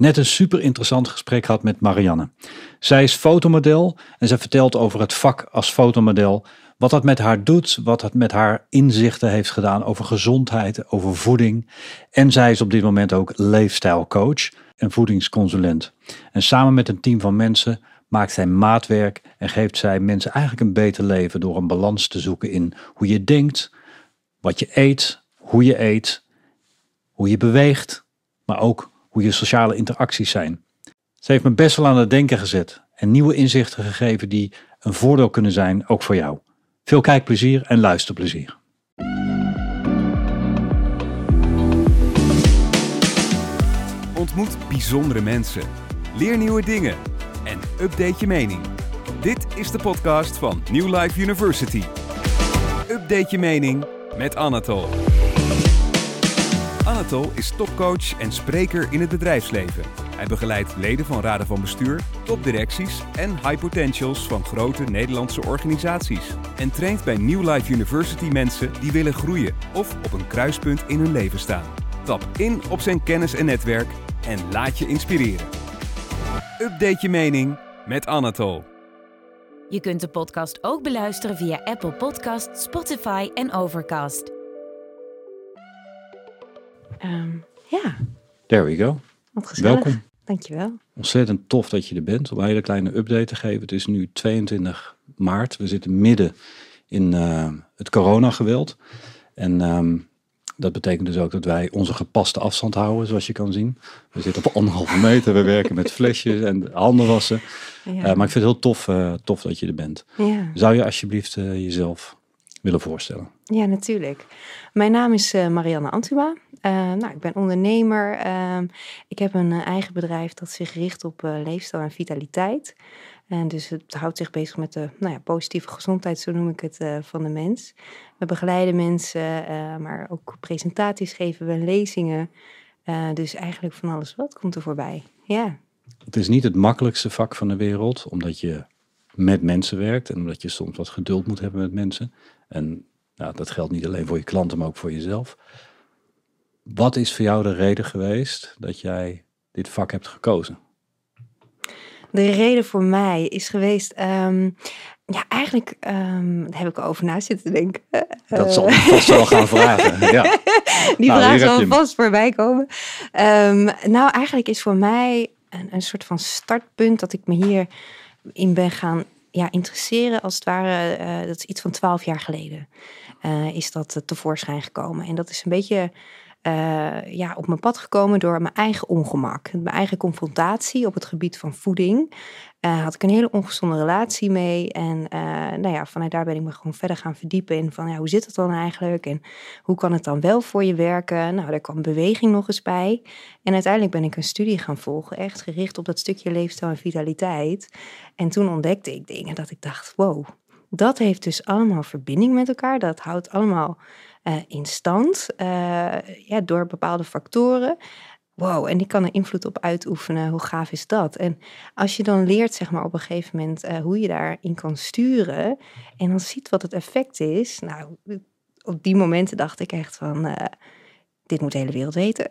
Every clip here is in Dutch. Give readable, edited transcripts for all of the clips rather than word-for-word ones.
Net een super interessant gesprek gehad met Marianne. Zij is fotomodel en zij vertelt over het vak als fotomodel. Wat dat met haar doet, wat dat met haar inzichten heeft gedaan over gezondheid, over voeding. En zij is op dit moment ook lifestyle coach en voedingsconsulent. En samen met een team van mensen maakt zij maatwerk en geeft zij mensen eigenlijk een beter leven door een balans te zoeken in hoe je denkt, wat je eet, hoe je beweegt, maar ook hoe je sociale interacties zijn. Ze heeft me best wel aan het denken gezet en nieuwe inzichten gegeven die een voordeel kunnen zijn, ook voor jou. Veel kijkplezier en luisterplezier. Ontmoet bijzondere mensen. Leer nieuwe dingen. En update je mening. Dit is de podcast van New Life University. Update je mening met Anatol. Anatol is topcoach en spreker in het bedrijfsleven. Hij begeleidt leden van raden van bestuur, topdirecties en high potentials van grote Nederlandse organisaties. En traint bij New Life University mensen die willen groeien of op een kruispunt in hun leven staan. Tap in op zijn kennis en netwerk en laat je inspireren. Update je mening met Anatol. Je kunt de podcast ook beluisteren via Apple Podcasts, Spotify en Overcast. Ja, There we go. wat gezellig. Welkom. Dankjewel. Ontzettend tof dat je er bent om een hele kleine update te geven. Het is nu 22 maart. We zitten midden in het coronageweld. En dat betekent dus ook dat wij onze gepaste afstand houden, zoals je kan zien. We zitten op 1,5 meter. We werken met flesjes en handen wassen. Ja. Maar ik vind het heel tof dat je er bent. Ja. Zou je alsjeblieft jezelf willen voorstellen? Ja, natuurlijk. Mijn naam is Marianne Antuma. Ik ben ondernemer. Ik heb een eigen bedrijf dat zich richt op leefstijl en vitaliteit. En dus het houdt zich bezig met de positieve gezondheid, zo noem ik het, van de mens. We begeleiden mensen, maar ook presentaties geven we, lezingen. Dus eigenlijk van alles wat komt er voorbij. Ja. Het is niet het makkelijkste vak van de wereld, omdat je met mensen werkt en omdat je soms wat geduld moet hebben met mensen. En dat geldt niet alleen voor je klanten, maar ook voor jezelf. Wat is voor jou de reden geweest dat jij dit vak hebt gekozen? De reden voor mij is geweest, daar heb ik over na zitten denken. Dat zal ik vast wel gaan vragen. Ja. Die vraag hier heb zal je hem. vast voorbij komen. Eigenlijk is voor mij een soort van startpunt dat ik me hierin ben gaan interesseren. Als het ware, dat is iets van 12 jaar geleden, is dat tevoorschijn gekomen. En dat is een beetje op mijn pad gekomen door mijn eigen ongemak. Mijn eigen confrontatie op het gebied van voeding. Had ik een hele ongezonde relatie mee. En vanuit daar ben ik me gewoon verder gaan verdiepen in van hoe zit het dan eigenlijk? En hoe kan het dan wel voor je werken? Nou, daar kwam beweging nog eens bij. En uiteindelijk ben ik een studie gaan volgen, echt gericht op dat stukje leefstijl en vitaliteit. En toen ontdekte ik dingen dat ik dacht, wow, dat heeft dus allemaal verbinding met elkaar. Dat houdt allemaal in stand door bepaalde factoren. Wow, en die kan er invloed op uitoefenen. Hoe gaaf is dat? En als je dan leert, zeg maar, op een gegeven moment hoe je daarin kan sturen en dan ziet wat het effect is. Nou, op die momenten dacht ik echt van, dit moet de hele wereld weten.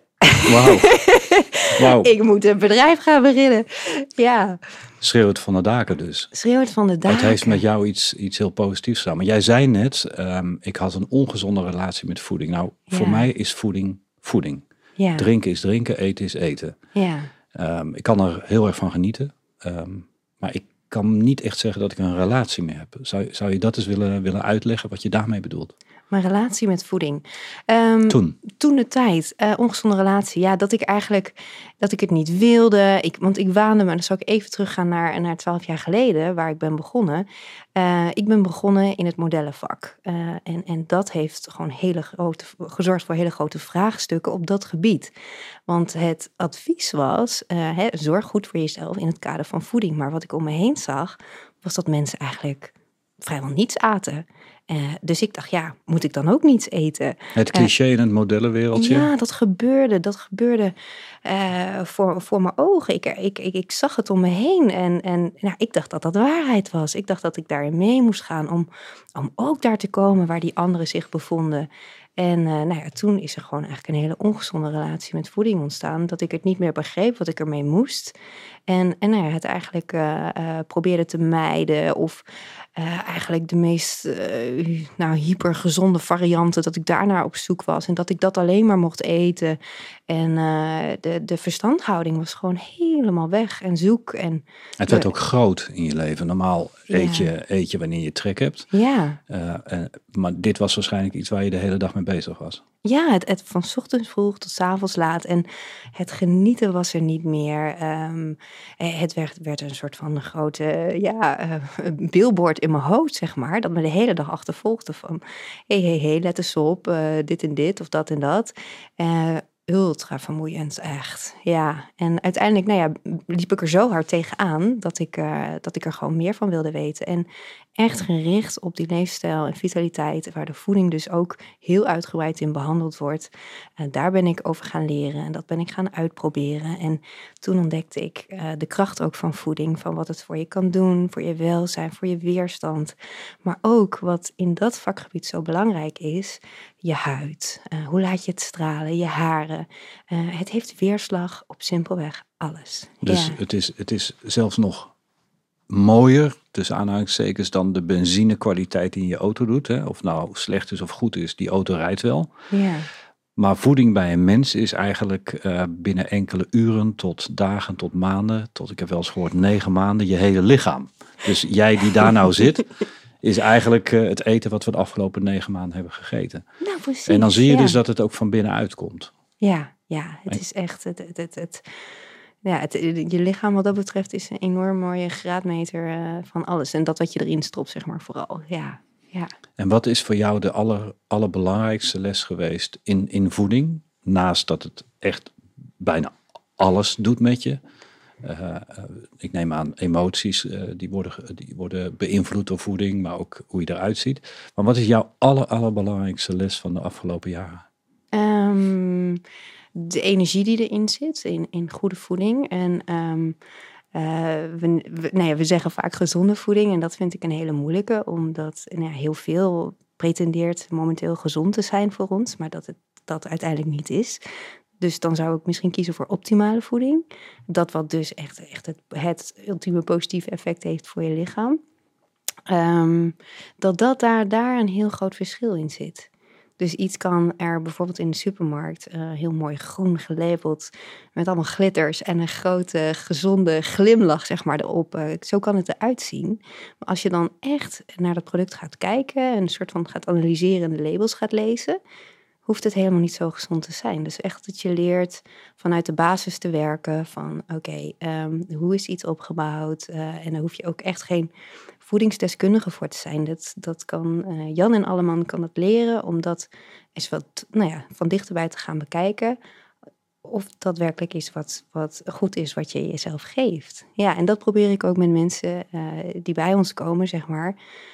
Wauw. Ik moet een bedrijf gaan beginnen. Ja. Schreeuw het van de daken dus. Schreeuw het van de daken. Het heeft met jou iets heel positiefs gedaan. Maar jij zei net, ik had een ongezonde relatie met voeding. Nou, voor mij is voeding. Ja. Drinken is drinken, eten is eten. Ja. Ik kan er heel erg van genieten. Maar ik kan niet echt zeggen dat ik een relatie mee heb. Zou je dat eens willen uitleggen, wat je daarmee bedoelt? Mijn relatie met voeding. Toen de tijd. Ongezonde relatie. Ja, dat ik het niet wilde. Want ik waande me. Dan zal ik even teruggaan naar 12 jaar geleden, waar ik ben begonnen. Ik ben begonnen in het modellenvak. En dat heeft gewoon gezorgd voor hele grote vraagstukken op dat gebied. Want het advies was, zorg goed voor jezelf in het kader van voeding. Maar wat ik om me heen zag, was dat mensen eigenlijk vrijwel niets aten. Dus ik dacht, moet ik dan ook niets eten? Het cliché in het modellenwereldje. Ja, dat gebeurde voor mijn ogen. Ik zag het om me heen en ik dacht dat dat waarheid was. Ik dacht dat ik daarin mee moest gaan om ook daar te komen waar die anderen zich bevonden. En toen is er gewoon eigenlijk een hele ongezonde relatie met voeding ontstaan. Dat ik het niet meer begreep wat ik ermee moest. En het eigenlijk probeerde te mijden. Of eigenlijk de meest hypergezonde varianten. Dat ik daarnaar op zoek was. En dat ik dat alleen maar mocht eten. En de verstandhouding was gewoon helemaal weg en zoek. En het werd ook groot in je leven. Normaal eet je wanneer je trek hebt. Ja. Maar dit was waarschijnlijk iets waar je de hele dag mee bezig was. Ja, het van 's ochtends vroeg tot 's avonds laat. En het genieten was er niet meer. Het werd een soort van een grote billboard in mijn hoofd, zeg maar. Dat me de hele dag achtervolgde van... Hey, let eens op, dit en dit of dat en dat. Ultra vermoeiend, echt. Ja, en uiteindelijk liep ik er zo hard tegenaan dat ik er gewoon meer van wilde weten. En echt gericht op die leefstijl en vitaliteit, waar de voeding dus ook heel uitgebreid in behandeld wordt. Daar ben ik over gaan leren en dat ben ik gaan uitproberen. En toen ontdekte ik de kracht ook van voeding, van wat het voor je kan doen, voor je welzijn, voor je weerstand. Maar ook wat in dat vakgebied zo belangrijk is, je huid. Hoe laat je het stralen, je haren. Het heeft weerslag op simpelweg alles. Dus het is zelfs nog mooier, tussen aanhalingstekens, dan de benzinekwaliteit die in je auto doet. Hè? Of nou slecht is of goed is, die auto rijdt wel. Ja. Maar voeding bij een mens is eigenlijk binnen enkele uren tot dagen, tot maanden, tot ik heb wel eens gehoord 9 maanden, je hele lichaam. Dus jij die daar nou zit, is eigenlijk het eten wat we de afgelopen 9 maanden hebben gegeten. Nou, precies. En dan zie je dus dat het ook van binnenuit komt. Ja, het is echt je lichaam wat dat betreft is een enorm mooie graadmeter van alles. En dat wat je erin stopt, zeg maar, vooral. Ja. En wat is voor jou de allerbelangrijkste les geweest in voeding? Naast dat het echt bijna alles doet met je. Ik neem aan emoties, die worden beïnvloed door voeding, maar ook hoe je eruit ziet. Maar wat is jouw allerbelangrijkste les van de afgelopen jaren? De energie die erin zit, in goede voeding. En we zeggen vaak gezonde voeding. En dat vind ik een hele moeilijke. Omdat heel veel pretendeert momenteel gezond te zijn voor ons. Maar dat het dat uiteindelijk niet is. Dus dan zou ik misschien kiezen voor optimale voeding. Dat wat dus echt het ultieme positieve effect heeft voor je lichaam. Dat daar een heel groot verschil in zit. Dus iets kan er bijvoorbeeld in de supermarkt heel mooi groen gelabeld met allemaal glitters en een grote gezonde glimlach, zeg maar, erop. Zo kan het eruit zien. Maar als je dan echt naar dat product gaat kijken en een soort van gaat analyseren en de labels gaat lezen, hoeft het helemaal niet zo gezond te zijn. Dus echt dat je leert vanuit de basis te werken van hoe is iets opgebouwd? En daar hoef je ook echt geen voedingsdeskundige voor te zijn. Dat kan Jan en Alleman kan dat leren om dat eens wat van dichterbij te gaan bekijken. Of dat werkelijk is wat goed is wat je jezelf geeft. Ja, en dat probeer ik ook met mensen die bij ons komen, zeg maar.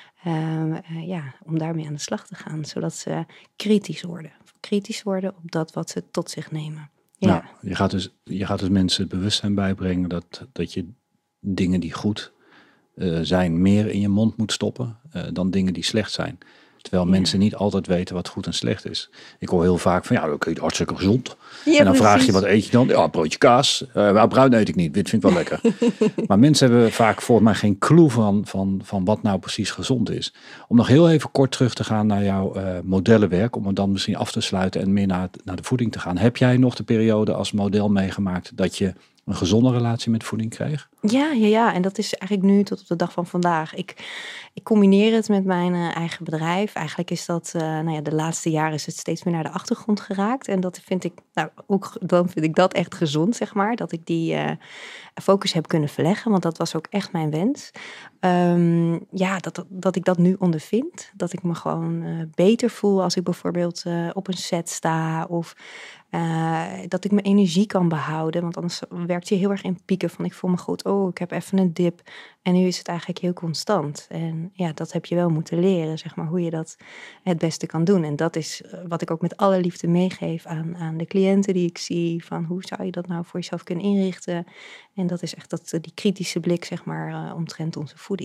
Om daarmee aan de slag te gaan. Zodat ze kritisch worden. Kritisch worden op dat wat ze tot zich nemen. Ja. Nou, je gaat dus mensen het bewustzijn bijbrengen dat je dingen die goed zijn meer in je mond moet stoppen dan dingen die slecht zijn. Terwijl mensen niet altijd weten wat goed en slecht is. Ik hoor heel vaak van, dat eet hartstikke gezond. Ja, en dan vraag precies. je, wat eet je dan? Ja, broodje kaas. Bruin eet ik niet, wit vind ik wel lekker. Maar mensen hebben vaak volgens mij geen clue van wat nou precies gezond is. Om nog heel even kort terug te gaan naar jouw modellenwerk. Om het dan misschien af te sluiten en meer naar de voeding te gaan. Heb jij nog de periode als model meegemaakt dat je een gezonde relatie met voeding kreeg? Ja. En dat is eigenlijk nu tot op de dag van vandaag. Ik combineer het met mijn eigen bedrijf. Eigenlijk is dat, de laatste jaren is het steeds meer naar de achtergrond geraakt. En dat vind ik, dan vind ik dat echt gezond, zeg maar. Dat ik die focus heb kunnen verleggen. Want dat was ook echt mijn wens. Dat ik dat nu ondervind. Dat ik me gewoon beter voel als ik bijvoorbeeld op een set sta. Of dat ik mijn energie kan behouden. Want anders werkt je heel erg in pieken van ik voel me goed. Oh, ik heb even een dip. En nu is het eigenlijk heel constant. En dat heb je wel moeten leren, zeg maar, hoe je dat het beste kan doen. En dat is wat ik ook met alle liefde meegeef aan de cliënten die ik zie. Van hoe zou je dat nou voor jezelf kunnen inrichten? En dat is echt die kritische blik, zeg maar, omtrent onze voeding.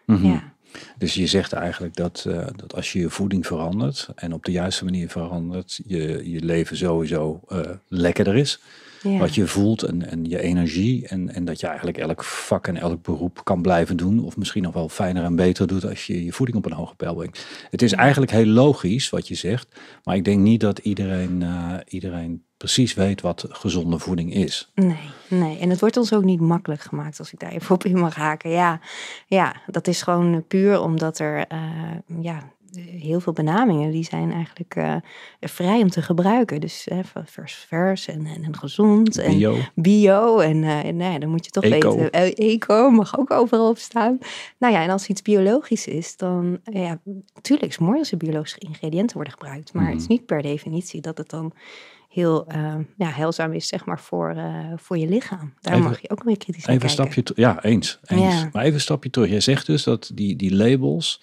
Mhm. Ja. Dus je zegt eigenlijk dat als je je voeding verandert en op de juiste manier verandert, je leven sowieso lekkerder is. Ja. Wat je voelt en je energie en dat je eigenlijk elk vak en elk beroep kan blijven doen. Of misschien nog wel fijner en beter doet als je je voeding op een hoge peil brengt. Het is eigenlijk heel logisch wat je zegt. Maar ik denk niet dat iedereen precies weet wat gezonde voeding is. Nee. En het wordt ons ook niet makkelijk gemaakt, als ik daar even op in mag haken. Ja, dat is gewoon puur omdat er heel veel benamingen, die zijn eigenlijk vrij om te gebruiken. Dus vers en gezond. Bio. En dan moet je toch Eco. weten. Eco mag ook overal op staan. Nou ja, en als iets biologisch is, dan natuurlijk is het mooi als er biologische ingrediënten worden gebruikt. Maar het is niet per definitie dat het dan heel heilzaam is, zeg maar, voor je lichaam. Daar mag je ook weer kritisch naar kijken. Even een stapje eens. Ja. Maar even een stapje terug. Jij zegt dus dat die labels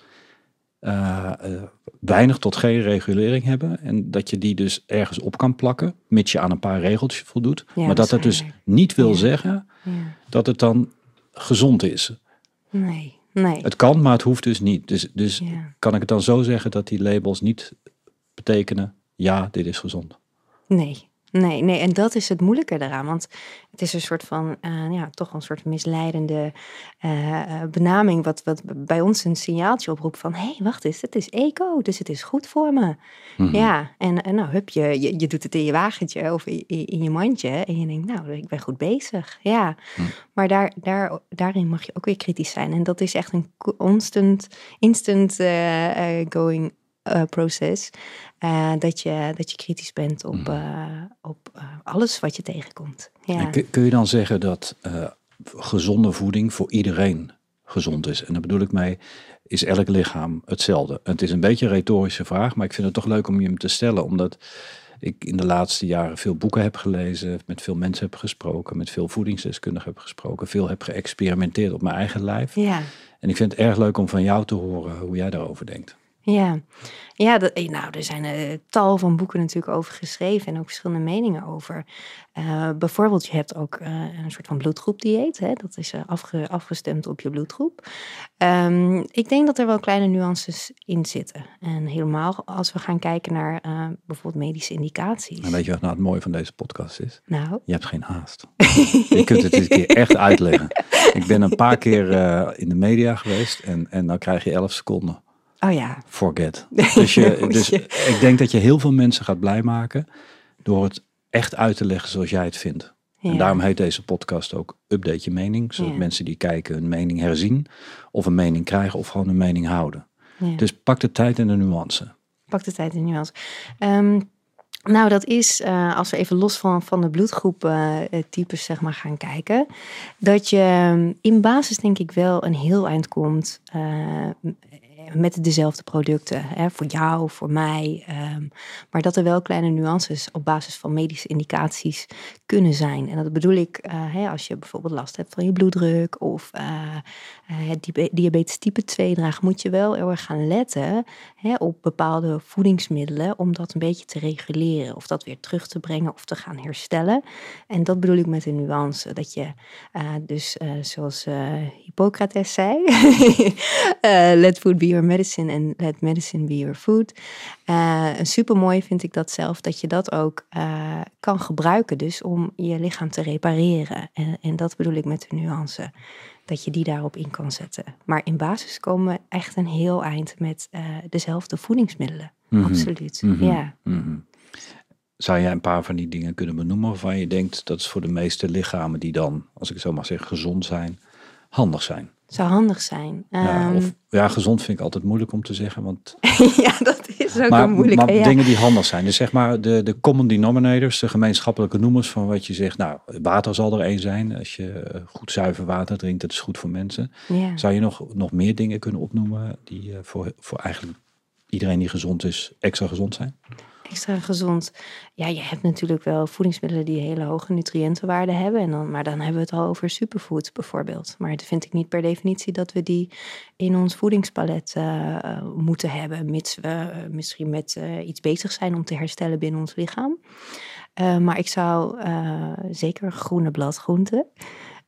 weinig tot geen regulering hebben. En dat je die dus ergens op kan plakken, mits je aan een paar regeltjes voldoet. Ja, maar dat het dus niet wil zeggen dat het dan gezond is. Nee. Het kan, maar het hoeft dus niet. Dus kan ik het dan zo zeggen dat die labels niet betekenen, ja, dit is gezond? Nee. En dat is het moeilijke daaraan. Want het is een soort van, toch een soort misleidende benaming. Wat bij ons een signaaltje oproept van, hé, wacht eens, het is eco, dus het is goed voor me. Mm-hmm. Ja, en nou, je doet het in je wagentje of in je mandje. En je denkt, nou, ik ben goed bezig. Ja, maar daarin mag je ook weer kritisch zijn. En dat is echt een instant going proces. Dat je kritisch bent op alles wat je tegenkomt. Ja. En kun je dan zeggen dat gezonde voeding voor iedereen gezond is? En daar bedoel ik mee, is elk lichaam hetzelfde? Het is een beetje een retorische vraag, maar ik vind het toch leuk om je hem te stellen. Omdat ik in de laatste jaren veel boeken heb gelezen, met veel mensen heb gesproken, met veel voedingsdeskundigen heb gesproken, veel heb geëxperimenteerd op mijn eigen lijf. Ja. En ik vind het erg leuk om van jou te horen hoe jij daarover denkt. Ja, er zijn tal van boeken natuurlijk over geschreven en ook verschillende meningen over. Bijvoorbeeld, je hebt ook een soort van bloedgroepdieet. Hè? Dat is afgestemd op je bloedgroep. Ik denk dat er wel kleine nuances in zitten. En helemaal als we gaan kijken naar bijvoorbeeld medische indicaties. En weet je wat nou het mooie van deze podcast is? Nou? Je hebt geen haast. Je kunt het een keer echt uitleggen. Ik ben een paar keer in de media geweest en dan krijg je 11 seconden. Oh ja. Forget. Dus ik denk dat je heel veel mensen gaat blij maken door het echt uit te leggen zoals jij het vindt. Ja. En daarom heet deze podcast ook Update je mening. Zodat mensen die kijken hun mening herzien. Of een mening krijgen of gewoon een mening houden. Ja. Dus pak de tijd en de nuance. Pak de tijd en de nuance. Nou, dat is, als we even los van de bloedgroeptypes zeg maar gaan kijken. Dat je in basis denk ik wel een heel eind komt met dezelfde producten. Hè, voor jou, voor mij. Maar dat er wel kleine nuances op basis van medische indicaties kunnen zijn. En dat bedoel ik als je bijvoorbeeld last hebt van je bloeddruk of diabetes type 2 draagt, moet je wel heel erg gaan letten op bepaalde voedingsmiddelen om dat een beetje te reguleren of dat weer terug te brengen of te gaan herstellen. En dat bedoel ik met een nuance. Dat je zoals Hippocrates zei, let food be your medicine and let medicine be your food. Super mooi vind ik dat zelf, dat je dat ook kan gebruiken dus om je lichaam te repareren. En dat bedoel ik met de nuance. Dat je die daarop in kan zetten. Maar in basis komen we echt een heel eind met dezelfde voedingsmiddelen. Mm-hmm. Absoluut, ja. Mm-hmm. Zou jij een paar van die dingen kunnen benoemen waarvan je denkt dat is voor de meeste lichamen die dan, als ik het zo mag zeggen, gezond zijn, handig zijn? Zou handig zijn. Gezond vind ik altijd moeilijk om te zeggen. Want ja, dat is ook een moeilijke. Maar dingen die handig zijn. Dus zeg maar de common denominators, de gemeenschappelijke noemers van wat je zegt. Nou, water zal er één zijn. Als je goed zuiver water drinkt, dat is goed voor mensen. Ja. Zou je nog meer dingen kunnen opnoemen die voor eigenlijk iedereen die gezond is, extra gezond zijn? Extra gezond. Ja, je hebt natuurlijk wel voedingsmiddelen die hele hoge nutriëntenwaarden hebben. Maar dan hebben we het al over superfoods bijvoorbeeld. Maar dat vind ik niet per definitie dat we die in ons voedingspalet moeten hebben. Mits we misschien met iets bezig zijn om te herstellen binnen ons lichaam. Maar ik zou zeker groene bladgroenten.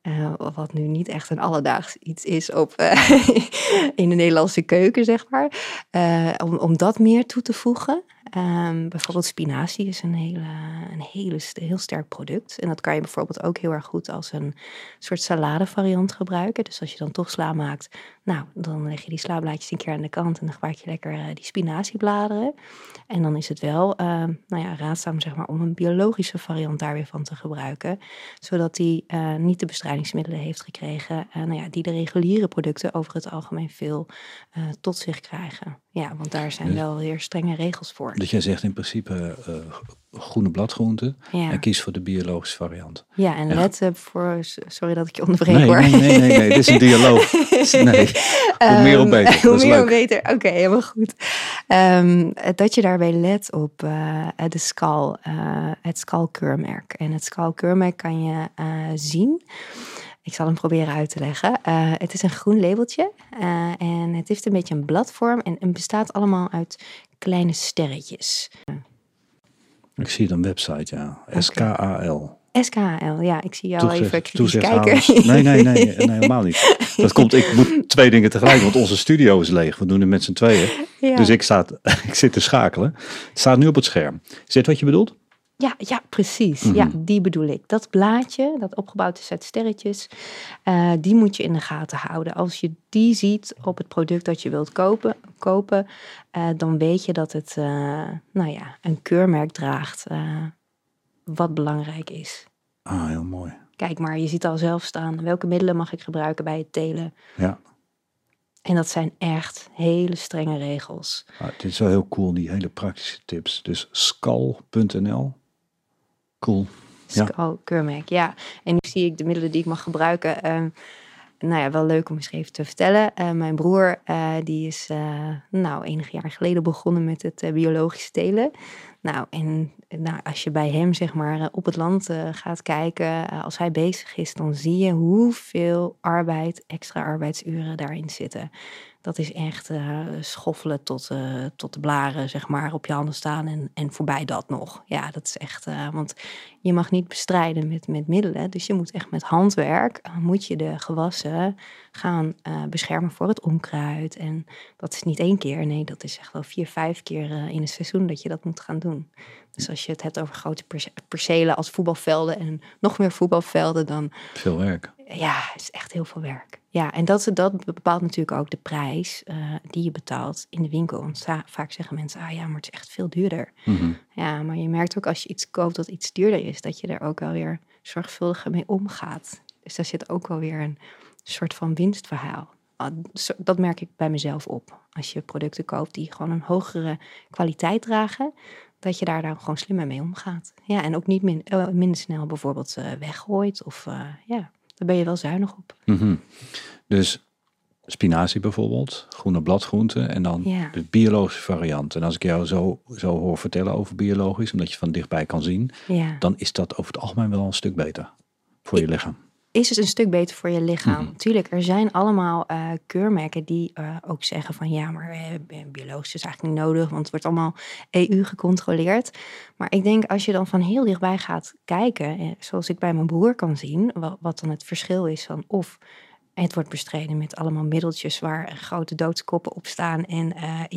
Wat nu niet echt een alledaags iets is in de Nederlandse keuken, zeg maar. Om dat meer toe te voegen. Bijvoorbeeld spinazie is een heel sterk product. En dat kan je bijvoorbeeld ook heel erg goed als een soort saladevariant gebruiken. Dus als je dan toch sla maakt, dan leg je die slablaadjes een keer aan de kant en dan gebruik je lekker die spinaziebladeren. En dan is het wel raadzaam, zeg maar, om een biologische variant daar weer van te gebruiken. Zodat die niet de bestrijdingsmiddelen heeft gekregen. Die de reguliere producten over het algemeen veel tot zich krijgen. Ja, want daar zijn wel weer strenge regels voor. Dus jij zegt in principe groene bladgroenten en kies voor de biologische variant. Ja, en let voor... Sorry dat ik je onderbreek, hoor. Nee, dit is een dialoog. Nee, hoe meer hoe beter. Hoe meer hoe beter, oké, helemaal goed. Dat je daarbij let op het Skal-keurmerk. En het Skal-keurmerk kan je zien... Ik zal hem proberen uit te leggen. Het is een groen labeltje en het heeft een beetje een bladvorm en bestaat allemaal uit kleine sterretjes. Ik zie het op een website, ja. SKAL. SKAL, ja. Ik zie jou even kritisch kijken. Nee, helemaal niet. Dat komt, ik moet 2 dingen tegelijk, want onze studio is leeg. We doen het met z'n tweeën. Ja. Dus ik zit te schakelen. Het staat nu op het scherm. Is dit wat je bedoelt? Ja, precies. Mm-hmm. Ja, die bedoel ik. Dat blaadje, dat opgebouwd is uit sterretjes, die moet je in de gaten houden. Als je die ziet op het product dat je wilt kopen, dan weet je dat het een keurmerk draagt wat belangrijk is. Ah, heel mooi. Kijk maar, je ziet al zelf staan. Welke middelen mag ik gebruiken bij het telen? Ja. En dat zijn echt hele strenge regels. Dit is wel heel cool, die hele praktische tips. Dus skal.nl. Cool. Skal-keurmerk, ja. En nu zie ik de middelen die ik mag gebruiken. Wel leuk om eens even te vertellen. Mijn broer, die is enige jaar geleden begonnen met het biologische telen. Als je bij hem, zeg maar, op het land gaat kijken, als hij bezig is, dan zie je hoeveel extra arbeidsuren daarin zitten. Dat is echt schoffelen tot de blaren, zeg maar, op je handen staan en voorbij dat nog. Ja, dat is echt, want je mag niet bestrijden met middelen. Dus je moet echt met handwerk, moet je de gewassen gaan beschermen voor het onkruid. En dat is niet 1 keer, nee, dat is echt wel 4-5 keer in een seizoen dat je dat moet gaan doen. Dus als je het hebt over grote percelen als voetbalvelden en nog meer voetbalvelden, dan... Veel werk. Ja, het is echt heel veel werk. Ja, en dat bepaalt natuurlijk ook de prijs die je betaalt in de winkel. Want vaak zeggen mensen, maar het is echt veel duurder. Mm-hmm. Ja, maar je merkt ook als je iets koopt dat iets duurder is, dat je er ook wel weer zorgvuldiger mee omgaat. Dus daar zit ook wel weer een soort van winstverhaal. Dat merk ik bij mezelf op. Als je producten koopt die gewoon een hogere kwaliteit dragen, dat je daar dan gewoon slimmer mee omgaat. Ja, en ook niet minder snel bijvoorbeeld weggooit of daar ben je wel zuinig op. Mm-hmm. Dus spinazie bijvoorbeeld, groene bladgroenten en dan de biologische variant. En als ik jou zo hoor vertellen over biologisch, omdat je van dichtbij kan zien, dan is dat over het algemeen wel een stuk beter voor je lichaam. Is het een stuk beter voor je lichaam? Mm-hmm. Tuurlijk, er zijn allemaal keurmerken die ook zeggen van biologisch is eigenlijk niet nodig, want het wordt allemaal EU gecontroleerd. Maar ik denk als je dan van heel dichtbij gaat kijken, zoals ik bij mijn broer kan zien, wat dan het verschil is van of het wordt bestreden met allemaal middeltjes waar grote doodskoppen op staan. En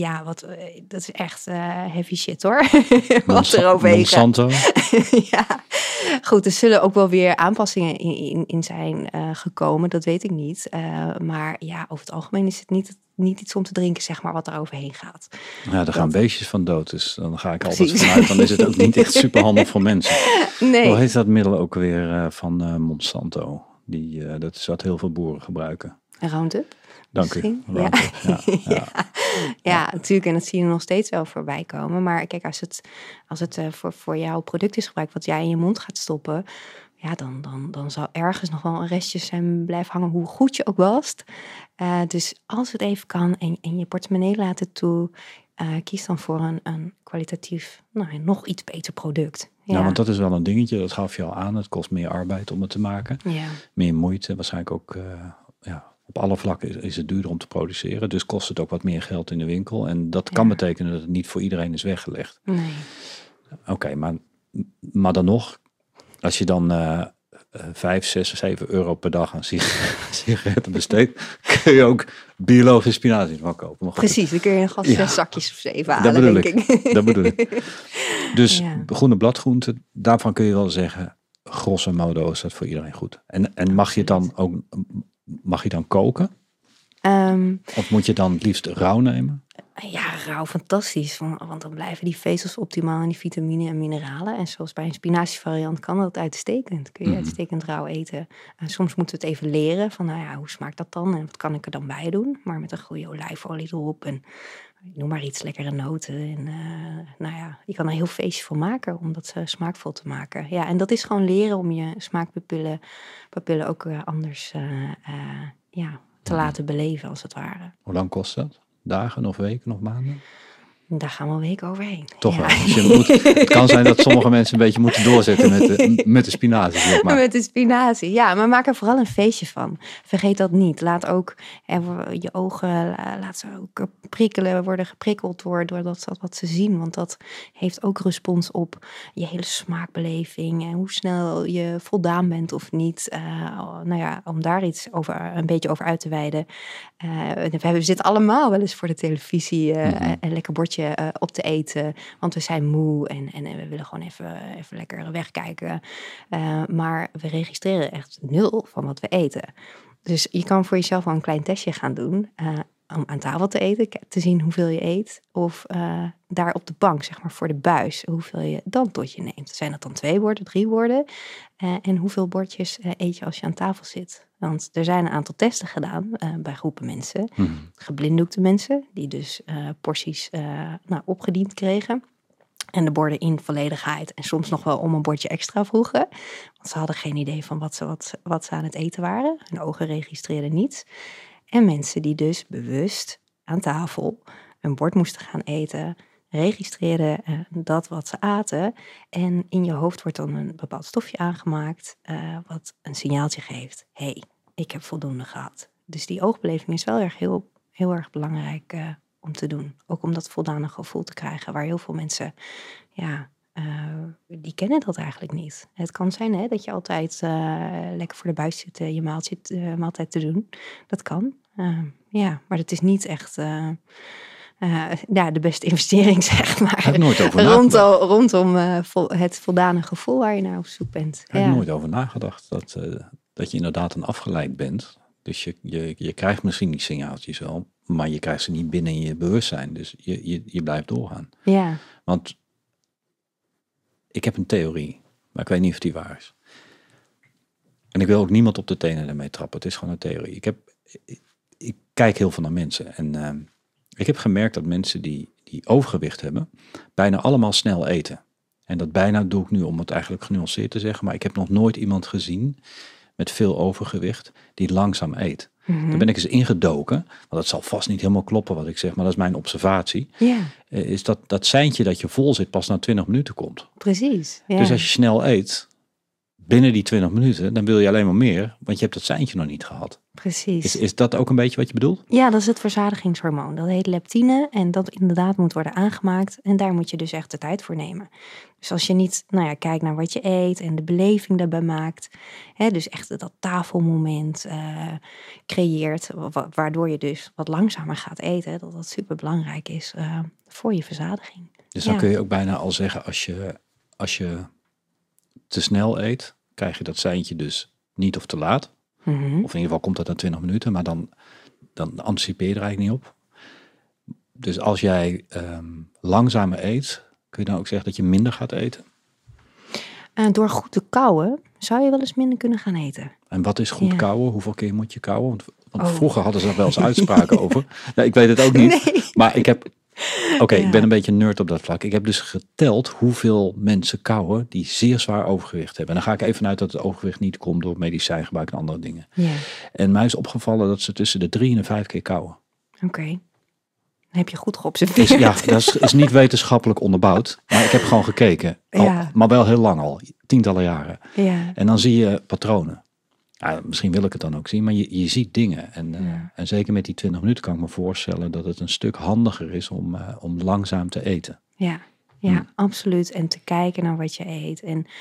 dat is echt heavy shit, hoor. Wat er overheen Monsanto. Ja, goed, er zullen ook wel weer aanpassingen in zijn gekomen. Dat weet ik niet. Maar ja, over het algemeen is het niet iets om te drinken, zeg maar, wat er overheen gaat. Ja, er gaan beestjes van dood. Dus dan ga ik altijd vanuit. Dan is het ook niet echt superhandig voor mensen. Nee. Hoe heet dat middel ook weer van Monsanto? Dat is wat heel veel boeren gebruiken. Roundup? Dank u. Ja, natuurlijk. En dat zie je nog steeds wel voorbij komen. Maar kijk, als het voor jouw product is gebruikt, wat jij in je mond gaat stoppen, ja, dan zal ergens nog wel een restje zijn blijven hangen, hoe goed je ook wast. Dus als het even kan en je portemonnee laat het toe, kies dan voor een kwalitatief, nog iets beter product. Ja, want dat is wel een dingetje, dat gaf je al aan. Het kost meer arbeid om het te maken. Ja. Meer moeite, waarschijnlijk ook op alle vlakken is het duurder om te produceren. Dus kost het ook wat meer geld in de winkel. En dat kan betekenen dat het niet voor iedereen is weggelegd. Nee. Oké, maar dan nog, als je dan 5, 6, 7 euro per dag aan sigaretten besteedt, kun je ook biologische spinazie van kopen. Maar goed, Precies, dan kun je nog al 6 zakjes of 7 halen, dat bedoel denk ik. Dat bedoel ik. Dus groene bladgroenten, daarvan kun je wel zeggen, grosso modo is dat voor iedereen goed. En mag je dan koken? Of moet je dan het liefst rauw nemen? Ja, rauw, fantastisch. Want dan blijven die vezels optimaal en die vitamine en mineralen. En zoals bij een spinazievariant kan dat uitstekend. Kun je uitstekend rauw eten. Soms moeten we het even leren van, hoe smaakt dat dan? En wat kan ik er dan bij doen? Maar met een goede olijfolie erop en noem maar iets, lekkere noten. En je kan er heel feestje van maken om dat smaakvol te maken. Ja, en dat is gewoon leren om je smaakpapillen ook anders te laten beleven, als het ware. Hoe lang kost dat? Dagen of weken of maanden? Daar gaan we een week overheen. Toch wel. Dus het kan zijn dat sommige mensen een beetje moeten doorzetten met de spinazie. Zeg maar. Met de spinazie, ja. Maar maak er vooral een feestje van. Vergeet dat niet. Laat ook je ogen laat ze ook worden geprikkeld door dat wat ze zien. Want dat heeft ook respons op je hele smaakbeleving. En hoe snel je voldaan bent of niet. Om daar een beetje over uit te wijden. We zitten allemaal wel eens voor de televisie een lekker bordje op te eten, want we zijn moe en we willen gewoon even lekker wegkijken. Maar we registreren echt 0 van wat we eten. Dus je kan voor jezelf wel een klein testje gaan doen om aan tafel te eten, te zien hoeveel je eet. Of daar op de bank, zeg maar, voor de buis, hoeveel je dan tot je neemt. Zijn dat dan 2 borden, 3 borden? En hoeveel bordjes eet je als je aan tafel zit? Want er zijn een aantal testen gedaan bij groepen mensen. Geblinddoekte mensen, die dus porties opgediend kregen. En de borden in volledigheid. En soms nog wel om een bordje extra vroegen. Want ze hadden geen idee van wat ze aan het eten waren. Hun ogen registreerden niets. En mensen die dus bewust aan tafel een bord moesten gaan eten, registreerden dat wat ze aten. En in je hoofd wordt dan een bepaald stofje aangemaakt wat een signaaltje geeft. Hey, ik heb voldoende gehad. Dus die oogbeleving is wel heel, heel erg belangrijk om te doen. Ook om dat voldane gevoel te krijgen, waar heel veel mensen, die kennen dat eigenlijk niet. Het kan zijn dat je altijd lekker voor de buis zit je maaltijd te doen. Dat kan. Maar het is niet echt de beste investering, zeg maar. Ik heb nooit over nagedacht. Rondom het voldane gevoel waar je naar op zoek bent. Ik heb nooit over nagedacht dat je inderdaad een afgeleid bent. Dus je krijgt misschien die signaaltjes wel, maar je krijgt ze niet binnen in je bewustzijn. Dus je blijft doorgaan. Ja. Want ik heb een theorie, maar ik weet niet of die waar is. En ik wil ook niemand op de tenen ermee trappen. Het is gewoon een theorie. Ik kijk heel veel naar mensen. En ik heb gemerkt dat mensen die overgewicht hebben, bijna allemaal snel eten. En dat bijna doe ik nu om het eigenlijk genuanceerd te zeggen. Maar ik heb nog nooit iemand gezien met veel overgewicht die langzaam eet. Mm-hmm. Daar ben ik eens ingedoken. Want dat zal vast niet helemaal kloppen wat ik zeg, maar dat is mijn observatie. Yeah. Is dat seintje dat je vol zit pas na 20 minuten komt. Precies. Yeah. Dus als je snel eet, binnen die 20 minuten, dan wil je alleen maar meer, want je hebt dat seintje nog niet gehad. Precies. Is dat ook een beetje wat je bedoelt? Ja, dat is het verzadigingshormoon. Dat heet leptine en dat inderdaad moet worden aangemaakt. En daar moet je dus echt de tijd voor nemen. Dus als je niet kijkt naar wat je eet en de beleving daarbij maakt. Dus echt dat tafelmoment creëert, waardoor je dus wat langzamer gaat eten. Dat super belangrijk is voor je verzadiging. Dus dan kun je ook bijna al zeggen, als je te snel eet, krijg je dat seintje dus niet of te laat. Mm-hmm. Of in ieder geval komt dat na 20 minuten, maar dan anticipeer je er eigenlijk niet op. Dus als jij langzamer eet, kun je dan ook zeggen dat je minder gaat eten? Door goed te kauwen zou je wel eens minder kunnen gaan eten. En wat is goed kauwen? Hoeveel keer moet je kauwen? Want vroeger hadden ze er wel eens uitspraken over. Nou, ik weet het ook niet. Nee. Maar ik heb... ik ben een beetje een nerd op dat vlak. Ik heb dus geteld hoeveel mensen kauwen die zeer zwaar overgewicht hebben. En dan ga ik even uit dat het overgewicht niet komt door medicijngebruik en andere dingen. Ja. En mij is opgevallen dat ze tussen de 3 en de 5 keer kauwen. Oké. Dan heb je goed geobserveerd. Dat is niet wetenschappelijk onderbouwd. Maar ik heb gewoon gekeken. Maar wel heel lang al. Tientallen jaren. Ja. En dan zie je patronen. Ja, misschien wil ik het dan ook zien, maar je ziet dingen. En zeker met die 20 minuten kan ik me voorstellen dat het een stuk handiger is om langzaam te eten. Ja, absoluut. En te kijken naar wat je eet. En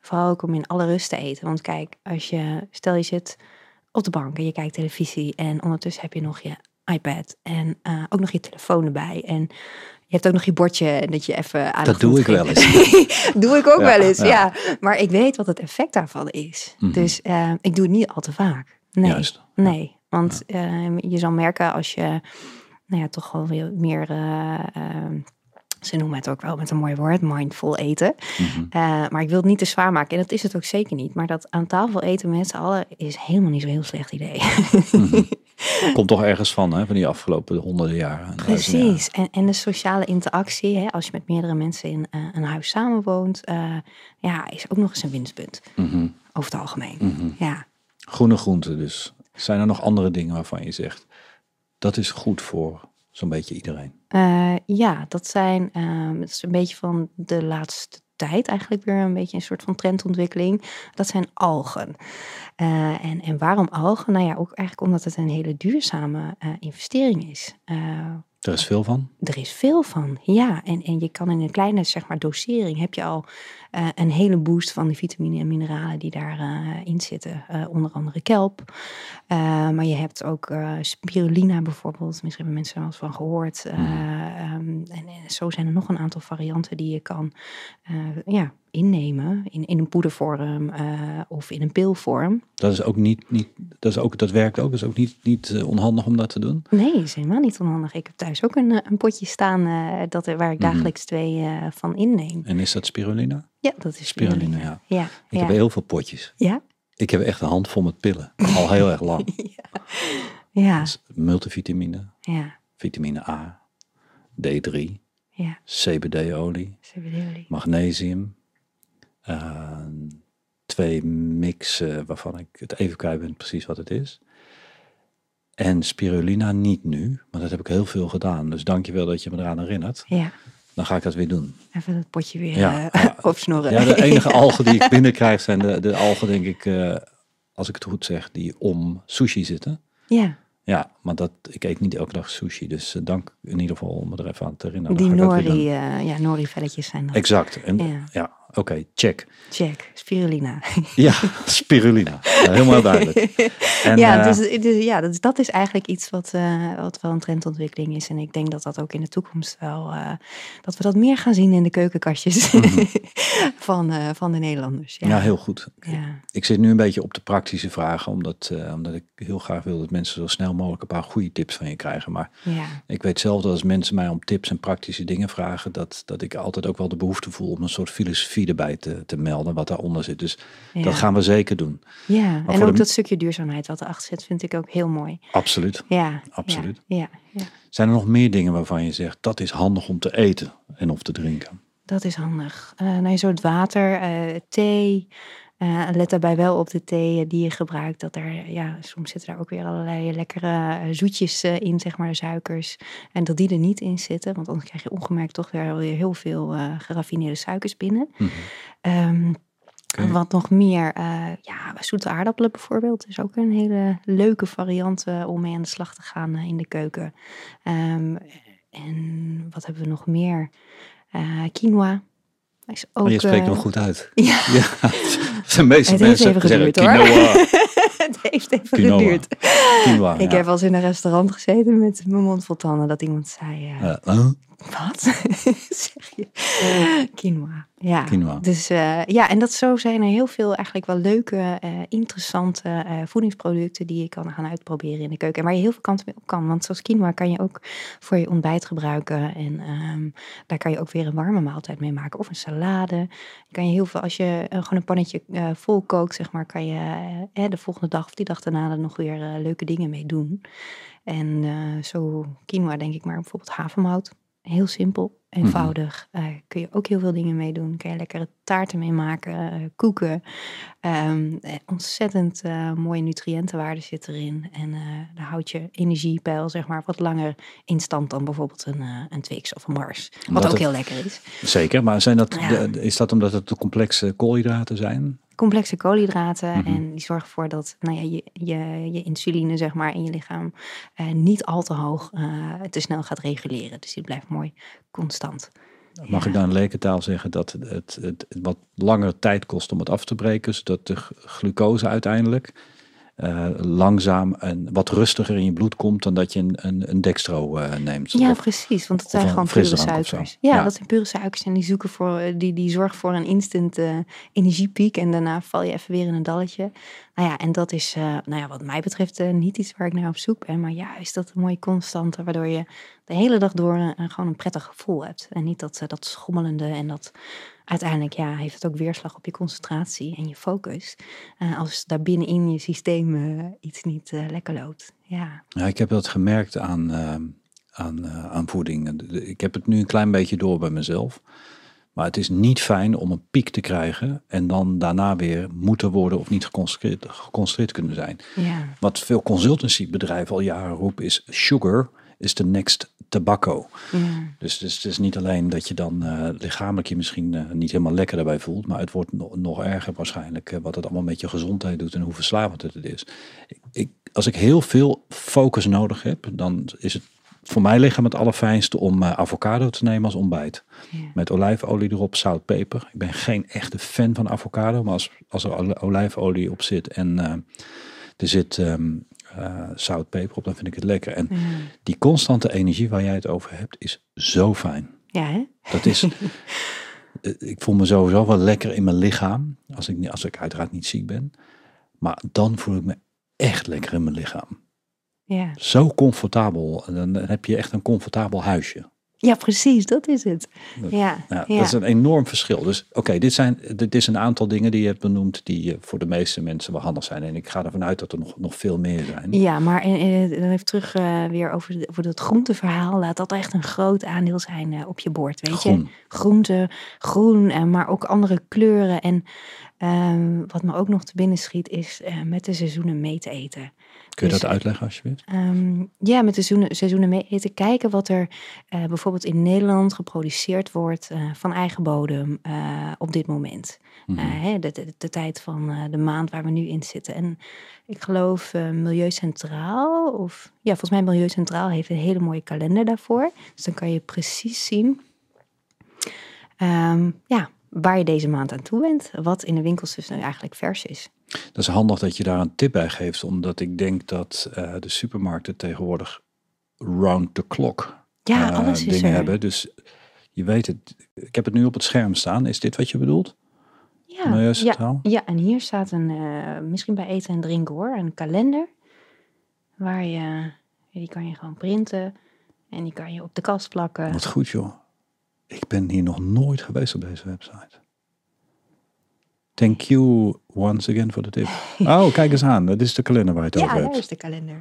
Vooral ook om in alle rust te eten. Want kijk, stel je zit op de bank en je kijkt televisie en ondertussen heb je nog je iPad en ook nog je telefoon erbij en je hebt ook nog je bordje en dat je even aan. Dat doe ik wel eens. Doe ik ook wel eens, ja. Maar ik weet wat het effect daarvan is. Mhm. Dus ik doe het niet al te vaak. Nee, Juist. nee. Want je zal merken als je toch wel weer meer... ze noemen het ook wel met een mooi woord, mindful eten. Mhm. Maar ik wil het niet te zwaar maken. En dat is het ook zeker niet. Maar dat aan tafel eten met z'n allen is helemaal niet zo'n heel slecht idee. Mhm. Komt toch ergens van, hè? Van die afgelopen honderden jaren. Precies. En de sociale interactie, hè, als je met meerdere mensen in een huis samenwoont, is ook nog eens een winstpunt. Mhm. Over het algemeen. Mhm. Ja. Groene groenten dus. Zijn er nog andere dingen waarvan je zegt, dat is goed voor zo'n beetje iedereen? Dat is een beetje van de laatste tijd eigenlijk weer een beetje een soort van trendontwikkeling. Dat zijn algen. En waarom algen? Nou ja, ook eigenlijk omdat het een hele duurzame investering is. Er is veel van? Er is veel van, ja. En je kan in een kleine, zeg maar, dosering heb je al een hele boost van de vitamine en mineralen die daarin zitten. Onder andere kelp. Maar je hebt ook spirulina bijvoorbeeld. Misschien hebben mensen er wel eens van gehoord. En zo zijn er nog een aantal varianten die je kan innemen. In een poedervorm of in een pilvorm. Dat is ook dat werkt ook. Dat is ook niet onhandig om dat te doen? Nee, is helemaal niet onhandig. Ik heb thuis ook een potje staan waar ik dagelijks 2 van inneem. En is dat spirulina? Ja, dat is spirulina. Ja. Ik heb heel veel potjes. Ja? Ik heb echt een handvol met pillen. Al heel erg lang. Ja. Dus multivitamine, Ja. vitamine A, D3, Ja. CBD-olie, CBD-olie. magnesium. 2 mixen waarvan ik het even kwijt ben precies wat het is. En spirulina niet nu, maar dat heb ik heel veel gedaan. Dus dankjewel dat je me eraan herinnert. Ja. Dan ga ik dat weer doen. Even dat potje weer opsnorren. Ja, de enige algen die ik binnenkrijg zijn de algen, denk ik, als ik het goed zeg, die om sushi zitten. Ja. Ja, maar ik eet niet elke dag sushi. Dus dank in ieder geval om me er even aan te herinneren. Die Dan ga ik dat weer doen. nori-velletjes zijn dat. Exact. En, Ja. Oké, check. Check, spirulina. Ja, spirulina. Helemaal duidelijk. En, Dus dat is eigenlijk iets wat wel een trendontwikkeling is. En ik denk dat dat ook in de toekomst wel... dat we dat meer gaan zien in de keukenkastjes van de Nederlanders. ja, heel goed. Ja. Ik zit nu een beetje op de praktische vragen. Omdat ik heel graag wil dat mensen zo snel mogelijk een paar goede tips van je krijgen. Maar ik weet zelf dat als mensen mij om tips en praktische dingen vragen... dat ik altijd ook wel de behoefte voel om een soort filosofie erbij te melden wat daaronder zit. Dus dat gaan we zeker doen. Ja, en ook dat stukje duurzaamheid wat erachter zit, vind ik ook heel mooi. Absoluut. Ja, absoluut. Ja. Zijn er nog meer dingen waarvan je zegt, dat is handig om te eten en of te drinken? Dat is handig. Zo het water, thee. Let daarbij wel op de thee die je gebruikt. Dat soms zitten daar ook weer allerlei lekkere zoetjes in, zeg maar, suikers. En dat die er niet in zitten. Want anders krijg je ongemerkt toch weer heel veel geraffineerde suikers binnen. Wat nog meer? Zoete aardappelen bijvoorbeeld. Is ook een hele leuke variant om mee aan de slag te gaan in de keuken. En wat hebben we nog meer? Quinoa. Is ook, je spreekt hem goed uit. Ja. De meeste mensen zeggen quinoa. Het heeft even geduurd. Quinoa, ik heb wel eens in een restaurant gezeten met mijn mond vol tanden. Dat iemand zei... Wat? Zeg je? Quinoa. Ja. Quinoa. Dus en zo zijn er heel veel eigenlijk wel leuke, interessante voedingsproducten die je kan gaan uitproberen in de keuken. En waar je heel veel kanten mee op kan. Want zoals quinoa kan je ook voor je ontbijt gebruiken. En daar kan je ook weer een warme maaltijd mee maken. Of een salade. Kan je heel veel, als je gewoon een pannetje vol kookt, zeg maar, kan je de volgende dag of die dag daarna er nog weer leuke dingen mee doen. En zo quinoa denk ik maar bijvoorbeeld havermout. Heel simpel, eenvoudig. Kun je ook heel veel dingen mee doen. Kun je lekkere taarten mee maken, koeken. Ontzettend mooie nutriëntenwaarde zit erin. En dan houdt je energiepeil, zeg maar, wat langer in stand dan bijvoorbeeld een Twix of een Mars. Wat ook heel lekker is. Zeker, maar is dat omdat het de complexe koolhydraten zijn? Complexe koolhydraten en die zorgen ervoor dat je insuline, zeg maar, in je lichaam niet al te hoog te snel gaat reguleren. Dus die blijft mooi constant. Mag ik dan in lekentaal zeggen dat het wat langer tijd kost om het af te breken, zodat de glucose uiteindelijk langzaam en wat rustiger in je bloed komt dan dat je een dextro neemt? Ja, Of- precies, want het of zijn een gewoon pure frisdrank of zo. suikers. Ja, Ja. dat zijn pure suikers en die zoeken die zorgen voor een instant energiepiek en daarna val je even weer in een dalletje. Nou ja, en dat is, wat mij betreft niet iets waar ik naar op zoek ben, maar juist dat een mooie constante, waardoor je de hele dag door gewoon een prettig gevoel hebt. En niet dat schommelende en dat uiteindelijk heeft het ook weerslag op je concentratie en je focus. Als daar binnenin je systeem iets niet lekker loopt. Ja. Ja, ik heb dat gemerkt aan voeding. Ik heb het nu een klein beetje door bij mezelf. Maar het is niet fijn om een piek te krijgen en dan daarna weer moeten worden of niet geconcentreerd kunnen zijn. Ja. Wat veel consultancybedrijven al jaren roepen is sugar is the next tobacco. Ja. Dus het is niet alleen dat je dan lichamelijk je misschien niet helemaal lekker daarbij voelt, maar het wordt nog erger waarschijnlijk wat het allemaal met je gezondheid doet en hoe verslavend het is. Als ik heel veel focus nodig heb, dan is het voor mijn lichaam het allerfijnste om avocado te nemen als ontbijt. Ja. Met olijfolie erop, zout, peper. Ik ben geen echte fan van avocado, maar als er olijfolie op zit en er zit zout, peper op, dan vind ik het lekker. En die constante energie waar jij het over hebt, is zo fijn. Ja, hè? Dat is, ik voel me sowieso wel lekker in mijn lichaam, als ik uiteraard niet ziek ben. Maar dan voel ik me echt lekker in mijn lichaam. Ja. Zo comfortabel. Dan heb je echt een comfortabel huisje. Ja, precies, dat is het. Ja, Dat is een enorm verschil. Dus oké, dit is een aantal dingen die je hebt benoemd die voor de meeste mensen wel handig zijn. En ik ga ervan uit dat er nog veel meer zijn. Ja, maar dan even terug weer over dat groenteverhaal. Laat dat echt een groot aandeel zijn op je bord, weet je. Groen. Groente, groen, maar ook andere kleuren. En wat me ook nog te binnen schiet is met de seizoenen mee te eten. Kun je Dus, dat uitleggen alsjeblieft? Met de seizoenen mee eten. Kijken wat er bijvoorbeeld in Nederland geproduceerd wordt van eigen bodem op dit moment. De tijd van de maand waar we nu in zitten. En ik geloof Milieu Centraal, volgens mij Milieu Centraal heeft een hele mooie kalender daarvoor. Dus dan kan je precies zien waar je deze maand aan toe bent. Wat in de winkels dus nu eigenlijk vers is. Dat is handig dat je daar een tip bij geeft, omdat ik denk dat de supermarkten tegenwoordig round the clock Alles is dingen er. hebben. Dus je weet het. Ik heb het nu op het scherm staan. Is dit wat je bedoelt? Milieu Centraal? Ja, en hier staat misschien bij eten en drinken hoor, een kalender. Waar die kan je gewoon printen en die kan je op de kast plakken. Wat goed joh. Ik ben hier nog nooit geweest op deze website. Thank you once again voor de tip. Oh, kijk eens aan. Dat is de kalender waar je het over Ja, hebt. daar is de kalender.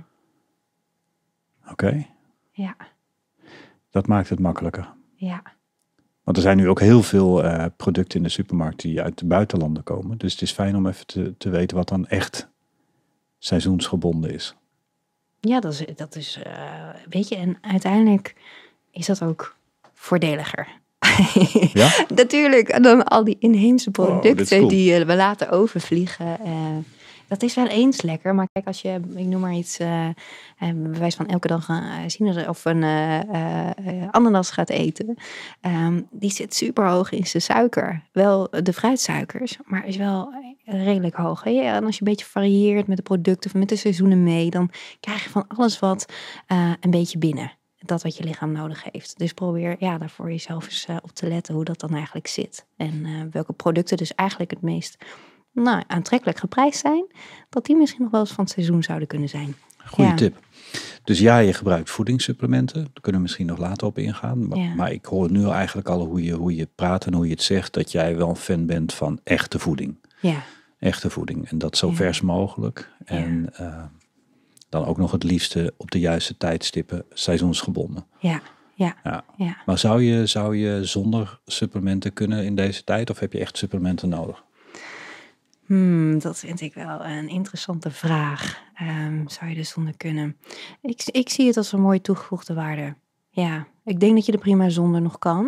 Oké. Ja, Dat maakt het makkelijker. ja. Want er zijn nu ook heel veel producten in de supermarkt die uit de buitenlanden komen. Dus het is fijn om even te weten wat dan echt seizoensgebonden is. Ja, dat is weet je, en uiteindelijk is dat ook voordeliger. Ja? Natuurlijk, dan al die inheemse dit is producten cool. die we laten overvliegen. Dat is wel eens lekker, maar kijk, als je, ik noem maar iets, bewijs van elke dag of een ananas gaat eten, die zit super hoog in zijn suiker. Wel de fruitsuikers, maar is wel redelijk hoog. Hè? En als je een beetje varieert met de producten of met de seizoenen mee, dan krijg je van alles wat een beetje binnen. Dat wat je lichaam nodig heeft. Dus probeer daarvoor jezelf eens op te letten hoe dat dan eigenlijk zit. En welke producten dus eigenlijk het meest aantrekkelijk geprijsd zijn. Dat die misschien nog wel eens van het seizoen zouden kunnen zijn. Goeie tip. Dus ja, je gebruikt voedingssupplementen. Daar kunnen we misschien nog later op ingaan. Maar, Ja. maar ik hoor nu eigenlijk al hoe je praat en hoe je het zegt. Dat jij wel een fan bent van echte voeding. Ja, Echte voeding. En dat zo Ja. vers mogelijk. En dan ook nog het liefste op de juiste tijdstippen seizoensgebonden. ja. Ja. Maar zou je zonder supplementen kunnen in deze tijd? Of heb je echt supplementen nodig? Dat vind ik wel een interessante vraag. Zou je er zonder kunnen? Ik zie het als een mooie toegevoegde waarde. Ja, ik denk dat je er prima zonder nog kan.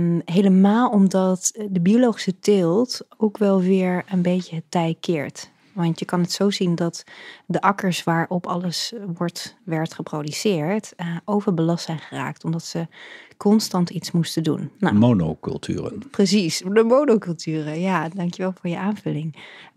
Helemaal omdat de biologische teelt ook wel weer een beetje het tij keert. Want je kan het zo zien dat de akkers waarop alles werd geproduceerd overbelast zijn geraakt. Omdat ze constant iets moesten doen. Nou, monoculturen. Precies, de monoculturen. Ja, dankjewel voor je aanvulling.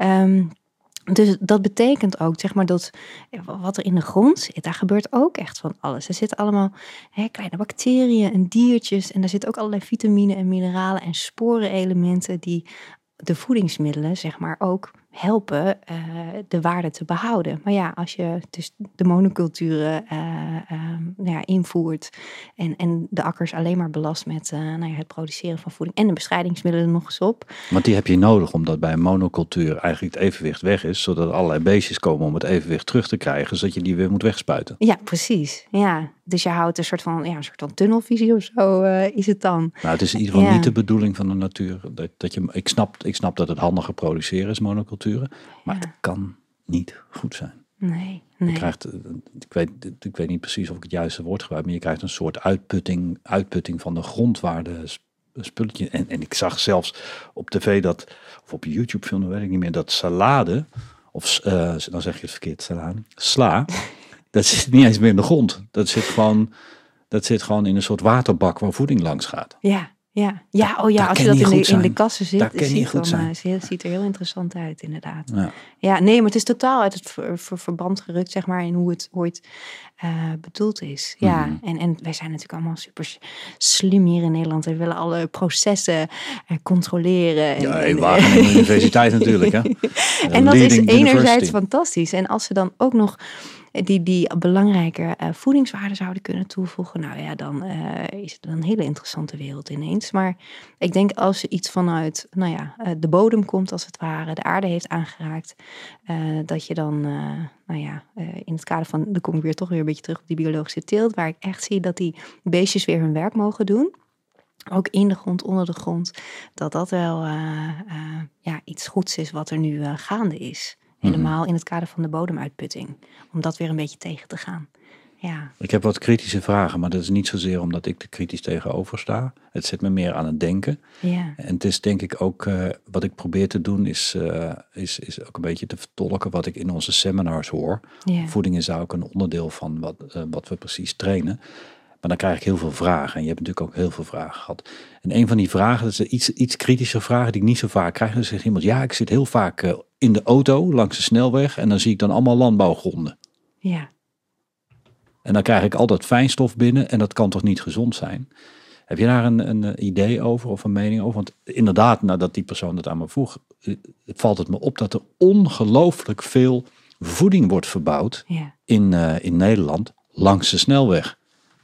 Dus dat betekent ook, zeg maar, dat wat er in de grond zit, daar gebeurt ook echt van alles. Er zitten allemaal kleine bacteriën en diertjes. En daar zitten ook allerlei vitamine en mineralen en sporenelementen die de voedingsmiddelen, zeg maar, ook helpen de waarde te behouden. Maar ja, als je dus de monoculturen invoert en de akkers alleen maar belast met het produceren van voeding en de bestrijdingsmiddelen nog eens op. Want die heb je nodig, omdat bij een monocultuur eigenlijk het evenwicht weg is, zodat allerlei beestjes komen om het evenwicht terug te krijgen, zodat je die weer moet wegspuiten. Ja, precies. Ja. Dus je houdt een soort van tunnelvisie of zo is het dan. Nou, het is in ieder geval niet de bedoeling van de natuur. Ik snap dat het handiger produceren is, monoculturen. Maar het kan niet goed zijn. Nee. Je krijgt, ik weet niet precies of ik het juiste woord gebruik, maar je krijgt een soort uitputting van de grond waar de spulletje. En ik zag zelfs op tv of op YouTube film, weet ik niet meer, dat salade, of dan zeg je het verkeerd, sla. Dat zit niet eens meer in de grond. Dat zit gewoon in een soort waterbak waar voeding langs gaat. Ja. Als je dat in de kassen zit, ziet er heel interessant uit, inderdaad. Ja, nee, maar het is totaal uit het verband gerukt, zeg maar, in hoe het bedoeld is. Ja, en wij zijn natuurlijk allemaal super slim hier in Nederland. We willen alle processen controleren. Ja, in Wageningen Universiteit natuurlijk, hè. En dat is enerzijds fantastisch. En als ze dan ook nog die belangrijke voedingswaarden zouden kunnen toevoegen, nou ja, dan is het een hele interessante wereld ineens. Maar ik denk als je iets vanuit de bodem komt, als het ware, de aarde heeft aangeraakt, dat je dan, in het kader van, dan kom ik weer toch weer een beetje terug op die biologische teelt, waar ik echt zie dat die beestjes weer hun werk mogen doen. Ook in de grond, onder de grond, dat wel iets goeds is wat er nu gaande is. Helemaal in het kader van de bodemuitputting. Om dat weer een beetje tegen te gaan. Ja. Ik heb wat kritische vragen, maar dat is niet zozeer omdat ik er kritisch tegenover sta. Het zet me meer aan het denken. Ja. En het is denk ik ook, wat ik probeer te doen is ook een beetje te vertolken wat ik in onze seminars hoor. Ja. Voeding is ook een onderdeel van wat we precies trainen. Maar dan krijg ik heel veel vragen. En je hebt natuurlijk ook heel veel vragen gehad. En een van die vragen, dat is iets kritische vragen die ik niet zo vaak krijg. Dan zegt iemand, ik zit heel vaak in de auto langs de snelweg en dan zie ik dan allemaal landbouwgronden. Ja. En dan krijg ik altijd fijnstof binnen en dat kan toch niet gezond zijn? Heb je daar een idee over of een mening over? Want inderdaad, nadat die persoon dat aan me vroeg, valt het me op dat er ongelooflijk veel voeding wordt verbouwd in Nederland langs de snelweg.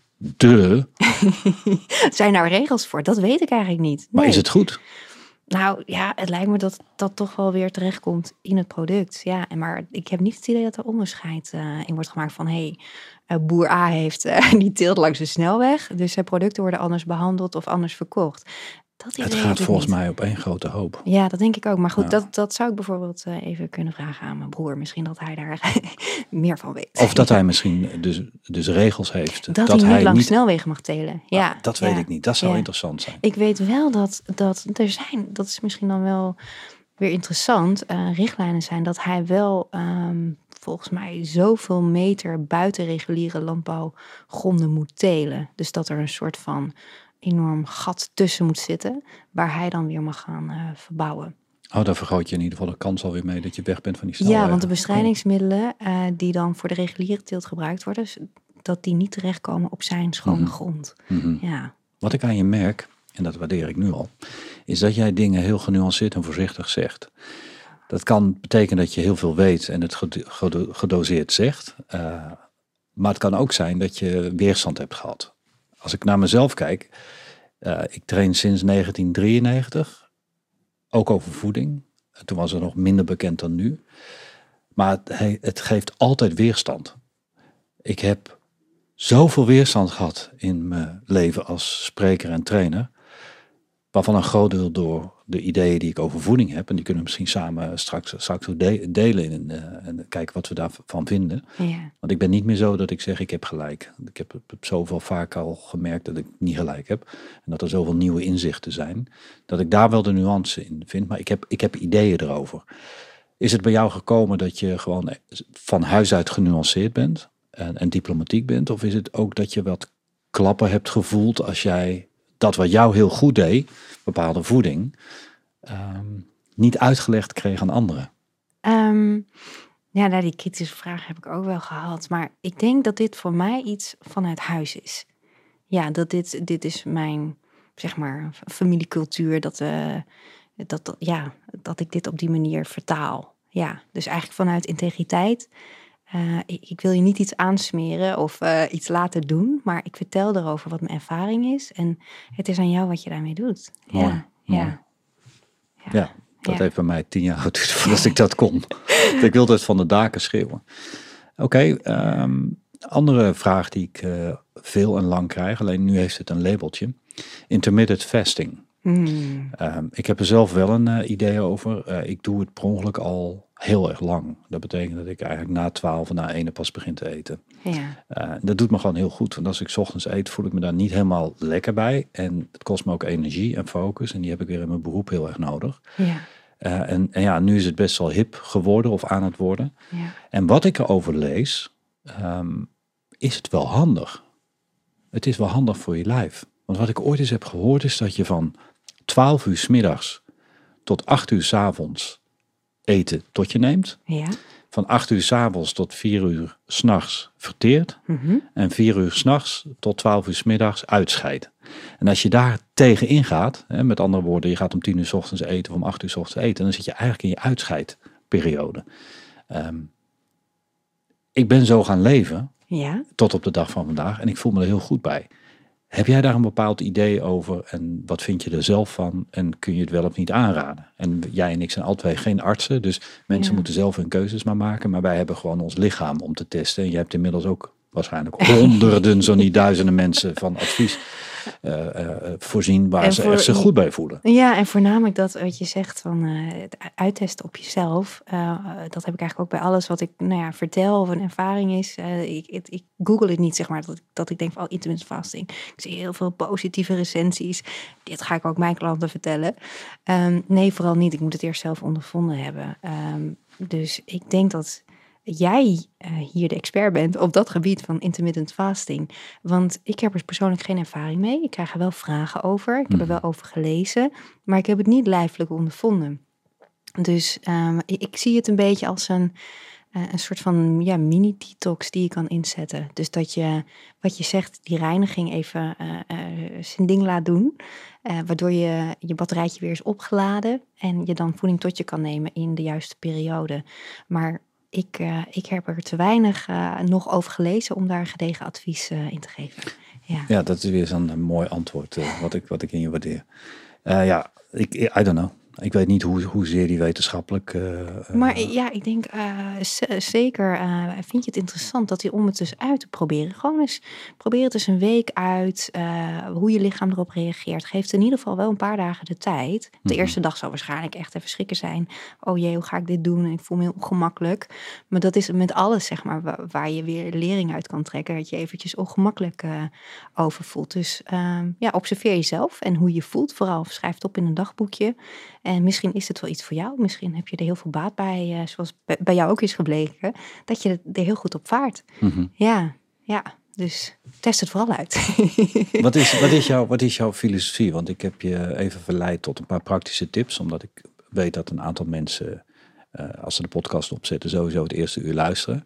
Zijn daar regels voor? Dat weet ik eigenlijk niet. Nee. Maar is het goed? Nou ja, het lijkt me dat dat toch wel weer terechtkomt in het product. Ja, maar ik heb niet het idee dat er onderscheid in wordt gemaakt van boer A die teelt langs de snelweg, dus zijn producten worden anders behandeld of anders verkocht. Het gaat volgens mij op één grote hoop. Ja, dat denk ik ook. Maar goed, dat zou ik bijvoorbeeld even kunnen vragen aan mijn broer. Misschien dat hij daar meer van weet. Of dat hij misschien dus regels heeft. Dat hij niet langs snelwegen mag telen. Ja, dat weet ik niet. Dat zou interessant zijn. Ik weet wel dat er zijn, dat is misschien dan wel weer interessant, richtlijnen zijn dat hij wel volgens mij zoveel meter buiten reguliere landbouwgronden moet telen. Dus dat er een soort van enorm gat tussen moet zitten, waar hij dan weer mag gaan verbouwen. Oh, dan vergroot je in ieder geval de kans alweer mee dat je weg bent van die snelwegen. Ja, want de bestrijdingsmiddelen die dan voor de reguliere teelt gebruikt worden, dat die niet terechtkomen op zijn schone grond. Mm-hmm. Ja. Wat ik aan je merk, en dat waardeer ik nu al, is dat jij dingen heel genuanceerd en voorzichtig zegt. Dat kan betekenen dat je heel veel weet en het gedoseerd zegt. Maar het kan ook zijn dat je weerstand hebt gehad. Als ik naar mezelf kijk, ik train sinds 1993, ook over voeding. Toen was het nog minder bekend dan nu. Maar het geeft altijd weerstand. Ik heb zoveel weerstand gehad in mijn leven als spreker en trainer, waarvan een groot deel door de ideeën die ik over voeding heb, en die kunnen we misschien samen straks ook delen en kijken wat we daarvan vinden. Ja. Want ik ben niet meer zo dat ik zeg ik heb gelijk. Ik heb zoveel vaak al gemerkt dat ik niet gelijk heb en dat er zoveel nieuwe inzichten zijn, dat ik daar wel de nuance in vind, maar ik heb ideeën erover. Is het bij jou gekomen dat je gewoon van huis uit genuanceerd bent en diplomatiek bent? Of is het ook dat je wat klappen hebt gevoeld als jij dat wat jou heel goed deed, bepaalde voeding, niet uitgelegd kreeg aan anderen? Die kritische vraag heb ik ook wel gehad. Maar ik denk dat dit voor mij iets vanuit huis is. Ja, dat dit is mijn, zeg maar, familiecultuur. Dat ik dit op die manier vertaal. Ja, dus eigenlijk vanuit integriteit. Ik wil je niet iets aansmeren of iets laten doen. Maar ik vertel erover wat mijn ervaring is. En het is aan jou wat je daarmee doet. Mooi. Ja, dat heeft bij mij 10 jaar geduurd voordat ik dat kon. Ik wilde het van de daken schreeuwen. Oké, andere vraag die ik veel en lang krijg. Alleen nu heeft het een labeltje. Intermittent fasting. Ik heb er zelf wel een idee over. Ik doe het per ongeluk al heel erg lang. Dat betekent dat ik eigenlijk na 12 en na 1 pas begin te eten. Ja. Dat doet me gewoon heel goed. Want als ik 's ochtends eet, voel ik me daar niet helemaal lekker bij. En het kost me ook energie en focus. En die heb ik weer in mijn beroep heel erg nodig. Ja. Nu is het best wel hip geworden of aan het worden. Ja. En wat ik erover lees, is het wel handig. Het is wel handig voor je lijf. Want wat ik ooit eens heb gehoord is dat je van 12 uur 's middags tot 8 uur 's avonds eten tot je neemt. Ja. Van 8 uur 's avonds tot 4 uur 's nachts verteert. En 4 uur 's nachts tot 12 uur 's middags uitscheidt. En als je daar tegen ingaat, met andere woorden, je gaat om 10 uur 's ochtends eten of om 8 uur 's ochtends eten, dan zit je eigenlijk in je uitscheidperiode. Ik ben zo gaan leven, tot op de dag van vandaag, en ik voel me er heel goed bij. Heb jij daar een bepaald idee over en wat vind je er zelf van en kun je het wel of niet aanraden? En jij en ik zijn alle twee geen artsen, dus mensen moeten zelf hun keuzes maar maken. Maar wij hebben gewoon ons lichaam om te testen. En je hebt inmiddels ook waarschijnlijk honderden, zo niet duizenden mensen van advies voorzien waar ze echt zich goed bij voelen. Ja, en voornamelijk dat wat je zegt van het uittesten op jezelf. Dat heb ik eigenlijk ook bij alles wat ik vertel of een ervaring is. Ik google het niet, zeg maar, dat ik denk van intermittent fasting. Ik zie heel veel positieve recensies. Dit ga ik ook mijn klanten vertellen. Nee, vooral niet. Ik moet het eerst zelf ondervonden hebben. Dus ik denk dat jij hier de expert bent op dat gebied van intermittent fasting. Want ik heb er persoonlijk geen ervaring mee. Ik krijg er wel vragen over. Ik heb er wel over gelezen. Maar ik heb het niet lijfelijk ondervonden. Dus ik zie het een beetje als een soort van mini-detox die je kan inzetten. Dus dat je, wat je zegt, die reiniging even zijn ding laat doen. Waardoor je batterijtje weer is opgeladen. En je dan voeding tot je kan nemen in de juiste periode. Maar ik heb er te weinig nog over gelezen om daar gedegen advies in te geven. Ja, dat is weer zo'n mooi antwoord wat ik in je waardeer. I don't know. Ik weet niet hoezeer die wetenschappelijk... Maar ik denk zeker vind je het interessant dat om het dus uit te proberen. Gewoon eens probeer het eens een week uit. Hoe je lichaam erop reageert. Geeft in ieder geval wel een paar dagen de tijd. De eerste dag zal waarschijnlijk echt even schrikken zijn. Oh jee, hoe ga ik dit doen? En ik voel me heel ongemakkelijk. Maar dat is met alles, zeg maar, waar je weer lering uit kan trekken. Dat je eventjes ongemakkelijk over voelt. Dus observeer jezelf en hoe je voelt. Vooral schrijf het op in een dagboekje. En misschien is het wel iets voor jou. Misschien heb je er heel veel baat bij, zoals bij jou ook is gebleken, dat je er heel goed op vaart. Ja, dus test het vooral uit. Wat is jouw filosofie? Want ik heb je even verleid tot een paar praktische tips, omdat ik weet dat een aantal mensen, als ze de podcast opzetten, sowieso het eerste uur luisteren.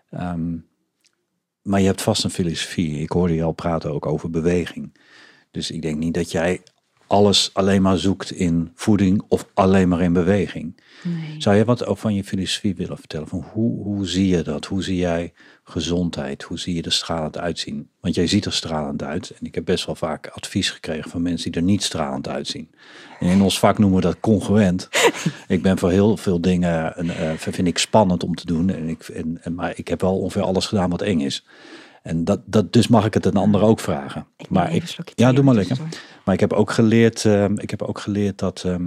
Maar je hebt vast een filosofie. Ik hoorde je al praten ook over beweging. Dus ik denk niet dat jij alles alleen maar zoekt in voeding of alleen maar in beweging. Nee. Zou jij wat ook van je filosofie willen vertellen? Van hoe zie je dat? Hoe zie jij gezondheid? Hoe zie je er stralend uitzien? Want jij ziet er stralend uit. En ik heb best wel vaak advies gekregen van mensen die er niet stralend uitzien. En in ons vak noemen we dat congruent. Ik ben voor heel veel dingen, vind ik spannend om te doen. Maar ik heb wel ongeveer alles gedaan wat eng is. En dus mag ik het een ander ook vragen. Doe maar lekker. Maar ik heb ook geleerd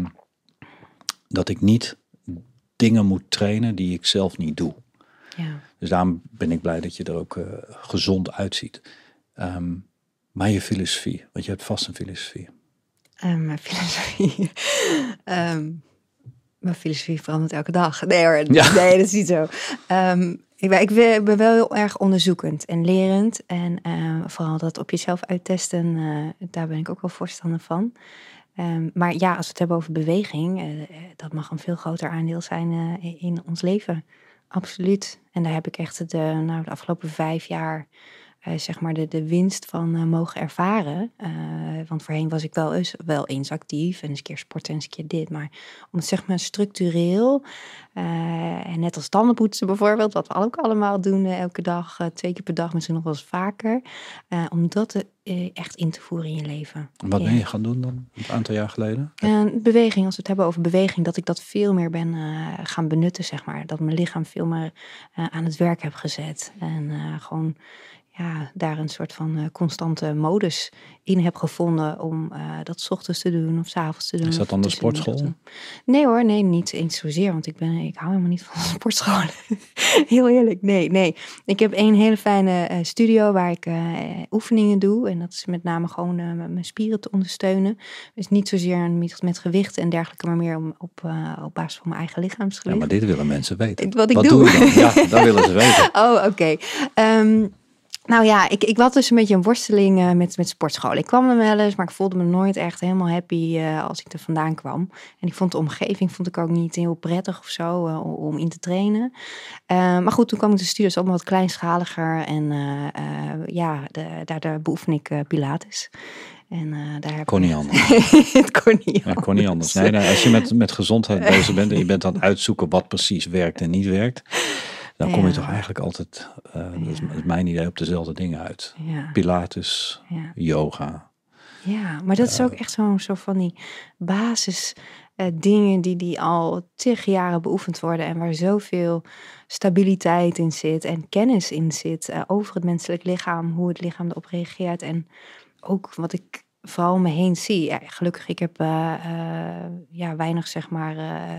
dat ik niet dingen moet trainen die ik zelf niet doe. Ja. Dus daarom ben ik blij dat je er ook gezond uitziet. Maar je filosofie, want je hebt vast een filosofie. Mijn filosofie. Mijn filosofie verandert elke dag. Nee hoor, nee, dat is niet zo. Ik ben wel heel erg onderzoekend en lerend. En vooral dat op jezelf uittesten, daar ben ik ook wel voorstander van. Maar ja, als we het hebben over beweging, dat mag een veel groter aandeel zijn in ons leven. Absoluut. En daar heb ik echt de afgelopen 5 jaar zeg maar de winst van mogen ervaren. Want voorheen was ik wel eens actief en eens een keer sporten en eens een keer dit. Maar om het zeg maar structureel, en net als tandenpoetsen bijvoorbeeld, wat we ook allemaal doen elke dag, 2 keer per dag, misschien nog wel eens vaker. Om dat echt in te voeren in je leven. Wat ben je gaan doen dan, een aantal jaar geleden? Beweging, als we het hebben over beweging, dat ik dat veel meer ben gaan benutten, zeg maar. Dat mijn lichaam veel meer aan het werk heb gezet. En gewoon daar een soort van constante modus in heb gevonden om dat 's ochtends te doen of 's avonds te doen. Is dat dan de sportschool? Nee hoor, nee, niet eens zozeer, want ik hou helemaal niet van sportschool. Heel eerlijk, nee. Ik heb een hele fijne studio waar ik oefeningen doe en dat is met name gewoon mijn spieren te ondersteunen. Dus niet zozeer met gewichten en dergelijke, maar meer op basis van mijn eigen lichaamsgewicht. Ja, maar dit willen mensen weten. Wat doe je dan? Ja, dat willen ze weten. Oh, oké. Nou ja, ik had dus een beetje een worsteling met sportschool. Ik kwam er wel eens, maar ik voelde me nooit echt helemaal happy als ik er vandaan kwam. En ik vond de omgeving ook niet heel prettig of zo om in te trainen. Maar goed, toen kwam ik de studio's allemaal wat kleinschaliger. En daar beoefen ik Pilates. En daar kon niet anders. Het kon niet anders. Ja, kon niet anders. Nee, als je met gezondheid bezig bent en je bent aan het uitzoeken wat precies werkt en niet werkt, dan kom je toch eigenlijk altijd, dat is mijn idee, op dezelfde dingen uit. Ja. Pilates, yoga. Ja, maar dat is ook echt zo van die basis dingen die al 10 jaren beoefend worden en waar zoveel stabiliteit in zit en kennis in zit over het menselijk lichaam, hoe het lichaam erop reageert en ook wat ik vooral om me heen zie. Ja, gelukkig, ik heb weinig, zeg maar,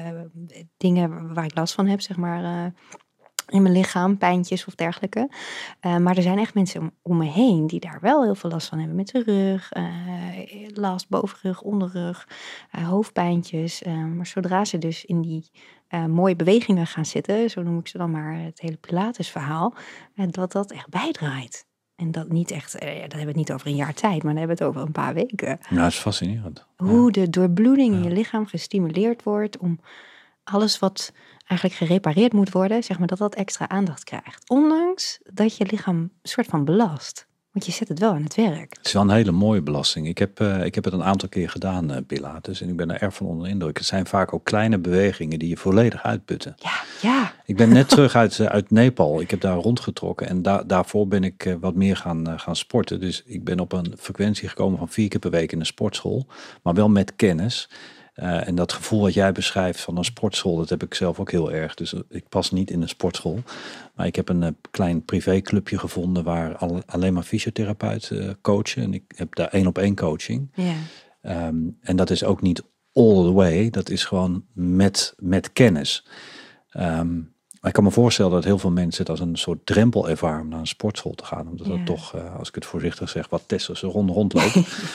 dingen waar ik last van heb, zeg maar, in mijn lichaam, pijntjes of dergelijke. Maar er zijn echt mensen om me heen die daar wel heel veel last van hebben. Met de rug, last, bovenrug, onderrug, hoofdpijntjes. Maar zodra ze dus in die mooie bewegingen gaan zitten, zo noem ik ze dan maar, het hele Pilates-verhaal, dat echt bijdraait. En dat niet echt, daar hebben we het niet over een jaar tijd, maar dan hebben we het over een paar weken. Nou, dat is fascinerend. Hoe de doorbloeding in je lichaam gestimuleerd wordt om alles wat eigenlijk gerepareerd moet worden, zeg maar, dat extra aandacht krijgt. Ondanks dat je lichaam een soort van belast. Want je zet het wel aan het werk. Het is wel een hele mooie belasting. Ik heb het een aantal keer gedaan, Pilates. En ik ben er erg van onder de indruk. Het zijn vaak ook kleine bewegingen die je volledig uitputten. Ja. Ik ben net terug uit Nepal. Ik heb daar rondgetrokken. En daarvoor ben ik wat meer gaan sporten. Dus ik ben op een frequentie gekomen van 4 keer per week in een sportschool. Maar wel met kennis. En dat gevoel wat jij beschrijft van een sportschool, dat heb ik zelf ook heel erg. Dus ik pas niet in een sportschool. Maar ik heb een klein privéclubje gevonden waar alleen maar fysiotherapeuten coachen. En ik heb daar 1-op-1 coaching. Ja. En dat is ook niet all the way. Dat is gewoon met kennis. Maar ik kan me voorstellen dat heel veel mensen het als een soort drempel ervaren om naar een sportschool te gaan. Omdat dat toch, als ik het voorzichtig zeg, wat testosteron rondloopt.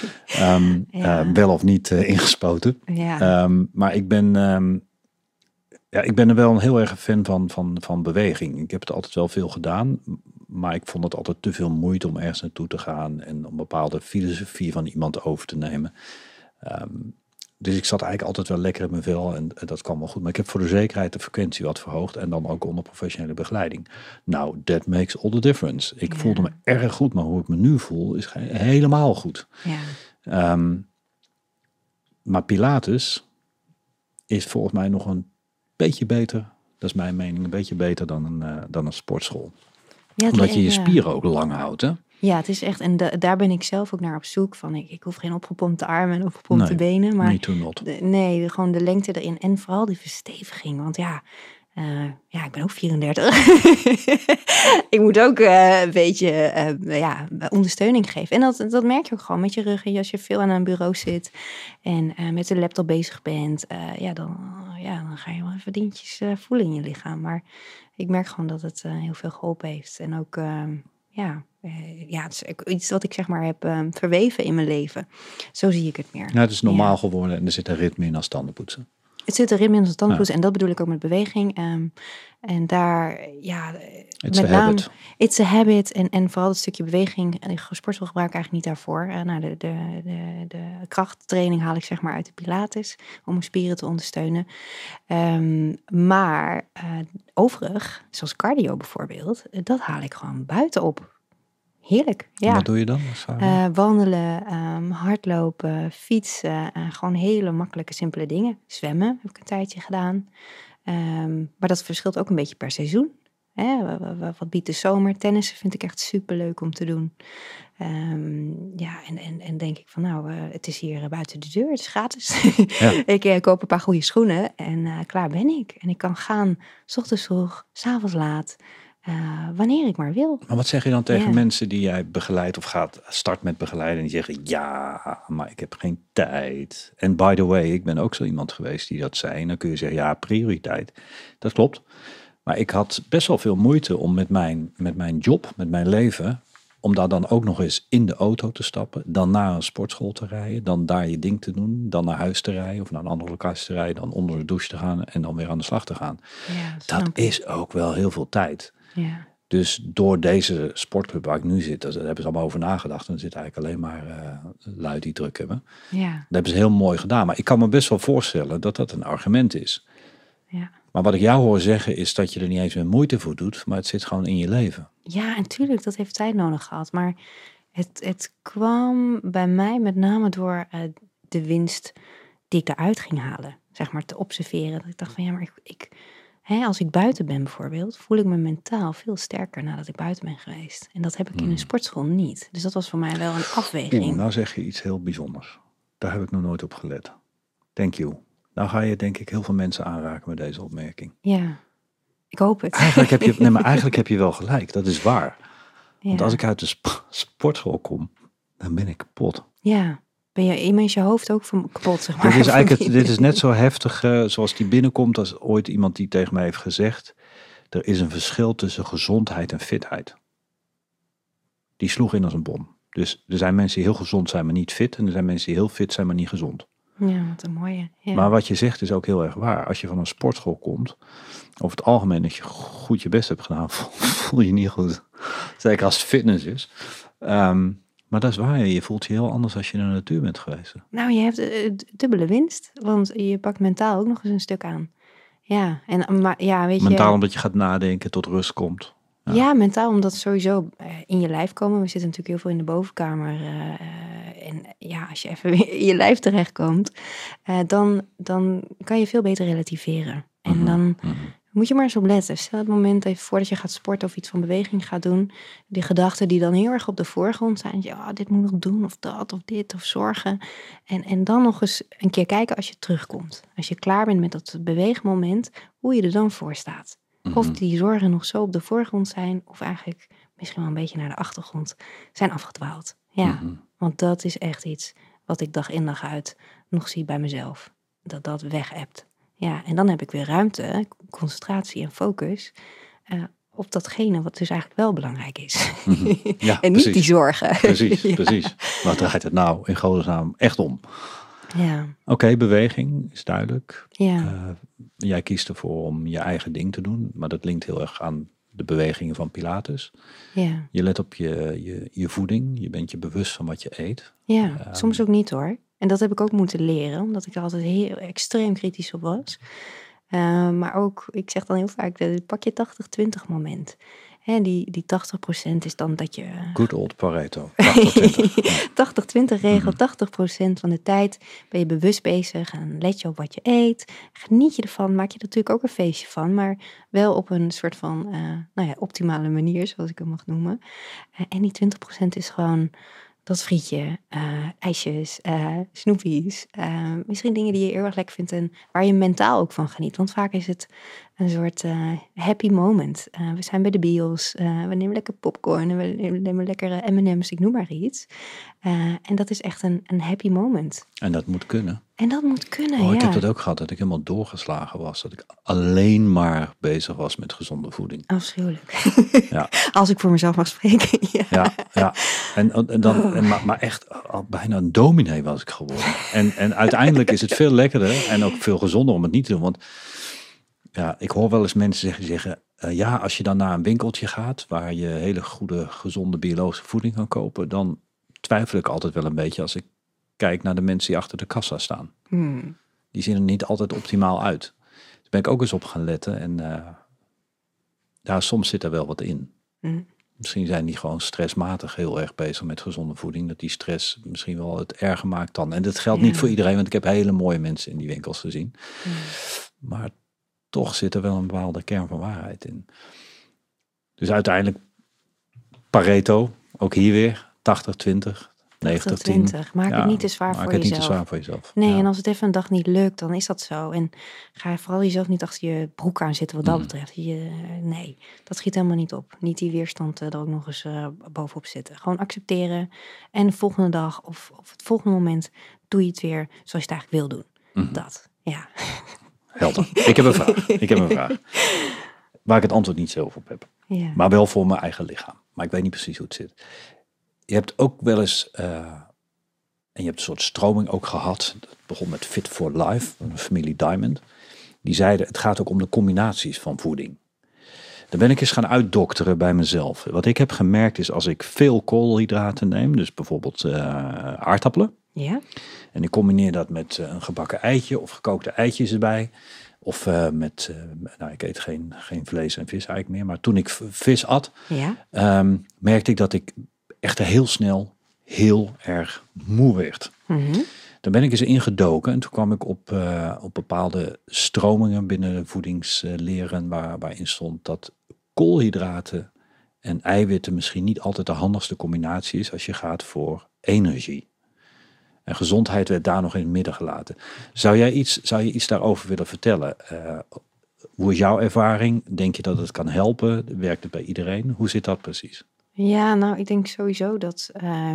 Wel of niet ingespoten. Ja. Maar ik ben er wel een heel erg fan van beweging. Ik heb het altijd wel veel gedaan. Maar ik vond het altijd te veel moeite om ergens naartoe te gaan. En om een bepaalde filosofie van iemand over te nemen. Dus ik zat eigenlijk altijd wel lekker in mijn vel en dat kwam wel goed. Maar ik heb voor de zekerheid de frequentie wat verhoogd en dan ook onder professionele begeleiding. Nou, that makes all the difference. Ik voelde me erg goed, maar hoe ik me nu voel is helemaal goed. Ja. Maar Pilates is volgens mij nog een beetje beter, dat is mijn mening, een beetje beter dan een sportschool. Ja, omdat je spieren ook lang houdt, hè? Ja, het is echt, en daar ben ik zelf ook naar op zoek van. Ik hoef geen opgepompte armen en opgepompte benen. Maar nee, gewoon de lengte erin. En vooral die versteviging. Want ik ben ook 34. Ik moet ook een beetje ondersteuning geven. En dat merk je ook gewoon met je rug. En als je veel aan een bureau zit en met de laptop bezig bent, dan ga je wel even dingetjes voelen in je lichaam. Maar ik merk gewoon dat het heel veel geholpen heeft. En ook het is iets wat ik zeg maar heb verweven in mijn leven. Zo zie ik het meer. Ja, het is normaal geworden en er zit een ritme in als tandenpoetsen. Het zit erin met ons tandpoetsen. En dat bedoel ik ook met beweging. En daar, It's a habit. It's a habit. En vooral het stukje beweging. En sportschool gebruik ik eigenlijk niet daarvoor. De krachttraining haal ik zeg maar uit de Pilates. Om mijn spieren te ondersteunen. Maar overig, zoals cardio bijvoorbeeld. Dat haal ik gewoon buiten op. Heerlijk, ja. En wat doe je dan? Wandelen, hardlopen, fietsen. Gewoon hele makkelijke, simpele dingen. Zwemmen heb ik een tijdje gedaan. Maar dat verschilt ook een beetje per seizoen. Wat biedt de zomer? Tennissen vind ik echt superleuk om te doen. En denk ik van het is hier buiten de deur. Het is gratis. Ja. Ik koop een paar goede schoenen en klaar ben ik. En ik kan gaan 's ochtends vroeg, 's avonds laat. Wanneer ik maar wil. Maar wat zeg je dan tegen mensen die jij begeleidt of start met begeleiden en die zeggen ja, maar ik heb geen tijd. En by the way, ik ben ook zo iemand geweest die dat zei. En dan kun je zeggen ja, prioriteit. Dat klopt. Maar ik had best wel veel moeite om met mijn job, met mijn leven, om daar dan ook nog eens in de auto te stappen, dan naar een sportschool te rijden, dan daar je ding te doen, dan naar huis te rijden of naar een andere locatie te rijden, dan onder de douche te gaan en dan weer aan de slag te gaan. Ja, dat is ook wel heel veel tijd. Ja. Dus door deze sportclub waar ik nu zit, daar hebben ze allemaal over nagedacht. En er zit eigenlijk alleen maar lui die druk hebben. Ja. Dat hebben ze heel mooi gedaan. Maar ik kan me best wel voorstellen dat dat een argument is. Ja. Maar wat ik jou hoor zeggen is dat je er niet eens meer moeite voor doet. Maar het zit gewoon in je leven. Ja, natuurlijk. Dat heeft tijd nodig gehad. Maar het kwam bij mij met name door de winst die ik eruit ging halen. Zeg maar te observeren. Dat ik dacht van ja, maar als ik buiten ben bijvoorbeeld, voel ik me mentaal veel sterker nadat ik buiten ben geweest. En dat heb ik in een sportschool niet. Dus dat was voor mij wel een afweging. Nou zeg je iets heel bijzonders. Daar heb ik nog nooit op gelet. Thank you. Nou ga je denk ik heel veel mensen aanraken met deze opmerking. Ja, ik hoop het. Eigenlijk heb je wel gelijk. Dat is waar. Want als ik uit de sportschool kom, dan ben ik kapot. Ja. Ben je iemand je hoofd ook kapot, zeg maar? Dit is net zo heftig zoals die binnenkomt als ooit iemand die tegen mij heeft gezegd, er is een verschil tussen gezondheid en fitheid. Die sloeg in als een bom. Dus er zijn mensen die heel gezond zijn, maar niet fit. En er zijn mensen die heel fit zijn, maar niet gezond. Ja, wat een mooie. Ja. Maar wat je zegt is ook heel erg waar. Als je van een sportschool komt, over het algemeen dat je goed je best hebt gedaan, voel je niet goed. Zeker als het fitness is. Maar dat is waar, je voelt je heel anders als je in de natuur bent geweest. Nou, je hebt dubbele winst, want je pakt mentaal ook nog eens een stuk aan. Ja, weet je... Mentaal omdat je gaat nadenken, tot rust komt. Ja, mentaal omdat sowieso in je lijf komen. We zitten natuurlijk heel veel in de bovenkamer. Als je even weer in je lijf terechtkomt, dan kan je veel beter relativeren. En dan moet je maar eens op letten. Stel het moment even voordat je gaat sporten of iets van beweging gaat doen. Die gedachten die dan heel erg op de voorgrond zijn. Ja, dit moet nog doen of dat of dit of zorgen. En dan nog eens een keer kijken als je terugkomt. Als je klaar bent met dat beweegmoment, hoe je er dan voor staat. Of die zorgen nog zo op de voorgrond zijn, of eigenlijk misschien wel een beetje naar de achtergrond zijn afgedwaald. Ja, want dat is echt iets wat ik dag in dag uit nog zie bij mezelf. Dat weg ebt. Ja, en dan heb ik weer ruimte, concentratie en focus op datgene wat dus eigenlijk wel belangrijk is. Ja, en niet die zorgen. Precies. Wat draait het nou in godesnaam echt om? Ja. Oké, beweging is duidelijk. Ja. Jij kiest ervoor om je eigen ding te doen, maar dat linkt heel erg aan de bewegingen van Pilates. Ja. Je let op je voeding, je bent je bewust van wat je eet. Ja, soms ook niet hoor. En dat heb ik ook moeten leren, omdat ik er altijd heel extreem kritisch op was. Maar ook, ik zeg dan heel vaak, pak je 80-20 moment. Hè, die 80% is dan dat je... Good old Pareto. 80-20 regel. 80% van de tijd ben je bewust bezig en let je op wat je eet. Geniet je ervan, maak je er natuurlijk ook een feestje van. Maar wel op een soort van optimale manier, zoals ik hem mag noemen. En die 20% is gewoon dat frietje, ijsjes, snoepies. Misschien dingen die je heel erg lekker vindt en waar je mentaal ook van geniet. Want vaak is het een soort happy moment. We zijn bij de bios, we nemen lekker popcorn en we nemen lekkere M&M's, ik noem maar iets. En dat is echt een happy moment. En dat moet kunnen. En dat moet kunnen, Ik heb dat ook gehad, dat ik helemaal doorgeslagen was. Dat ik alleen maar bezig was met gezonde voeding. Afschuwelijk. Ja. Als ik voor mezelf mag spreken. Ja. Maar echt bijna een dominee was ik geworden. En uiteindelijk is het veel lekkerder en ook veel gezonder om het niet te doen. Want ja, ik hoor wel eens mensen zeggen, als je dan naar een winkeltje gaat waar je hele goede, gezonde biologische voeding kan kopen, dan twijfel ik altijd wel een beetje als ik kijk naar de mensen die achter de kassa staan. Die zien er niet altijd optimaal uit. Daar ben ik ook eens op gaan letten en soms zit er wel wat in. Misschien zijn die gewoon stressmatig heel erg bezig met gezonde voeding. Dat die stress misschien wel het erger maakt dan. En dat geldt niet voor iedereen, want ik heb hele mooie mensen in die winkels gezien. Maar toch zit er wel een bepaalde kern van waarheid in. Dus uiteindelijk Pareto, ook hier weer, 80-20, 90-10. Maak het niet te zwaar voor jezelf. Maak het niet te zwaar voor jezelf. Nee, en als het even een dag niet lukt, dan is dat zo. En ga je vooral jezelf niet achter je broek aan zitten wat dat betreft. Nee, dat schiet helemaal niet op. Niet die weerstand er ook nog eens bovenop zitten. Gewoon accepteren. En de volgende dag of het volgende moment doe je het weer zoals je het eigenlijk wil doen. Dat, ja. Helder. Ik heb een vraag. Waar ik het antwoord niet zelf op heb. Ja. Maar wel voor mijn eigen lichaam. Maar ik weet niet precies hoe het zit. Je hebt ook wel eens, en je hebt een soort stroming ook gehad. Dat begon met Fit for Life, een familie Diamond. Die zeiden, het gaat ook om de combinaties van voeding. Dan ben ik eens gaan uitdokteren bij mezelf. Wat ik heb gemerkt is, als ik veel koolhydraten neem, dus bijvoorbeeld aardappelen. Ja. En ik combineer dat met een gebakken eitje of gekookte eitjes erbij. Of ik eet geen vlees en vis eigenlijk meer. Maar toen ik vis at, merkte ik dat ik echt heel snel heel erg moe werd. Daar ben ik eens ingedoken en toen kwam ik op bepaalde stromingen binnen de voedingsleren waarin stond dat koolhydraten en eiwitten misschien niet altijd de handigste combinatie is als je gaat voor energie. En gezondheid werd daar nog in het midden gelaten. Zou je iets daarover willen vertellen? Hoe is jouw ervaring? Denk je dat het kan helpen? Werkt het bij iedereen? Hoe zit dat precies? Ja, nou, ik denk sowieso dat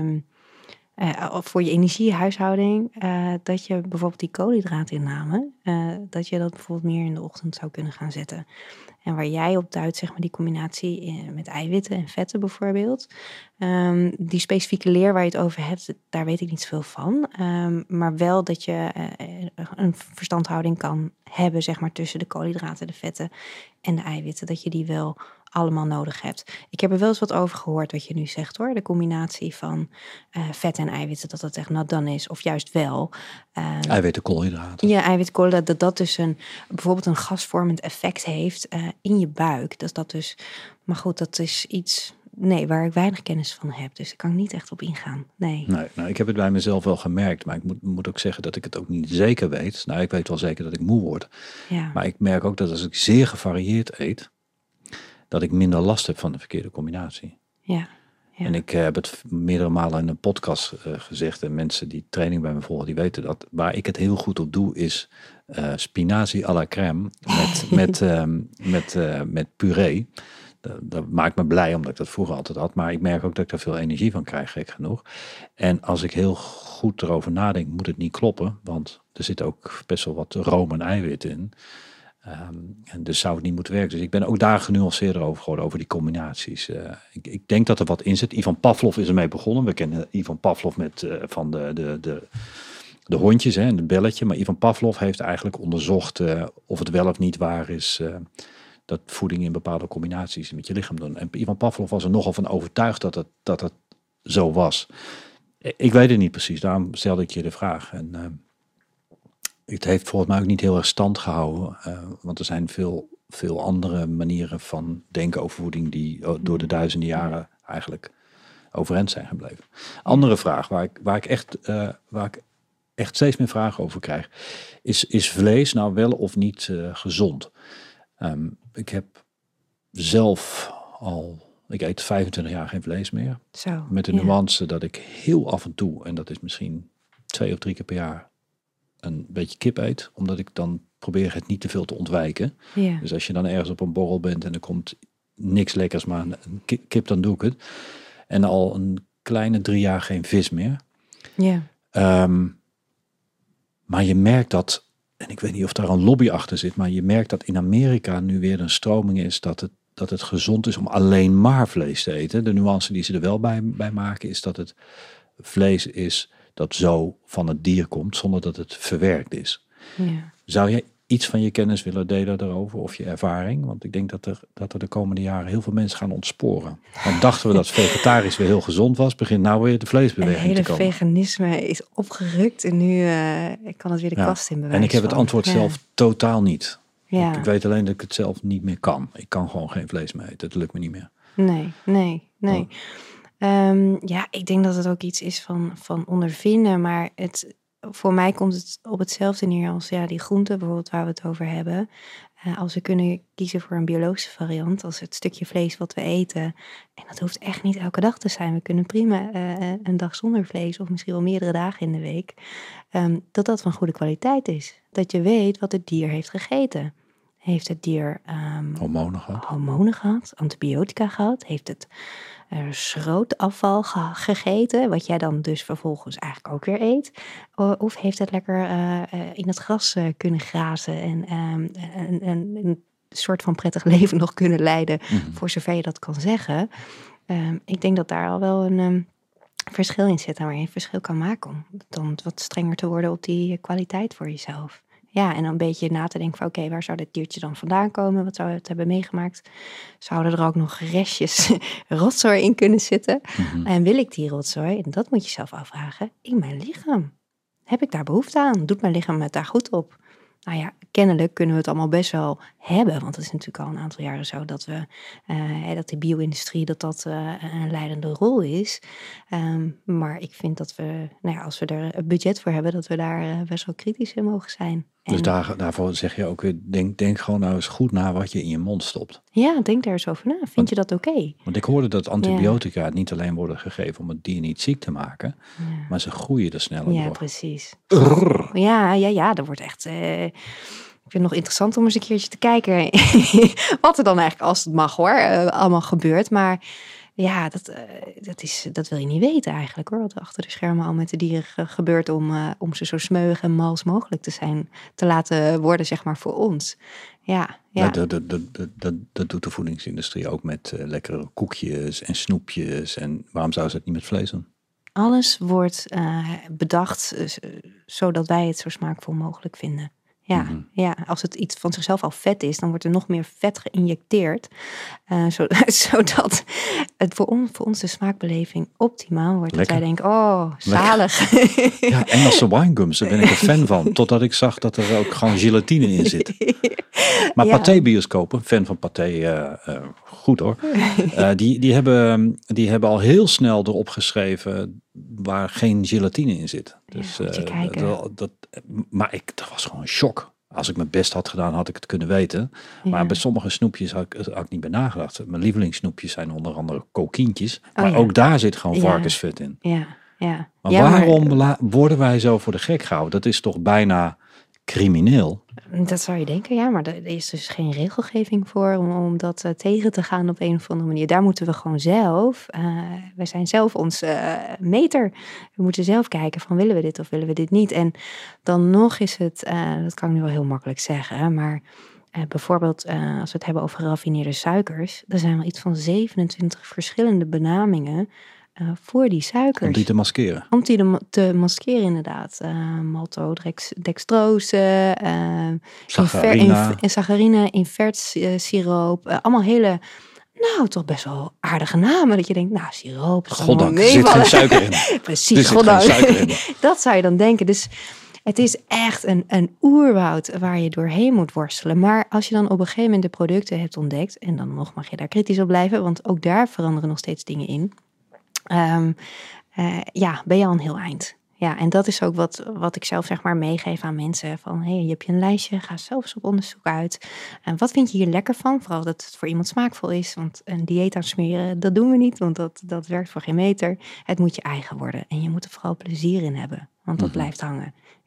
voor je energiehuishouding, dat je bijvoorbeeld die koolhydraatinname, dat je dat bijvoorbeeld meer in de ochtend zou kunnen gaan zetten. En waar jij op duidt, zeg maar die combinatie met eiwitten en vetten bijvoorbeeld. Die specifieke leer waar je het over hebt, daar weet ik niet zoveel van. Maar wel dat je een verstandhouding kan hebben, zeg maar, tussen de koolhydraten, de vetten en de eiwitten. Dat je die wel allemaal nodig hebt. Ik heb er wel eens wat over gehoord wat je nu zegt hoor. De combinatie van vet en eiwitten, dat dat echt not done is. Of juist wel. Eiwitten, koolhydraten. Ja, eiwitten, koolhydraten. Dat dus bijvoorbeeld een gasvormend effect heeft in je buik. Dat dus, maar goed, dat is iets waar ik weinig kennis van heb. Dus daar kan ik niet echt op ingaan. Nee, ik heb het bij mezelf wel gemerkt. Maar ik moet ook zeggen dat ik het ook niet zeker weet. Nou, ik weet wel zeker dat ik moe word. Ja. Maar ik merk ook dat als ik zeer gevarieerd eet, dat ik minder last heb van de verkeerde combinatie. Ja. En ik heb het meerdere malen in een podcast gezegd. En mensen die training bij me volgen, die weten dat. Waar ik het heel goed op doe, is spinazie à la crème met puree. Dat maakt me blij, omdat ik dat vroeger altijd had. Maar ik merk ook dat ik daar veel energie van krijg, gek genoeg. En als ik heel goed erover nadenk, moet het niet kloppen. Want er zit ook best wel wat room en eiwit in. En dus zou het niet moeten werken. Dus ik ben ook daar genuanceerder over geworden, over die combinaties. Ik denk dat er wat in zit. Ivan Pavlov is ermee begonnen. We kennen Ivan Pavlov van de hondjes en het belletje. Maar Ivan Pavlov heeft eigenlijk onderzocht of het wel of niet waar is dat voeding in bepaalde combinaties met je lichaam doen. En Ivan Pavlov was er nogal van overtuigd dat het zo was. Ik weet het niet precies, daarom stelde ik je de vraag. En het heeft volgens mij ook niet heel erg stand gehouden. Want er zijn veel andere manieren van denken over voeding die door de duizenden jaren eigenlijk overeind zijn gebleven. Andere vraag waar ik echt steeds meer vragen over krijg. Is vlees nou wel of niet gezond? Ik heb zelf ik eet 25 jaar geen vlees meer. Met de nuance dat ik heel af en toe, en dat is misschien 2 of 3 keer per jaar, een beetje kip eet. Omdat ik dan probeer het niet te veel te ontwijken. Ja. Dus als je dan ergens op een borrel bent en er komt niks lekkers, maar een kip, dan doe ik het. En al een kleine 3 jaar geen vis meer. Ja. Maar je merkt dat, en ik weet niet of daar een lobby achter zit, maar je merkt dat in Amerika nu weer een stroming is dat het gezond is om alleen maar vlees te eten. De nuance die ze er wel bij maken is dat het vlees is dat zo van het dier komt, zonder dat het verwerkt is. Ja. Zou jij iets van je kennis willen delen daarover of je ervaring? Want ik denk dat er de komende jaren heel veel mensen gaan ontsporen. Want dachten we dat vegetarisch weer heel gezond was, begint nou weer de vleesbeweging Het te hele komen. veganisme is opgerukt en nu kan het weer de kast in bewijzen. En ik heb het antwoord zelf totaal niet. Ja. Ik weet alleen dat ik het zelf niet meer kan. Ik kan gewoon geen vlees meer eten. Het lukt me niet meer. Nee. Oh. Ja, ik denk dat het ook iets is van ondervinden. Maar voor mij komt het op hetzelfde neer als die groenten bijvoorbeeld waar we het over hebben. Als we kunnen kiezen voor een biologische variant, als het stukje vlees wat we eten. En dat hoeft echt niet elke dag te zijn. We kunnen prima een dag zonder vlees of misschien wel meerdere dagen in de week. Dat van goede kwaliteit is. Dat je weet wat het dier heeft gegeten. Heeft het dier hormonen gehad, antibiotica gehad? Heeft het schrootafval gegeten, wat jij dan dus vervolgens eigenlijk ook weer eet? Of heeft het lekker in het gras kunnen grazen en een soort van prettig leven nog kunnen leiden, voor zover je dat kan zeggen? Ik denk dat daar al wel een verschil in zit en waar je een verschil kan maken om dan wat strenger te worden op die kwaliteit voor jezelf. Ja, en dan een beetje na te denken van oké, waar zou dit diertje dan vandaan komen? Wat zou het hebben meegemaakt? Zouden er ook nog restjes rotzooi in kunnen zitten? En wil ik die rotzooi, en dat moet je zelf afvragen, in mijn lichaam? Heb ik daar behoefte aan? Doet mijn lichaam het daar goed op? Nou ja, kennelijk kunnen we het allemaal best wel hebben. Want het is natuurlijk al een aantal jaren zo dat dat de bio-industrie dat een leidende rol is. Maar ik vind dat we, als we er een budget voor hebben, dat we daar best wel kritisch in mogen zijn. Dus daarvoor zeg je ook weer, denk gewoon nou eens goed na wat je in je mond stopt. Ja, denk daar eens over na. Vind je dat oké? Want ik hoorde dat antibiotica niet alleen worden gegeven om het dier niet ziek te maken, maar ze groeien er sneller door. Ja, precies. Ja, dat wordt echt... ik vind het nog interessant om eens een keertje te kijken wat er dan eigenlijk, als het mag hoor, allemaal gebeurt. Maar ja, dat wil je niet weten eigenlijk hoor. Wat er achter de schermen al met de dieren gebeurt om ze zo smeuig en mals mogelijk te laten worden, zeg maar, voor ons. Ja. Dat doet de voedingsindustrie ook met lekkere koekjes en snoepjes. En waarom zou ze het niet met vlees doen? Alles wordt bedacht zodat wij het zo smaakvol mogelijk vinden. Ja, als het iets van zichzelf al vet is, dan wordt er nog meer vet geïnjecteerd. Zodat het voor ons de smaakbeleving optimaal wordt. Lekker. Dat wij denken, oh, zalig. Ja, Engelse winegums, daar ben ik een fan van. Totdat ik zag dat er ook gewoon gelatine in zit. Maar Pathé-bioscopen, fan van Pathé, goed hoor. Die hebben al heel snel erop geschreven waar geen gelatine in zit. Dus, dat was gewoon een shock. Als ik mijn best had gedaan, had ik het kunnen weten. Maar bij sommige snoepjes had ik niet bij nagedacht. Mijn lievelingssnoepjes zijn onder andere kokientjes. Maar ook daar zit gewoon varkensvet in. Ja. Maar waarom worden wij zo voor de gek gehouden? Dat is toch bijna crimineel? Dat zou je denken, ja, maar er is dus geen regelgeving voor om dat tegen te gaan op een of andere manier. Daar moeten we gewoon zelf, wij zijn zelf ons meter. We moeten zelf kijken van willen we dit of willen we dit niet. En dan nog is het, dat kan ik nu wel heel makkelijk zeggen, maar bijvoorbeeld als we het hebben over geraffineerde suikers, er zijn wel iets van 27 verschillende benamingen voor die suikers. Om die te maskeren. Om die te maskeren, inderdaad. Maltodextrose, saccharine, invertsiroop. Allemaal hele, toch best wel aardige namen. Dat je denkt, siroop. Goddank, er zit geen suiker in. Precies, goddank. Dat zou je dan denken. Dus het is echt een oerwoud waar je doorheen moet worstelen. Maar als je dan op een gegeven moment de producten hebt ontdekt, en dan nog mag je daar kritisch op blijven, want ook daar veranderen nog steeds dingen in. Ben je al een heel eind. Ja, en dat is ook wat ik zelf zeg maar meegeef aan mensen. Van, je hebt je een lijstje, ga zelf eens op onderzoek uit. Wat vind je hier lekker van? Vooral dat het voor iemand smaakvol is. Want een dieet aansmeren, dat doen we niet. Want dat werkt voor geen meter. Het moet je eigen worden. En je moet er vooral plezier in hebben. Want dat blijft hangen.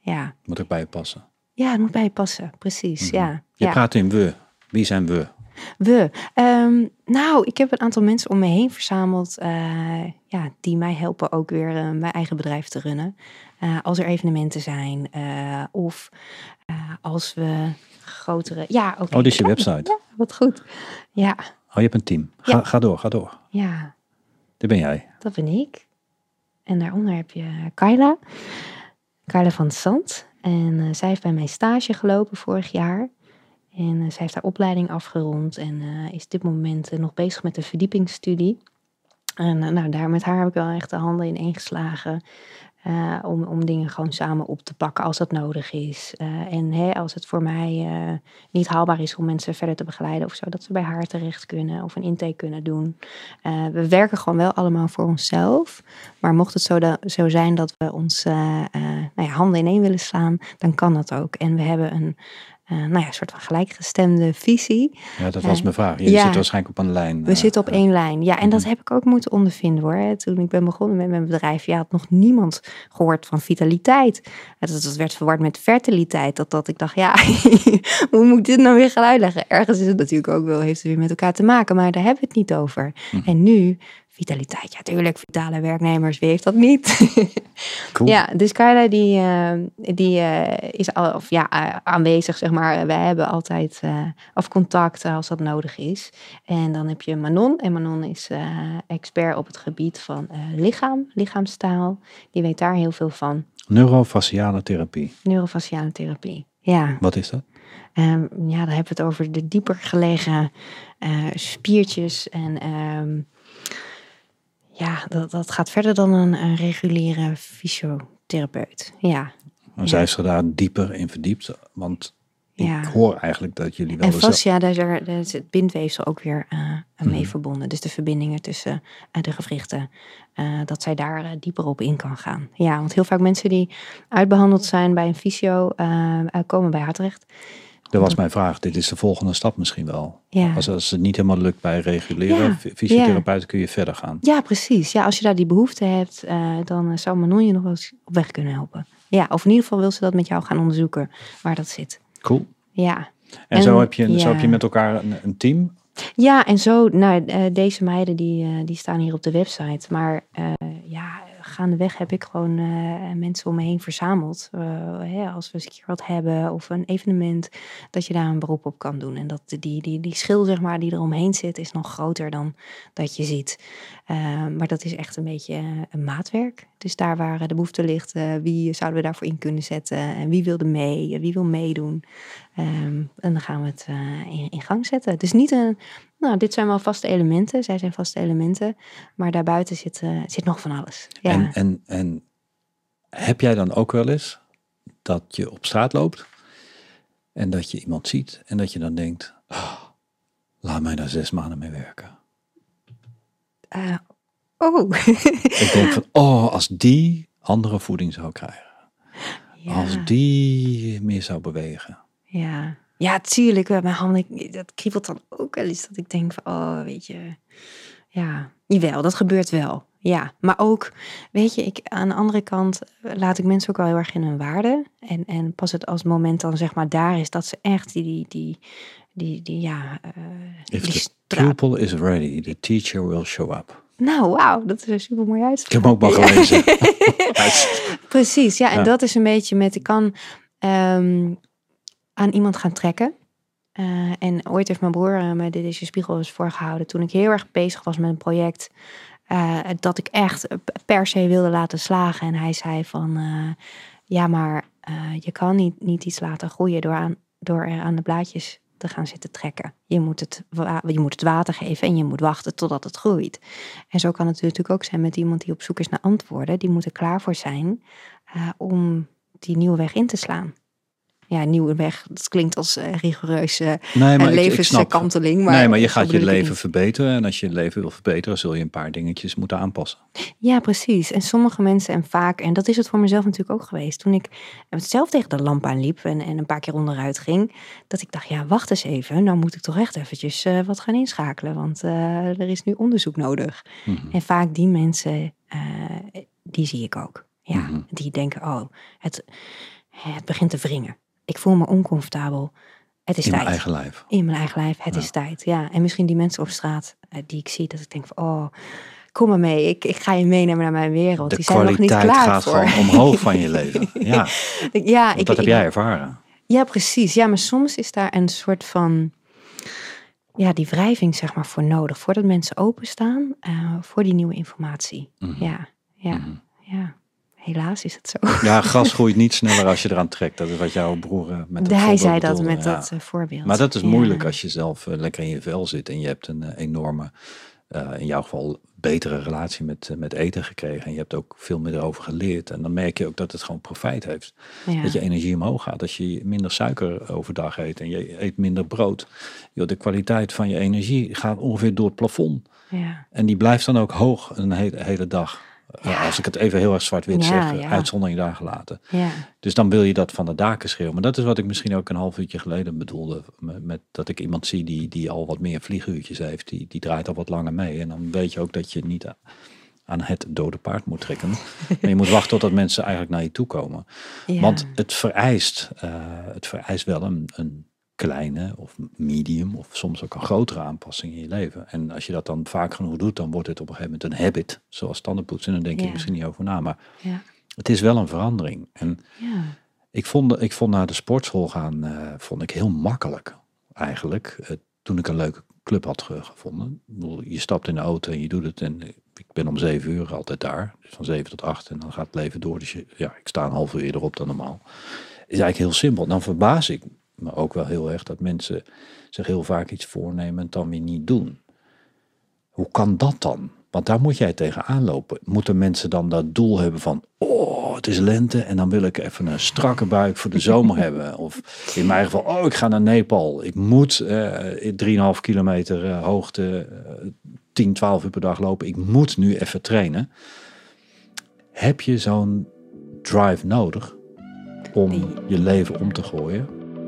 Ja. Moet ook bij je passen. Ja, het moet bij je passen. Precies, ja. Je praat in we. Wie zijn we? We. Nou, ik heb een aantal mensen om me heen verzameld. Die mij helpen ook weer mijn eigen bedrijf te runnen. Als er evenementen zijn. Of als we grotere... Ja, oké. Dit is je website. Ja, wat goed. Ja. Je hebt een team. Ga door. Ja. Dit ben jij. Dat ben ik. En daaronder heb je Kayla. Kayla van het Zand. En zij heeft bij mij stage gelopen vorig jaar. En zij heeft haar opleiding afgerond en is op dit moment nog bezig met een verdiepingsstudie. En daar met haar heb ik wel echt de handen in één geslagen. Om dingen gewoon samen op te pakken als dat nodig is. Als het voor mij niet haalbaar is om mensen verder te begeleiden of zo, dat ze bij haar terecht kunnen of een intake kunnen doen. We werken gewoon wel allemaal voor onszelf. Maar mocht het zo zijn dat we ons handen ineen willen slaan, dan kan dat ook. En we hebben een soort van gelijkgestemde visie. Ja, dat was mijn vraag. Je zit waarschijnlijk op een lijn. We zitten op één lijn. Ja, en dat heb ik ook moeten ondervinden hoor. Toen ik ben begonnen met mijn bedrijf, had nog niemand gehoord van vitaliteit. Dat werd verward met fertiliteit. Dat ik dacht, hoe moet ik dit nou weer gaan uitleggen? Ergens is het natuurlijk ook wel, heeft het weer met elkaar te maken, maar daar hebben we het niet over. En nu, vitaliteit, ja tuurlijk, vitale werknemers, wie heeft dat niet? Cool. Ja, dus Kayla die is aanwezig, zeg maar. Wij hebben altijd contact als dat nodig is. En dan heb je Manon. En Manon is expert op het gebied van lichaamstaal. Die weet daar heel veel van. Neurofasciale therapie. Neurofasciale therapie, ja. Wat is dat? Dan hebben we het over de dieper gelegen spiertjes en... dat gaat verder dan een reguliere fysiotherapeut. Ja. Maar zij is er daar dieper in verdiept. Want ik hoor eigenlijk dat jullie wel... En fascia, daar is het bindweefsel ook weer mee verbonden. Dus de verbindingen tussen de gewrichten. Dat zij daar dieper op in kan gaan. Ja, want heel vaak mensen die uitbehandeld zijn bij een fysio... komen bij haar terecht. Dat was mijn vraag. Dit is de volgende stap misschien wel. Ja. Als het niet helemaal lukt bij reguleren fysiotherapeuten, kun je verder gaan. Ja, precies. Ja, als je daar die behoefte hebt, dan zou Manon je nog wel eens op weg kunnen helpen. Ja, of in ieder geval wil ze dat met jou gaan onderzoeken, waar dat zit. Cool. Ja. En zo heb je met elkaar een team? Ja, en zo, deze meiden die staan hier op de website. Maar gaandeweg heb ik gewoon mensen om me heen verzameld. Als we eens een keer wat hebben of een evenement, dat je daar een beroep op kan doen. En dat die schil, zeg maar, die er omheen zit, is nog groter dan dat je ziet. Maar dat is echt een beetje een maatwerk. Dus daar waar de behoefte ligt, wie zouden we daarvoor in kunnen zetten? En wie wilde mee? Wie wil meedoen? En dan gaan we het in gang zetten. Dus niet dit zijn wel vaste elementen. Zij zijn vaste elementen. Maar daarbuiten zit nog van alles. Ja. En heb jij dan ook wel eens dat je op straat loopt en dat je iemand ziet en dat je dan denkt, laat mij daar 6 maanden mee werken. Ik denk van, als die andere voeding zou krijgen. Ja. Als die meer zou bewegen. Ja, tuurlijk. Mijn handen, dat kriebelt dan ook wel eens dat ik denk van, weet je. Ja, jawel, dat gebeurt wel. Ja, maar ook, weet je, aan de andere kant laat ik mensen ook wel heel erg in hun waarde. En pas het als het moment dan zeg maar daar is, dat ze echt If the pupil is ready, the teacher will show up. Nou, wauw, dat is een super mooi uitspraak. Ik heb hem ook wel gelezen. Precies, ja, en dat is een beetje ik kan aan iemand gaan trekken. En ooit heeft mijn broer me deze spiegel eens voorgehouden toen ik heel erg bezig was met een project dat ik echt per se wilde laten slagen. En hij zei van, maar je kan niet iets laten groeien door er aan de blaadjes te gaan zitten trekken. Je moet het water geven en je moet wachten totdat het groeit. En zo kan het natuurlijk ook zijn met iemand die op zoek is naar antwoorden. Die moet er klaar voor zijn om die nieuwe weg in te slaan. Ja, nieuwe weg, dat klinkt als rigoureuze levenskanteling. Maar je gaat je leven verbeteren. En als je je leven wil verbeteren, zul je een paar dingetjes moeten aanpassen. Ja, precies. En sommige mensen en vaak, en dat is het voor mezelf natuurlijk ook geweest. Toen ik zelf tegen de lamp aanliep en een paar keer onderuit ging. Dat ik dacht, wacht eens even. Nou moet ik toch echt eventjes wat gaan inschakelen. Want er is nu onderzoek nodig. Mm-hmm. En vaak die mensen, die zie ik ook. Ja, die denken, het begint te wringen. Ik voel me oncomfortabel. Het is In tijd. mijn eigen lijf. In mijn eigen lijf. Het is tijd. Ja. En misschien die mensen op straat die ik zie, dat ik denk van, oh, kom maar mee. Ik ga je meenemen naar mijn wereld. De die zijn nog niet kwaliteit klaar gaat voor. gewoon omhoog van je leven. Ja, Ja, dat heb jij ervaren. Ja, precies. Ja, maar soms is daar een soort van, ja, die wrijving zeg maar voor nodig. Voordat mensen openstaan voor die nieuwe informatie. Ja. Helaas is het zo. Ja, gras groeit niet sneller als je eraan trekt. Dat is wat jouw broer met dat Hij zei dat bedoelde. met dat voorbeeld. Maar dat is moeilijk als je zelf lekker in je vel zit. En je hebt een enorme, in jouw geval, betere relatie met eten gekregen. En je hebt ook veel meer erover geleerd. En dan merk je ook dat het gewoon profijt heeft. Ja. Dat je energie omhoog gaat. Als je minder suiker overdag eet en je eet minder brood. Joh, de kwaliteit van je energie gaat ongeveer door het plafond. Ja. En die blijft dan ook hoog een hele dag. Als ik het even heel erg zwart-wit zeg, uitzondering daar gelaten. Ja. Dus dan wil je dat van de daken schreeuwen. Maar dat is wat ik misschien ook een half uurtje geleden bedoelde. Met dat ik iemand zie die al wat meer vlieguurtjes heeft. Die draait al wat langer mee. En dan weet je ook dat je niet aan het dode paard moet trekken. Maar je moet wachten totdat mensen eigenlijk naar je toe komen. Ja. Want het vereist wel een kleine of medium of soms ook een grotere aanpassing in je leven. En als je dat dan vaak genoeg doet, dan wordt het op een gegeven moment een habit. Zoals tandenpoetsen. En dan denk je misschien niet over na. Maar het is wel een verandering. En ik vond naar de sportschool gaan vond ik heel makkelijk eigenlijk. Toen ik een leuke club had gevonden. Je stapt in de auto en je doet het. En ik ben om 7 uur altijd daar. Dus van 7 tot 8 en dan gaat het leven door. Dus ik sta een half uur eerder op dan normaal. Is eigenlijk heel simpel. Dan verbaas ik me ook wel heel erg dat mensen zich heel vaak iets voornemen en het dan weer niet doen. Hoe kan dat dan? Want daar moet jij tegenaan lopen. Moeten mensen dan dat doel hebben van, oh, het is lente en dan wil ik even een strakke buik voor de zomer hebben. Of in mijn geval, oh, ik ga naar Nepal. Ik moet 3,5 kilometer hoogte 10, 12 uur per dag lopen. Ik moet nu even trainen. Heb je zo'n drive nodig om je leven om te gooien?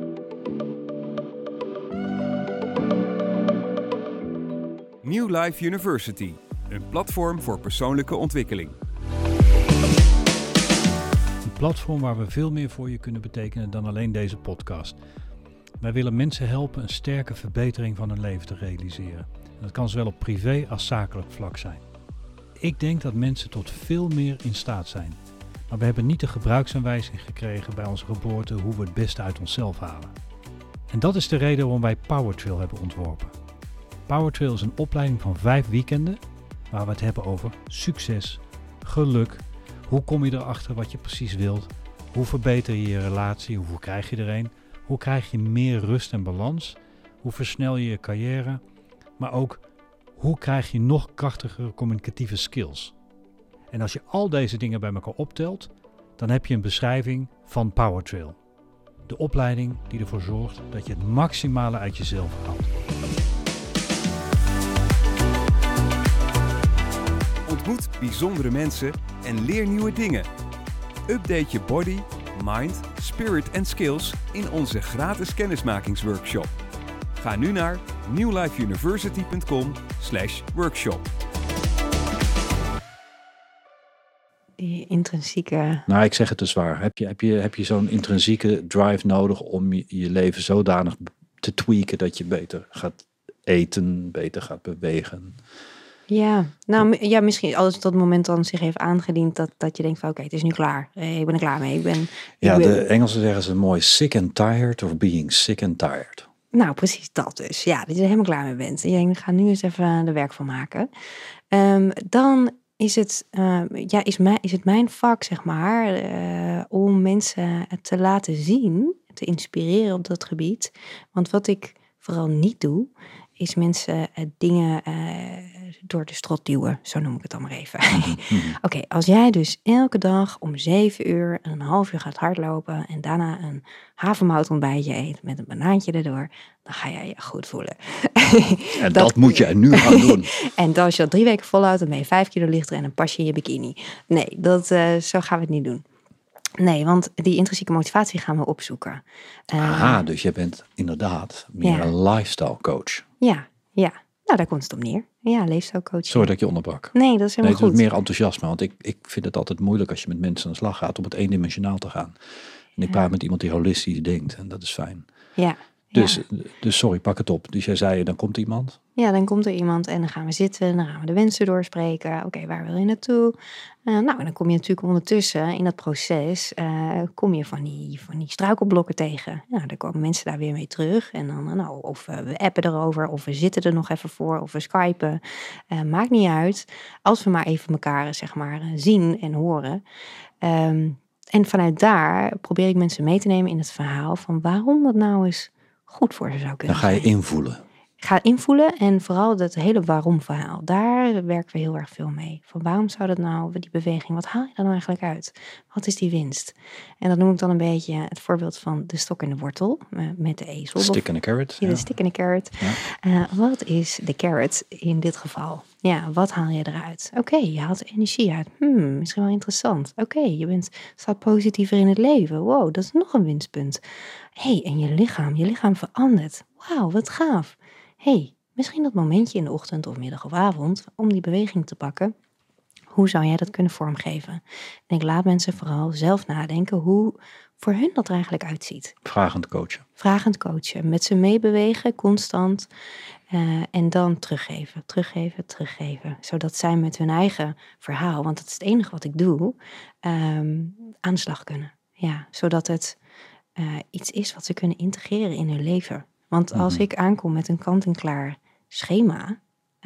New Life University, een platform voor persoonlijke ontwikkeling. Een platform waar we veel meer voor je kunnen betekenen dan alleen deze podcast. Wij willen mensen helpen een sterke verbetering van hun leven te realiseren. En dat kan zowel op privé als zakelijk vlak zijn. Ik denk dat mensen tot veel meer in staat zijn. Maar we hebben niet de gebruiksaanwijzing gekregen bij onze geboorte hoe we het beste uit onszelf halen. En dat is de reden waarom wij Powertrail hebben ontworpen. Powertrail is een opleiding van 5 weekenden waar we het hebben over succes, geluk, hoe kom je erachter wat je precies wilt, hoe verbeter je je relatie, hoeveel krijg je er een, hoe krijg je meer rust en balans, hoe versnel je je carrière, maar ook hoe krijg je nog krachtigere communicatieve skills. En als je al deze dingen bij elkaar optelt, dan heb je een beschrijving van Powertrail. De opleiding die ervoor zorgt dat je het maximale uit jezelf haalt. Ontmoet bijzondere mensen en leer nieuwe dingen. Update je body, mind, spirit en skills in onze gratis kennismakingsworkshop. Ga nu naar newlifeuniversity.com/workshop. Die intrinsieke... Nou, ik zeg het te zwaar. Heb je zo'n intrinsieke drive nodig om je leven zodanig te tweaken dat je beter gaat eten, beter gaat bewegen? Ja, nou ja, misschien als dat moment dan zich heeft aangediend dat je denkt van oké, het is nu klaar. Ik ben er klaar mee. De Engelsen zeggen ze mooi, sick and tired of being sick and tired. Nou, precies dat dus. Ja, dat je er helemaal klaar mee bent. En je denkt, ik ga nu eens even er werk van maken. Dan is het, is het mijn vak, zeg maar, om mensen te laten zien, te inspireren op dat gebied. Want wat ik vooral niet doe, is mensen dingen door de strot duwen. Zo noem ik het dan maar even. Oké, als jij dus elke dag om 7 uur en een half uur gaat hardlopen en daarna een havermoutontbijtje eet met een banaantje erdoor, dan ga jij je goed voelen. En dat moet je nu gaan doen. En als je dat 3 weken volhoudt, dan ben je 5 kilo lichter en dan pas je in je bikini. Nee, zo gaan we het niet doen. Nee, want die intrinsieke motivatie gaan we opzoeken. Dus je bent inderdaad meer een lifestyle coach. Ja. Nou, daar komt het op neer. Ja, lifestyle coach. Sorry dat ik je onderbrak. Nee, dat is helemaal goed. Het is meer enthousiasme. Want ik vind het altijd moeilijk als je met mensen aan de slag gaat om het eendimensionaal te gaan. En ik praat met iemand die holistisch denkt en dat is fijn. Ja. Dus sorry, pak het op. Dus jij zei, dan komt iemand. Ja, dan komt er iemand en dan gaan we zitten. Dan gaan we de wensen doorspreken. Oké, waar wil je naartoe? En dan kom je natuurlijk ondertussen in dat proces. Kom je van die struikelblokken tegen. Ja, dan komen mensen daar weer mee terug. En dan, of we appen erover. Of we zitten er nog even voor. Of we skypen. Maakt niet uit. Als we maar even elkaar zeg maar zien en horen. En vanuit daar probeer ik mensen mee te nemen in het verhaal. Van waarom dat nou eens goed voor ze zou kunnen Dan ga je zijn. invoelen. Ga invoelen en vooral dat hele waarom verhaal. Daar werken we heel erg veel mee. Van waarom zou dat nou, die beweging, wat haal je dan eigenlijk uit? Wat is die winst? En dat noem ik dan een beetje het voorbeeld van de stok en de wortel met de ezel. Stick and a carrot. Ja, de stick en de carrot. Ja. Wat is de carrot in dit geval? Ja, wat haal je eruit? Oké, je haalt energie uit. Misschien wel interessant. Oké, je staat positiever in het leven. Wow, dat is nog een winstpunt. En je lichaam verandert. Wauw, wat gaaf. Misschien dat momentje in de ochtend of middag of avond om die beweging te pakken. Hoe zou jij dat kunnen vormgeven? En ik laat mensen vooral zelf nadenken hoe voor hun dat er eigenlijk uitziet. Vragend coachen. Met ze meebewegen, constant. En dan teruggeven. Zodat zij met hun eigen verhaal, want dat is het enige wat ik doe, aan de slag kunnen. Ja, zodat het iets is wat ze kunnen integreren in hun leven. Want als ik aankom met een kant-en-klaar schema,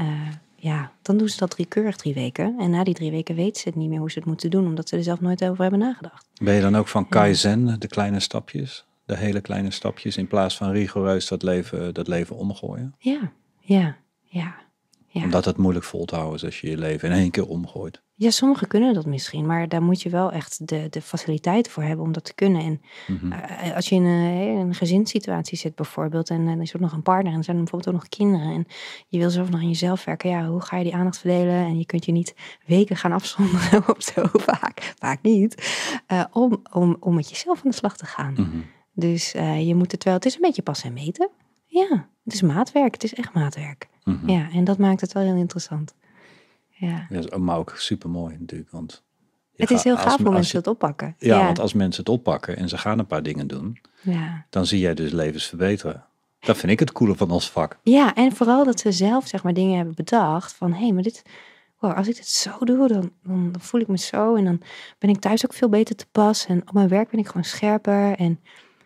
dan doen ze dat keurig 3 weken. En na die 3 weken weten ze het niet meer hoe ze het moeten doen, omdat ze er zelf nooit over hebben nagedacht. Ben je dan ook van Kaizen, de kleine stapjes? De hele kleine stapjes, in plaats van rigoureus dat leven omgooien? Ja. Omdat het moeilijk vol te houden is als je je leven in 1 keer omgooit. Ja, sommigen kunnen dat misschien, maar daar moet je wel echt de faciliteiten voor hebben om dat te kunnen. En als je in een gezinssituatie zit bijvoorbeeld en er is ook nog een partner en er zijn bijvoorbeeld ook nog kinderen en je wil zelf nog aan jezelf werken, hoe ga je die aandacht verdelen? En je kunt je niet weken gaan afzonderen op zo vaak niet, om met jezelf aan de slag te gaan. Dus je moet het is een beetje passen en meten. Ja, het is maatwerk, het is echt maatwerk. Ja, en dat maakt het wel heel interessant. Ja, maar ook super mooi natuurlijk. Want het is heel gaaf hoe mensen het oppakken. Ja, want als mensen het oppakken en ze gaan een paar dingen doen, dan zie jij dus levens verbeteren. Dat vind ik het coole van ons vak. Ja, en vooral dat ze zelf zeg maar dingen hebben bedacht van maar dit, als ik dit zo doe, dan voel ik me zo en dan ben ik thuis ook veel beter te pas en op mijn werk ben ik gewoon scherper en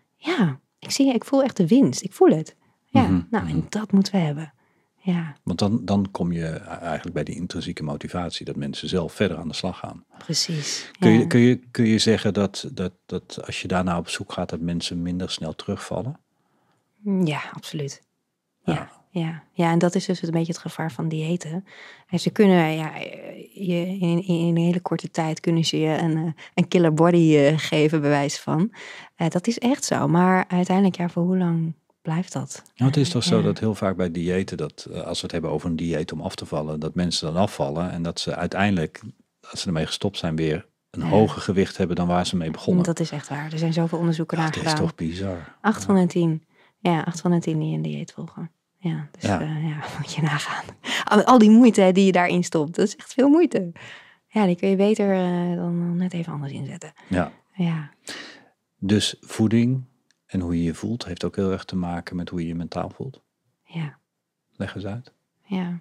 ik voel echt de winst. Ik voel het. Ja, en dat moeten we hebben. Ja. Want dan kom je eigenlijk bij die intrinsieke motivatie, dat mensen zelf verder aan de slag gaan. Precies. Kun je zeggen dat als je daarna op zoek gaat, dat mensen minder snel terugvallen? Ja, absoluut. Ja, en dat is dus een beetje het gevaar van diëten. En ze kunnen in een hele korte tijd kunnen ze je een killer body geven, bij wijze van. Dat is echt zo. Maar uiteindelijk, voor hoe lang blijft dat? Nou, het is toch zo dat heel vaak bij diëten, dat als we het hebben over een dieet om af te vallen, dat mensen dan afvallen en dat ze uiteindelijk, als ze ermee gestopt zijn, weer een hoger gewicht hebben dan waar ze mee begonnen. Dat is echt waar. Er zijn zoveel onderzoeken naar gedaan. Dat is toch bizar. 8 van de 10. Ja, 8 van de 10 die een dieet volgen. Ja, dus moet je nagaan. Al die moeite die je daarin stopt, dat is echt veel moeite. Ja, die kun je beter dan net even anders inzetten. Ja. Dus voeding en hoe je je voelt heeft ook heel erg te maken met hoe je je mentaal voelt. Ja. Leg eens uit. Ja.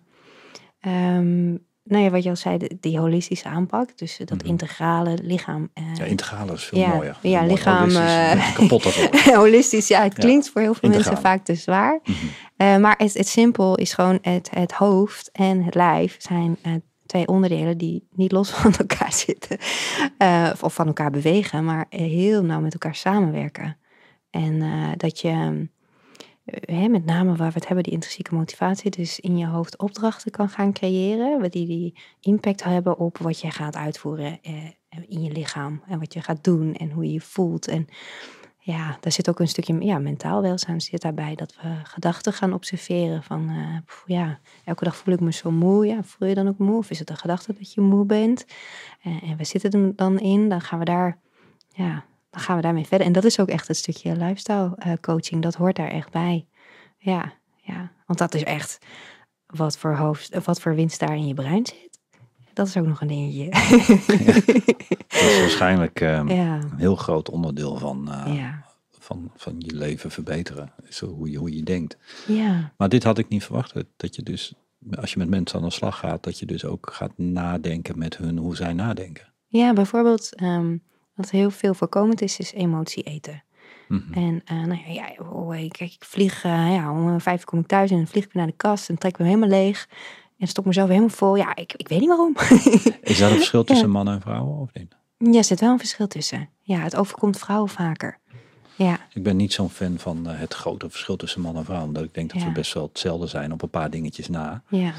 Wat je al zei, die holistische aanpak. Dus dat integrale lichaam. Integrale is veel mooier. Ja, lichaam. Kapot ervoor. Holistisch, het klinkt voor heel veel mensen vaak te zwaar. Maar het simpel is gewoon het hoofd en het lijf zijn 2 onderdelen die niet los van elkaar zitten. Of van elkaar bewegen, maar heel nauw met elkaar samenwerken. En dat je met name waar we het hebben, die intrinsieke motivatie, dus in je hoofd opdrachten kan gaan creëren, die impact hebben op wat je gaat uitvoeren in je lichaam en wat je gaat doen en hoe je je voelt. En daar zit ook een stukje mentaal welzijn zit daarbij, dat we gedachten gaan observeren van elke dag voel ik me zo moe. Ja, voel je dan ook moe? Of is het een gedachte dat je moe bent? En we zitten er dan in, dan gaan we daarmee verder. En dat is ook echt het stukje lifestyle coaching. Dat hoort daar echt bij. Ja. Want dat is echt wat voor winst daar in je brein zit. Dat is ook nog een dingetje. Dat is waarschijnlijk een heel groot onderdeel van je leven verbeteren. Zo hoe je denkt. Ja. Maar dit had ik niet verwacht. Dat je dus, als je met mensen aan de slag gaat, dat je dus ook gaat nadenken met hun hoe zij nadenken. Ja, bijvoorbeeld wat heel veel voorkomend is emotie eten. En kijk, ik vlieg, om 5 kom ik thuis en dan vlieg ik naar de kast en trek ik me helemaal leeg. En stop mezelf helemaal vol. Ja, ik weet niet waarom. Is dat een verschil tussen mannen en vrouwen of niet? Ja, er zit wel een verschil tussen. Ja, het overkomt vrouwen vaker. Ja. Ik ben niet zo'n fan van het grote verschil tussen man en vrouw. Omdat ik denk dat we best wel hetzelfde zijn op een paar dingetjes na. Ja.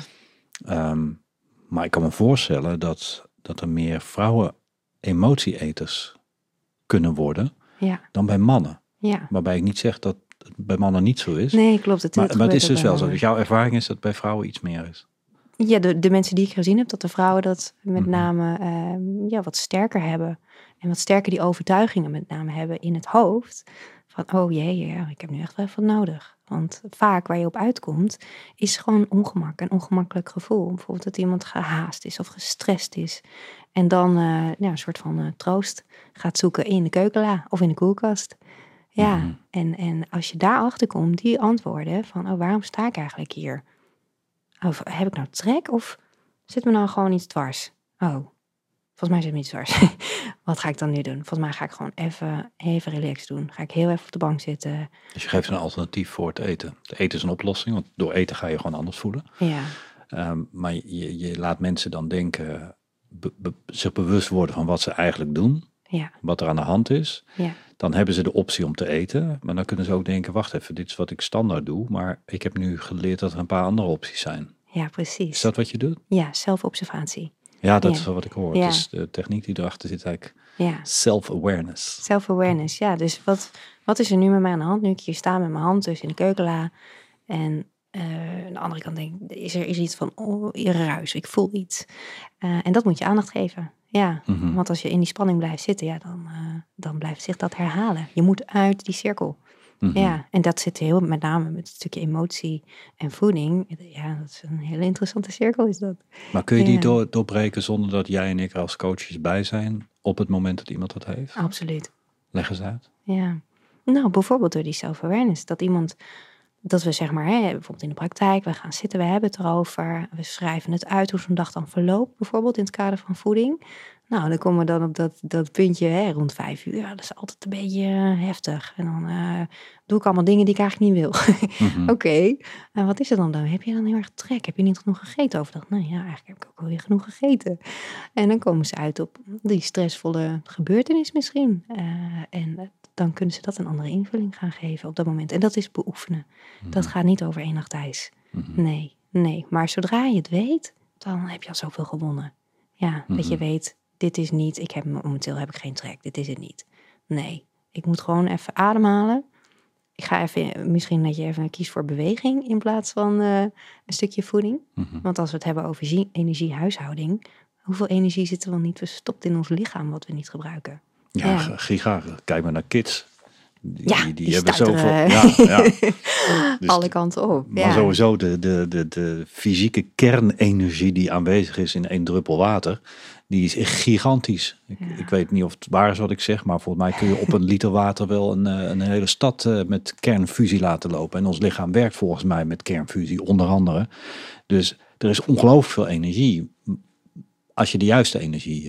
Maar ik kan me voorstellen dat er meer vrouwen emotieeters kunnen worden dan bij mannen. Ja. Waarbij ik niet zeg dat het bij mannen niet zo is. Nee, klopt. Maar het is dus wel zo. Dus jouw ervaring is dat bij vrouwen iets meer is. Ja, de mensen die ik gezien heb, dat de vrouwen dat met name wat sterker hebben. En wat sterker die overtuigingen met name hebben in het hoofd. Van, oh jee, ik heb nu echt wel even wat nodig. Want vaak waar je op uitkomt, is gewoon ongemak. Een ongemakkelijk gevoel. Bijvoorbeeld dat iemand gehaast is of gestrest is. En dan een soort van troost gaat zoeken in de keukenla of in de koelkast. Ja, en als je daarachter komt, die antwoorden van, oh, waarom sta ik eigenlijk hier? Of heb ik nou trek of zit me nou gewoon iets dwars? Oh, volgens mij zit me iets dwars. Wat ga ik dan nu doen? Volgens mij ga ik gewoon even relaxed doen. Ga ik heel even op de bank zitten. Dus je geeft een alternatief voor het eten. Het eten is een oplossing, want door eten ga je gewoon anders voelen. Ja. Maar je laat mensen dan denken, zich bewust worden van wat ze eigenlijk doen. Ja. Wat er aan de hand is. Ja. Dan hebben ze de optie om te eten. Maar dan kunnen ze ook denken, wacht even, dit is wat ik standaard doe. Maar ik heb nu geleerd dat er een paar andere opties zijn. Ja, precies. Is dat wat je doet? Ja, zelfobservatie. Ja, dat is wel wat ik hoor. Ja. Dus de techniek die erachter zit eigenlijk Ja. self-awareness. Self-awareness, ja. Dus wat is er nu met mij aan de hand? Nu ik hier sta met mijn hand dus in de keukenla. En aan de andere kant denk ik, is er iets van ruis. Ik voel iets. En dat moet je aandacht geven. Ja, want als je in die spanning blijft zitten, ja, dan blijft zich dat herhalen. Je moet uit die cirkel. Ja, en dat zit heel met name met het stukje emotie en voeding. Ja, dat is een hele interessante cirkel is dat. Maar kun je die doorbreken zonder dat jij en ik als coaches bij zijn op het moment dat iemand dat heeft? Absoluut. Leg eens uit. Ja, nou bijvoorbeeld door die self-awareness. Dat we zeg maar, bijvoorbeeld in de praktijk, we gaan zitten, we hebben het erover. We schrijven het uit hoe zo'n dag dan verloopt, bijvoorbeeld in het kader van voeding. Nou, dan komen we dan op dat puntje rond 5 uur. Ja, dat is altijd een beetje heftig. En dan doe ik allemaal dingen die ik eigenlijk niet wil. Oké, wat is er dan? Heb je dan heel erg trek? Heb je niet genoeg gegeten overdag? Nou ja, eigenlijk heb ik ook alweer genoeg gegeten. En dan komen ze uit op die stressvolle gebeurtenis misschien. En dan kunnen ze dat een andere invulling gaan geven op dat moment. En dat is beoefenen. Dat gaat niet over 1 nacht ijs. Nee. Maar zodra je het weet, dan heb je al zoveel gewonnen. Ja, dat je weet, dit is niet, momenteel heb ik geen trek, dit is het niet. Nee, ik moet gewoon even ademhalen. Ik ga misschien dat je even kiest voor beweging in plaats van een stukje voeding. Want als we het hebben over energiehuishouding, hoeveel energie zit er wel niet verstopt in ons lichaam wat we niet gebruiken? Ja, giga. Kijk maar naar kids. Die hebben stuiteren. zoveel. Ja. Dus alle kanten op. Maar sowieso de fysieke kernenergie die aanwezig is in 1 druppel water, die is echt gigantisch. Ik weet niet of het waar is wat ik zeg, maar volgens mij kun je op 1 liter water wel een hele stad met kernfusie laten lopen. En ons lichaam werkt volgens mij met kernfusie onder andere. Dus er is ongelooflijk veel energie. Als je de juiste energie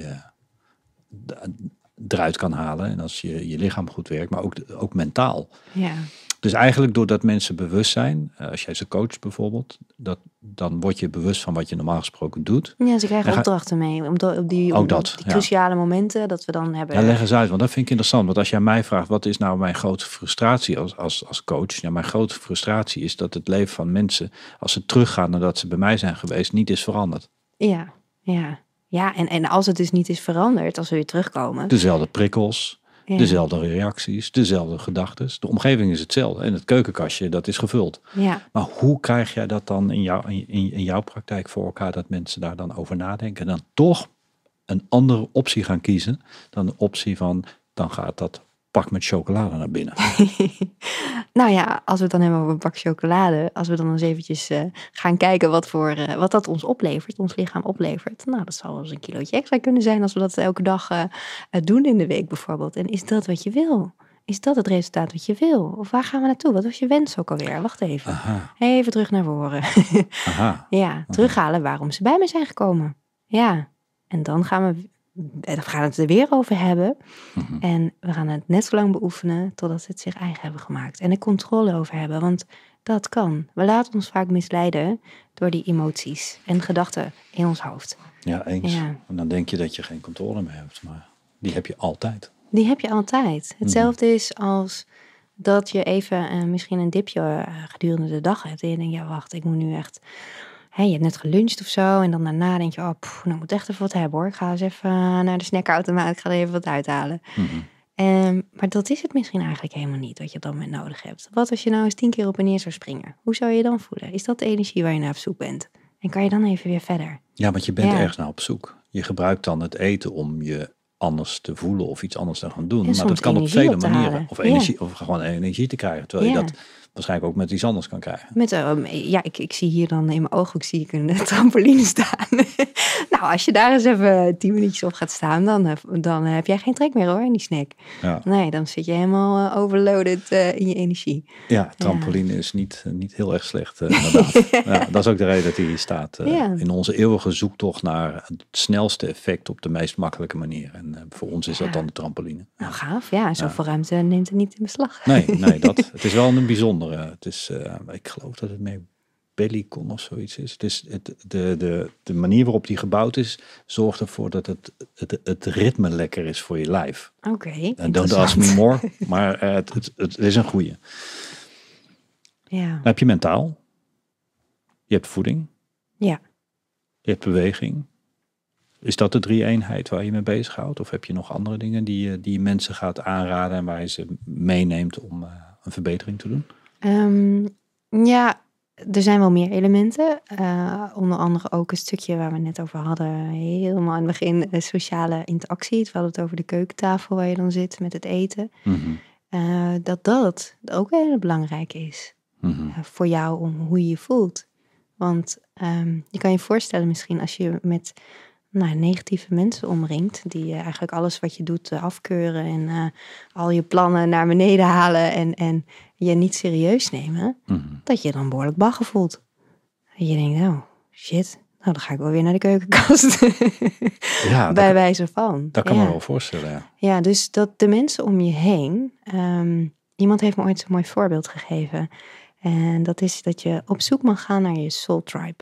eruit kan halen. En als je lichaam goed werkt, maar ook mentaal. Ja. Dus eigenlijk doordat mensen bewust zijn, als jij ze coacht bijvoorbeeld, dan word je bewust van wat je normaal gesproken doet. Ja, ze krijgen opdrachten mee. Op die cruciale momenten dat we dan hebben. Ja, leg eens uit, want dat vind ik interessant. Want als jij mij vraagt, wat is nou mijn grote frustratie als coach? Ja, mijn grote frustratie is dat het leven van mensen, als ze teruggaan nadat ze bij mij zijn geweest, niet is veranderd. Ja, en als het dus niet is veranderd, als we weer terugkomen. Dezelfde prikkels, dezelfde reacties, dezelfde gedachten. De omgeving is hetzelfde. En het keukenkastje, dat is gevuld. Ja. Maar hoe krijg jij dat dan in jouw praktijk voor elkaar, dat mensen daar dan over nadenken en dan toch een andere optie gaan kiezen dan de optie van, dan gaat dat pak met chocolade naar binnen? Nou ja, als we het dan hebben over een pak chocolade. Als we dan eens eventjes gaan kijken wat dat ons oplevert. Ons lichaam oplevert. Nou, dat zal wel eens een kilootje extra kunnen zijn. Als we dat elke dag doen in de week bijvoorbeeld. En is dat wat je wil? Is dat het resultaat wat je wil? Of waar gaan we naartoe? Wat was je wens ook alweer? Wacht even. Aha. Even terug naar voren. Aha. Ja, terughalen waarom ze bij me zijn gekomen. Ja, en dan gaan we het er weer over hebben. Mhm. En we gaan het net zo lang beoefenen totdat ze het zich eigen hebben gemaakt. En er controle over hebben, want dat kan. We laten ons vaak misleiden door die emoties en gedachten in ons hoofd. Ja, eens. Ja. En dan denk je dat je geen controle meer hebt, maar die heb je altijd. Die heb je altijd. Hetzelfde is als dat je even misschien een dipje gedurende de dag hebt. En je denkt, ja wacht, ik moet nu echt... je hebt net geluncht of zo. En dan daarna denk je, nou ik moet echt even wat hebben hoor. Ik ga eens even naar de snackautomaat. Ik ga er even wat uithalen. Maar dat is het misschien eigenlijk helemaal niet wat je dan met nodig hebt. Wat als je nou eens 10 keer op en neer zou springen? Hoe zou je je dan voelen? Is dat de energie waar je naar op zoek bent? En kan je dan even weer verder? Ja, want je bent Ja. ergens naar op zoek. Je gebruikt dan het eten om je anders te voelen of iets anders te gaan doen. En Maar dat soms kan op energie vele op te manieren. halen. Of Ja. energie, of gewoon energie te krijgen. Terwijl je Ja. dat waarschijnlijk ook met iets anders kan krijgen. Ik zie hier dan in mijn ooghoek zie ik een trampoline staan. Nou, als je daar eens even 10 minuutjes op gaat staan, dan heb jij geen trek meer hoor in die snack. Ja, Nee, dan zit je helemaal overloaded in je energie. ja trampoline is niet heel erg slecht inderdaad. Ja, dat is ook de reden dat hij hier staat. Ja. In onze eeuwige zoektocht naar het snelste effect op de meest makkelijke manier. En voor ons is dat Ja. dan de trampoline. Nou, gaaf. Ja, zoveel ruimte neemt het niet in beslag. Nee, het is wel een bijzondere. Het is, ik geloof dat het meer Bellicon of zoiets is. Het is de manier waarop die gebouwd is, zorgt ervoor dat het ritme lekker is voor je lijf. Oké, En don't ask me more, maar het is een goeie. Ja. Dan heb je mentaal. Je hebt voeding. Ja. Je hebt beweging. Is dat de 3-eenheid waar je mee bezighoudt? Of heb je nog andere dingen die je mensen gaat aanraden en waar je ze meeneemt om een verbetering te doen? Ja, er zijn wel meer elementen. Onder andere ook een stukje waar we het net over hadden. Helemaal aan het begin sociale interactie. We hadden het over de keukentafel waar je dan zit met het eten. Dat ook heel belangrijk is. Voor jou om hoe je je voelt. Want je kan je voorstellen misschien als je met negatieve mensen omringt. Die eigenlijk alles wat je doet afkeuren. En al je plannen naar beneden halen. En je niet serieus nemen. Dat je dan behoorlijk bagger voelt. En je denkt, nou shit. Nou dan ga ik wel weer naar de keukenkast. Ja, Bij wijze van. Dat kan me wel voorstellen, ja. Ja, dus dat de mensen om je heen... iemand heeft me ooit zo'n mooi voorbeeld gegeven. En dat is dat je op zoek mag gaan naar je soul tribe.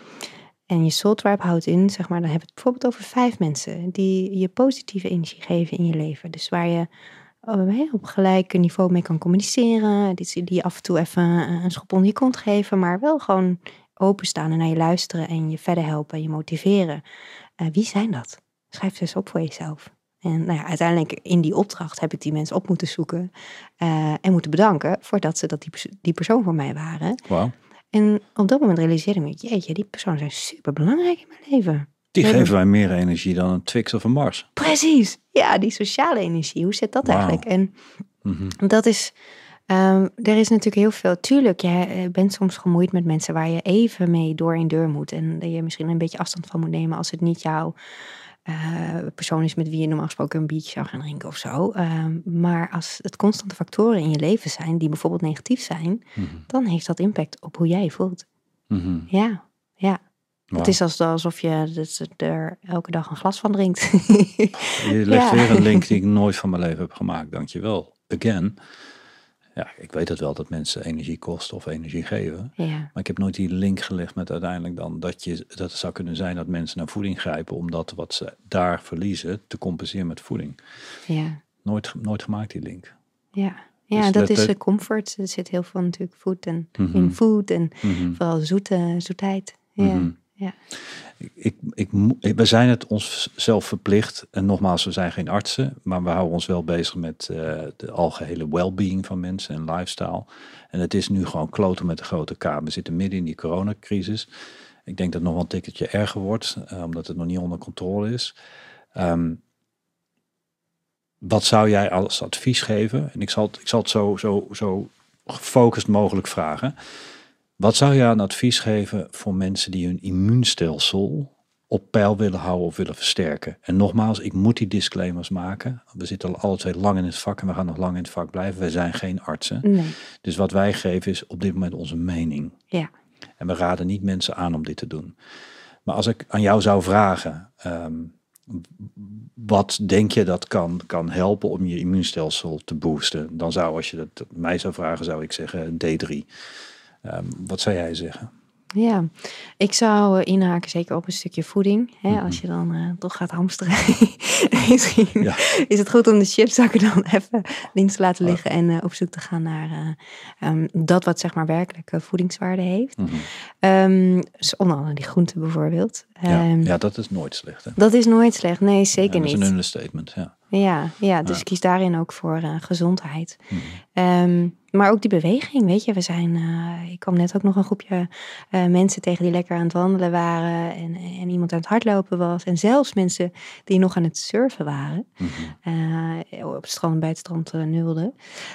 En je soul tribe houdt in, zeg maar, dan hebben we het bijvoorbeeld over 5 mensen... die je positieve energie geven in je leven. Dus waar je op gelijk niveau mee kan communiceren. Die af en toe even een schop onder je kont geven... maar wel gewoon openstaan en naar je luisteren... en je verder helpen en je motiveren. Wie zijn dat? Schrijf ze eens op voor jezelf. En uiteindelijk in die opdracht heb ik die mensen op moeten zoeken... en moeten bedanken voordat ze die persoon voor mij waren. Wauw. En op dat moment realiseerde ik me... jeetje, die personen zijn super belangrijk in mijn leven. Die geven mij meer energie dan een Twix of een Mars. Precies. Ja, die sociale energie. Hoe zit dat eigenlijk? En dat is... er is natuurlijk heel veel... Tuurlijk, je bent soms gemoeid met mensen... waar je even mee door in deur moet. En dat je misschien een beetje afstand van moet nemen... als het niet jouw persoon is... met wie je normaal gesproken een biertje zou gaan drinken of zo. Maar als het constante factoren in je leven zijn... die bijvoorbeeld negatief zijn... dan heeft dat impact op hoe jij je voelt. Ja. Het is alsof je er elke dag een glas van drinkt. Je legt weer een link die ik nooit van mijn leven heb gemaakt. Dankjewel. Again. Ja, ik weet het wel dat mensen energie kosten of energie geven. Ja. Maar ik heb nooit die link gelegd met uiteindelijk dan dat het zou kunnen zijn dat mensen naar voeding grijpen om dat wat ze daar verliezen te compenseren met voeding. Ja. Nooit gemaakt die link. Ja, Dus dat is comfort. Er zit heel veel natuurlijk in food en vooral zoetheid. Ja. Ja. We zijn het onszelf verplicht. En nogmaals, we zijn geen artsen. Maar we houden ons wel bezig met de algehele well-being van mensen en lifestyle. En het is nu gewoon kloten met de grote K. We zitten midden in die coronacrisis. Ik denk dat het nog wel een tikkeltje erger wordt. Omdat het nog niet onder controle is. wat zou jij als advies geven? En ik zal het zo gefocust mogelijk vragen. Wat zou je aan advies geven voor mensen die hun immuunstelsel op peil willen houden of willen versterken? En nogmaals, ik moet die disclaimers maken. We zitten al alle twee lang in het vak en we gaan nog lang in het vak blijven. Wij zijn geen artsen. Nee. Dus wat wij geven is op dit moment onze mening. Ja. En we raden niet mensen aan om dit te doen. Maar als ik aan jou zou vragen, wat denk je dat kan helpen om je immuunstelsel te boosten? Dan zou, als je dat mij zou vragen, zou ik zeggen D3. Wat zou jij zeggen? Ja, ik zou inhaken zeker op een stukje voeding. Hè, als je dan toch gaat hamsteren. Misschien is het goed om de chipszakken dan even links te laten liggen. En op zoek te gaan naar dat wat zeg maar werkelijk voedingswaarde heeft. Dus onder andere die groenten bijvoorbeeld. Ja, dat is nooit slecht. Hè? Dat is nooit slecht, nee zeker niet. Dat is een understatement, Dus kies daarin ook voor gezondheid. Maar ook die beweging, weet je. Ik kwam net ook nog een groepje mensen tegen die lekker aan het wandelen waren. En iemand aan het hardlopen was. En zelfs mensen die nog aan het surfen waren. Op het strand, bij het strand nulden.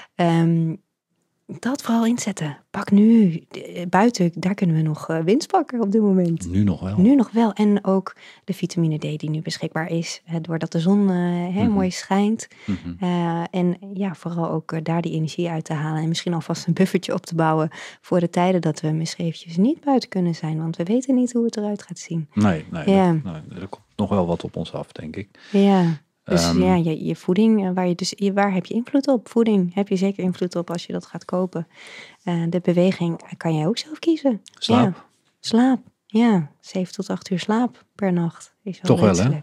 Dat vooral inzetten. Pak nu, buiten, daar kunnen we nog winst pakken op dit moment. Nu nog wel. Nu nog wel. En ook de vitamine D die nu beschikbaar is. Doordat de zon mooi schijnt. En ja, vooral ook daar die energie uit te halen. En misschien alvast een buffertje op te bouwen. Voor de tijden dat we misschien eventjes niet buiten kunnen zijn. Want we weten niet hoe het eruit gaat zien. Nee, er komt nog wel wat op ons af, denk ik. Ja. Dus je voeding, waar heb je invloed op? Voeding heb je zeker invloed op als je dat gaat kopen. De beweging kan jij ook zelf kiezen. Slaap. Ja. Slaap, ja. 7 tot 8 uur slaap per nacht. Is toch wel, hè?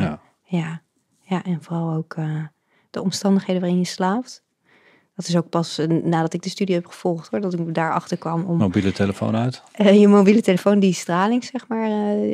Ja, en vooral ook de omstandigheden waarin je slaapt. Dat is ook pas nadat ik de studie heb gevolgd, hoor, dat ik daarachter kwam om... Mobiele telefoon uit? Je mobiele telefoon, die straling, zeg maar,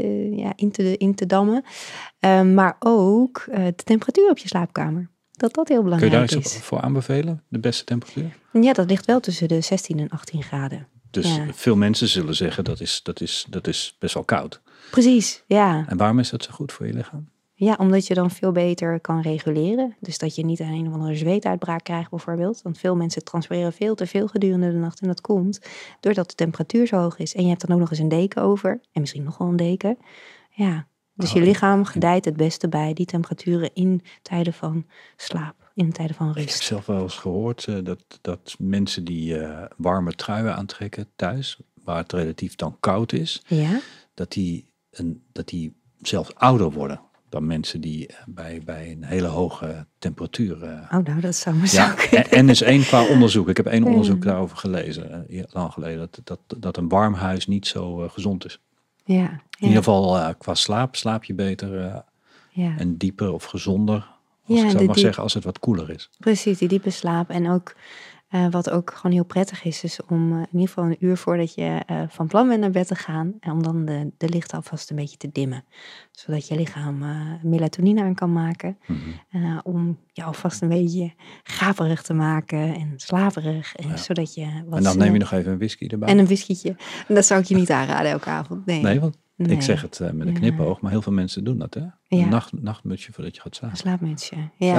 in te dammen. Maar ook de temperatuur op je slaapkamer. Dat heel belangrijk is. Kun je daar iets voor aanbevelen, de beste temperatuur? Ja, dat ligt wel tussen de 16 en 18 graden. Dus veel mensen zullen zeggen, dat is best wel koud. Precies, ja. En waarom is dat zo goed voor je lichaam? Ja, omdat je dan veel beter kan reguleren. Dus dat je niet een of andere zweetuitbraak krijgt bijvoorbeeld. Want veel mensen transpireren veel te veel gedurende de nacht. En dat komt doordat de temperatuur zo hoog is. En je hebt dan ook nog eens een deken over. En misschien nog wel een deken. Ja, dus je lichaam gedijt het beste bij die temperaturen in tijden van slaap. In tijden van rust. Ik heb zelf wel eens gehoord dat mensen die warme truien aantrekken thuis, waar het relatief dan koud is, dat die zelfs ouder worden dan mensen die bij een hele hoge temperatuur... nou, dat zou maar zo kunnen. En is één qua onderzoek. Ik heb één onderzoek daarover gelezen, lang geleden, dat een warm huis niet zo gezond is. Ja. In ieder geval qua slaap je beter en dieper of gezonder, als ik zou maar zeggen, als het wat koeler is. Precies, die diepe slaap. En ook wat ook gewoon heel prettig is om in ieder geval een uur voordat je van plan bent naar bed te gaan, en om dan de lichten alvast een beetje te dimmen. Zodat je lichaam melatonine aan kan maken. Om je alvast een beetje gaperig te maken en slaperig. En zodat je wat en dan neem je nog even een whisky erbij. En een whiskietje. En dat zou ik je niet aanraden elke avond. Nee, want ik zeg het met een knipoog, maar heel veel mensen doen dat, hè? Een nachtmutsje voordat je gaat slapen. Een slaapmutsje,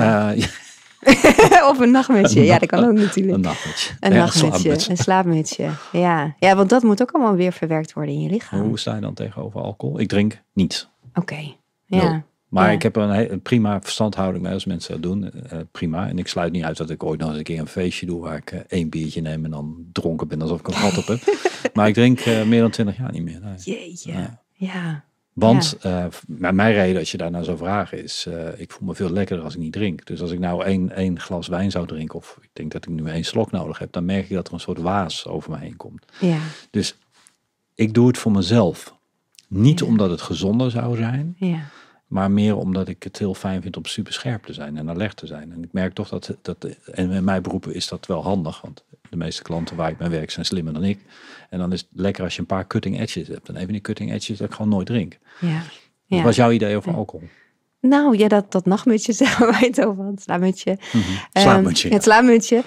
of een nachtmutsje. Ja, dat kan ook natuurlijk. Een nachtmutsje. Een slaapmutsje. Ja, want dat moet ook allemaal weer verwerkt worden in je lichaam. Hoe sta je dan tegenover alcohol? Ik drink niets. Oké. Ja. Maar ik heb een prima verstandhouding bij als mensen dat doen. Prima. En ik sluit niet uit dat ik ooit nog eens een keer een feestje doe waar ik 1 biertje neem en dan dronken ben alsof ik een gat op heb. Maar ik drink meer dan 20 jaar niet meer. Nee. Jeetje. Ja. Want mijn reden als je daarna zou vragen is, ik voel me veel lekkerder als ik niet drink. Dus als ik nou één glas wijn zou drinken, of ik denk dat ik nu 1 slok nodig heb, dan merk ik dat er een soort waas over me heen komt. Ja. Dus ik doe het voor mezelf. Niet omdat het gezonder zou zijn, maar meer omdat ik het heel fijn vind om super scherp te zijn en alert te zijn. En ik merk toch dat en in mijn beroepen is dat wel handig, want de meeste klanten waar ik mee werk zijn slimmer dan ik. En dan is het lekker als je een paar cutting edges hebt. En even die cutting edges dat ik gewoon nooit drink. Ja. Wat was jouw idee over alcohol? Nou ja, dat nachtmutje, zeg maar, het over had, het slaapmutje. Slaapmutje. Het slaapmutje,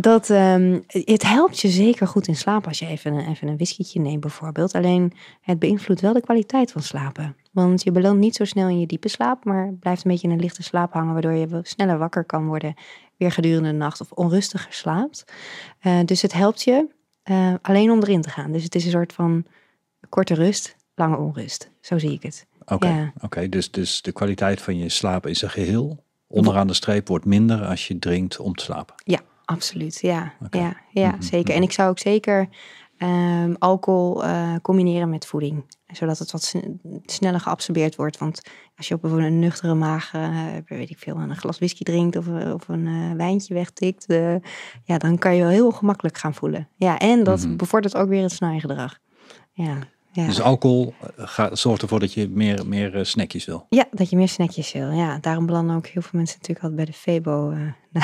het helpt je zeker goed in slaap als je even een whiskietje neemt bijvoorbeeld. Alleen het beïnvloedt wel de kwaliteit van slapen. Want je belandt niet zo snel in je diepe slaap, maar blijft een beetje in een lichte slaap hangen, waardoor je sneller wakker kan worden, weer gedurende de nacht of onrustiger slaapt. Dus het helpt je alleen om erin te gaan. Dus het is een soort van korte rust, lange onrust. Zo zie ik het. Oké, dus de kwaliteit van je slaap is een geheel. Onderaan de streep wordt minder als je drinkt om te slapen. Ja, absoluut. Ja, zeker. En ik zou ook zeker alcohol combineren met voeding. Zodat het wat sneller geabsorbeerd wordt. Want als je op een nuchtere maag, weet ik veel, een glas whisky drinkt of een wijntje wegtikt. Dan kan je wel heel gemakkelijk gaan voelen. Ja, en dat bevordert ook weer het snaaigedrag. Ja. Ja. Dus alcohol zorgt ervoor dat je meer snackjes wil. Ja, dat je meer snackjes wil. Ja, daarom belanden ook heel veel mensen natuurlijk altijd bij de Febo.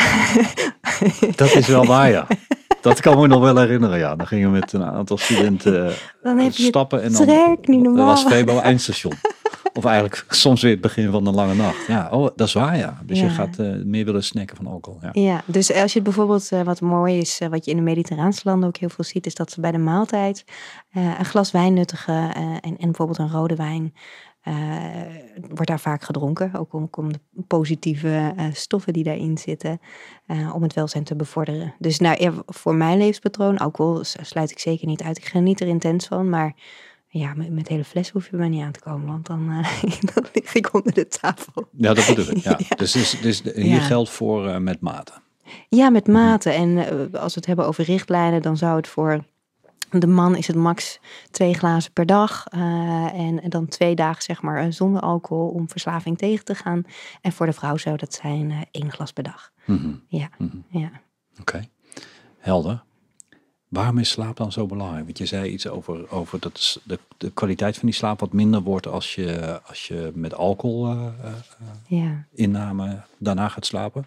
Dat is wel waar, ja. Dat kan me nog wel herinneren, ja. Dan gingen we met een aantal studenten dan heb je stappen. En dan niet normaal. Dat was Febo eindstation. Of eigenlijk soms weer het begin van een lange nacht. Ja, dat is waar, ja. Dus je gaat meer willen snacken van alcohol. Ja, dus als je het bijvoorbeeld, wat mooi is, wat je in de Mediterraanse landen ook heel veel ziet, is dat ze bij de maaltijd een glas wijn nuttigen en bijvoorbeeld een rode wijn. Wordt daar vaak gedronken, ook om de positieve stoffen die daarin zitten, om het welzijn te bevorderen. Dus voor mijn levenspatroon, alcohol sluit ik zeker niet uit. Ik geniet er intens van, maar ja, met hele fles hoef je bij mij niet aan te komen, want dan lig ik onder de tafel. Ja, dat bedoel ik. Ja. Dus hier geldt voor met mate. Ja, met mate. En als we het hebben over richtlijnen, dan zou het voor de man is het max 2 glazen per dag. En dan 2 dagen zeg maar zonder alcohol om verslaving tegen te gaan. En voor de vrouw zou dat zijn 1 glas per dag. Ja. Oké, helder. Waarom is slaap dan zo belangrijk? Want je zei iets over dat de kwaliteit van die slaap wat minder wordt als je met alcohol inname daarna gaat slapen.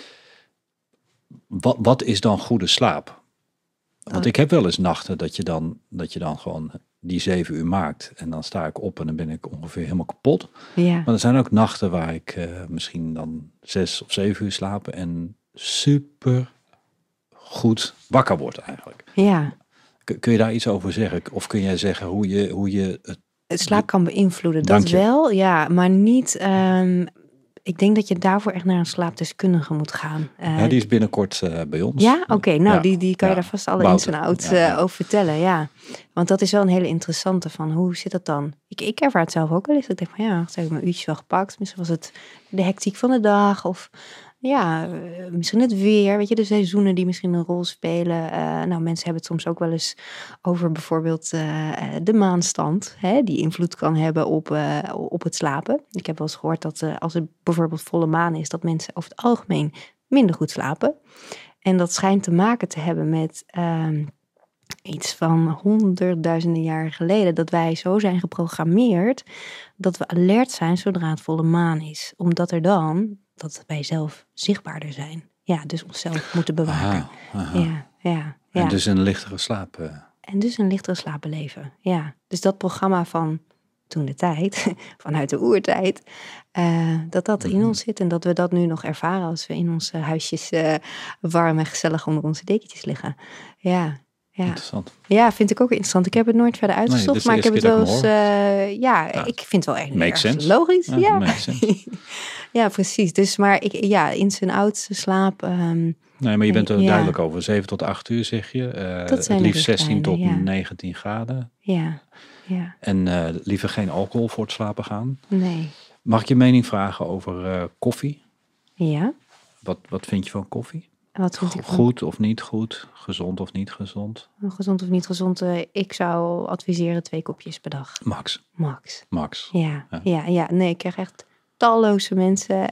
Wat is dan goede slaap? Want ik heb wel eens nachten dat je dan gewoon die 7 uur maakt. En dan sta ik op en dan ben ik ongeveer helemaal kapot. Ja. Maar er zijn ook nachten waar ik misschien dan 6 of 7 uur slaap en super goed wakker word eigenlijk. Ja. Kun je daar iets over zeggen? Of kun jij zeggen hoe je het slaap kan beïnvloeden? Dat wel, ja. Maar niet... ik denk dat je daarvoor echt naar een slaapdeskundige moet gaan. Die is binnenkort bij ons. Ja? Oké. Die kan je daar vast alle ins en outs over vertellen. Ja. Want dat is wel een hele interessante van hoe zit dat dan? Ik ervaar het zelf ook wel eens. Ik denk van heb ik mijn uurtjes wel gepakt. Misschien was het de hectiek van de dag of... Ja, misschien het weer, weet je, de seizoenen die misschien een rol spelen. Mensen hebben het soms ook wel eens over bijvoorbeeld de maanstand, die invloed kan hebben op het slapen. Ik heb wel eens gehoord dat als het bijvoorbeeld volle maan is, dat mensen over het algemeen minder goed slapen. En dat schijnt te maken te hebben met iets van 100.000 jaren geleden, dat wij zo zijn geprogrammeerd dat we alert zijn zodra het volle maan is. Omdat dat wij zelf zichtbaarder zijn. Ja, dus onszelf moeten bewaken. Ja. En dus een lichtere slaap. En dus een lichtere slaap beleven. Ja, dus dat programma van toen de tijd, vanuit de oertijd, dat in ons zit en dat we dat nu nog ervaren als we in onze huisjes warm en gezellig onder onze dekentjes liggen. Ja. Interessant. Ja, vind ik ook interessant. Ik heb het nooit verder uitgezocht, maar ik heb het wel eens... ik vind het wel erg logisch. Ja, precies. Dus maar in zijn oudste slaap... nee, maar je bent er duidelijk over. 7 tot 8 uur zeg je. Het liefst 16 tot 19 graden. Ja. En liever geen alcohol voor het slapen gaan. Nee. Mag ik je mening vragen over koffie? Ja. Wat vind je van koffie? Wat vind ik van... Goed of niet goed? Gezond of niet gezond? Gezond of niet gezond? Ik zou adviseren 2 kopjes per dag. Max. Ja. Nee, ik krijg echt talloze mensen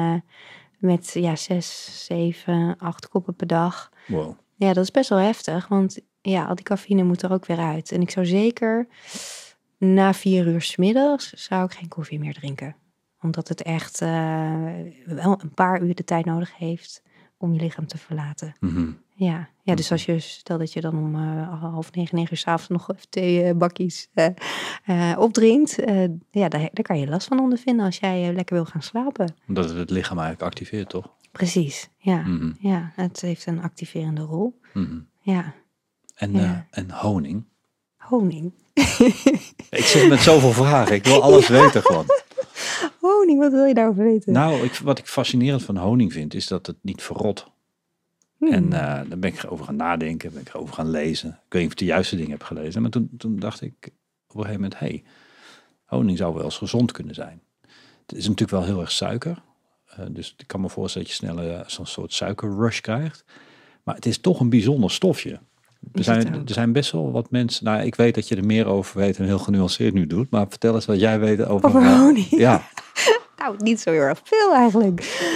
met 6, 7, 8 koppen per dag. Wow. Ja, dat is best wel heftig, want al die cafeïne moet er ook weer uit. En ik zou zeker na 4 uur 's middags zou ik geen koffie meer drinken. Omdat het echt wel een paar uur de tijd nodig heeft om je lichaam te verlaten. Mhm. Ja, dus als je stel dat je dan om 8:30, 9:00 s'avonds nog even 2 bakjes opdrinkt. Daar kan je last van ondervinden als jij lekker wil gaan slapen. Omdat het lichaam eigenlijk activeert, toch? Precies, ja. Mhm. Ja, het heeft een activerende rol. Mhm. Ja, En honing? honing. Ik zit met zoveel vragen. Ik wil alles weten gewoon. Honing, wat wil je daarover weten? Nou, wat ik fascinerend van honing vind, is dat het niet verrot. En daar ben ik over gaan nadenken, ben ik over gaan lezen. Ik weet niet of ik de juiste dingen heb gelezen. Maar toen dacht ik op een gegeven moment, honing zou wel eens gezond kunnen zijn. Het is natuurlijk wel heel erg suiker. Dus ik kan me voorstellen dat je sneller zo'n soort suikerrush krijgt. Maar het is toch een bijzonder stofje. Er zijn best wel wat mensen... Nou, ik weet dat je er meer over weet en heel genuanceerd nu doet. Maar vertel eens wat jij weet over honing. Ja. Nou, niet zo heel erg veel eigenlijk.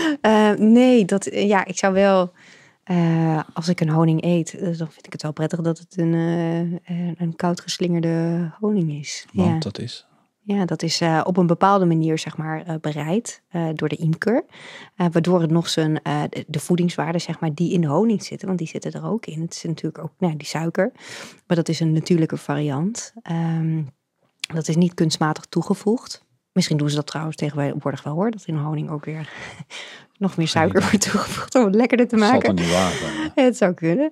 Ik zou wel... als ik een honing eet, dan vind ik het wel prettig dat het een koud geslingerde honing is. Want dat is? Ja, dat is op een bepaalde manier zeg maar bereid door de imker. Waardoor het nog de voedingswaarden zeg maar die in de honing zitten, want die zitten er ook in. Het is natuurlijk ook die suiker, maar dat is een natuurlijke variant. Dat is niet kunstmatig toegevoegd. Misschien doen ze dat trouwens tegenwoordig wel hoor, dat in honing ook weer nog meer suiker wordt toegevoegd om het lekkerder te maken. Het zal toch niet waar zijn? Het zou kunnen.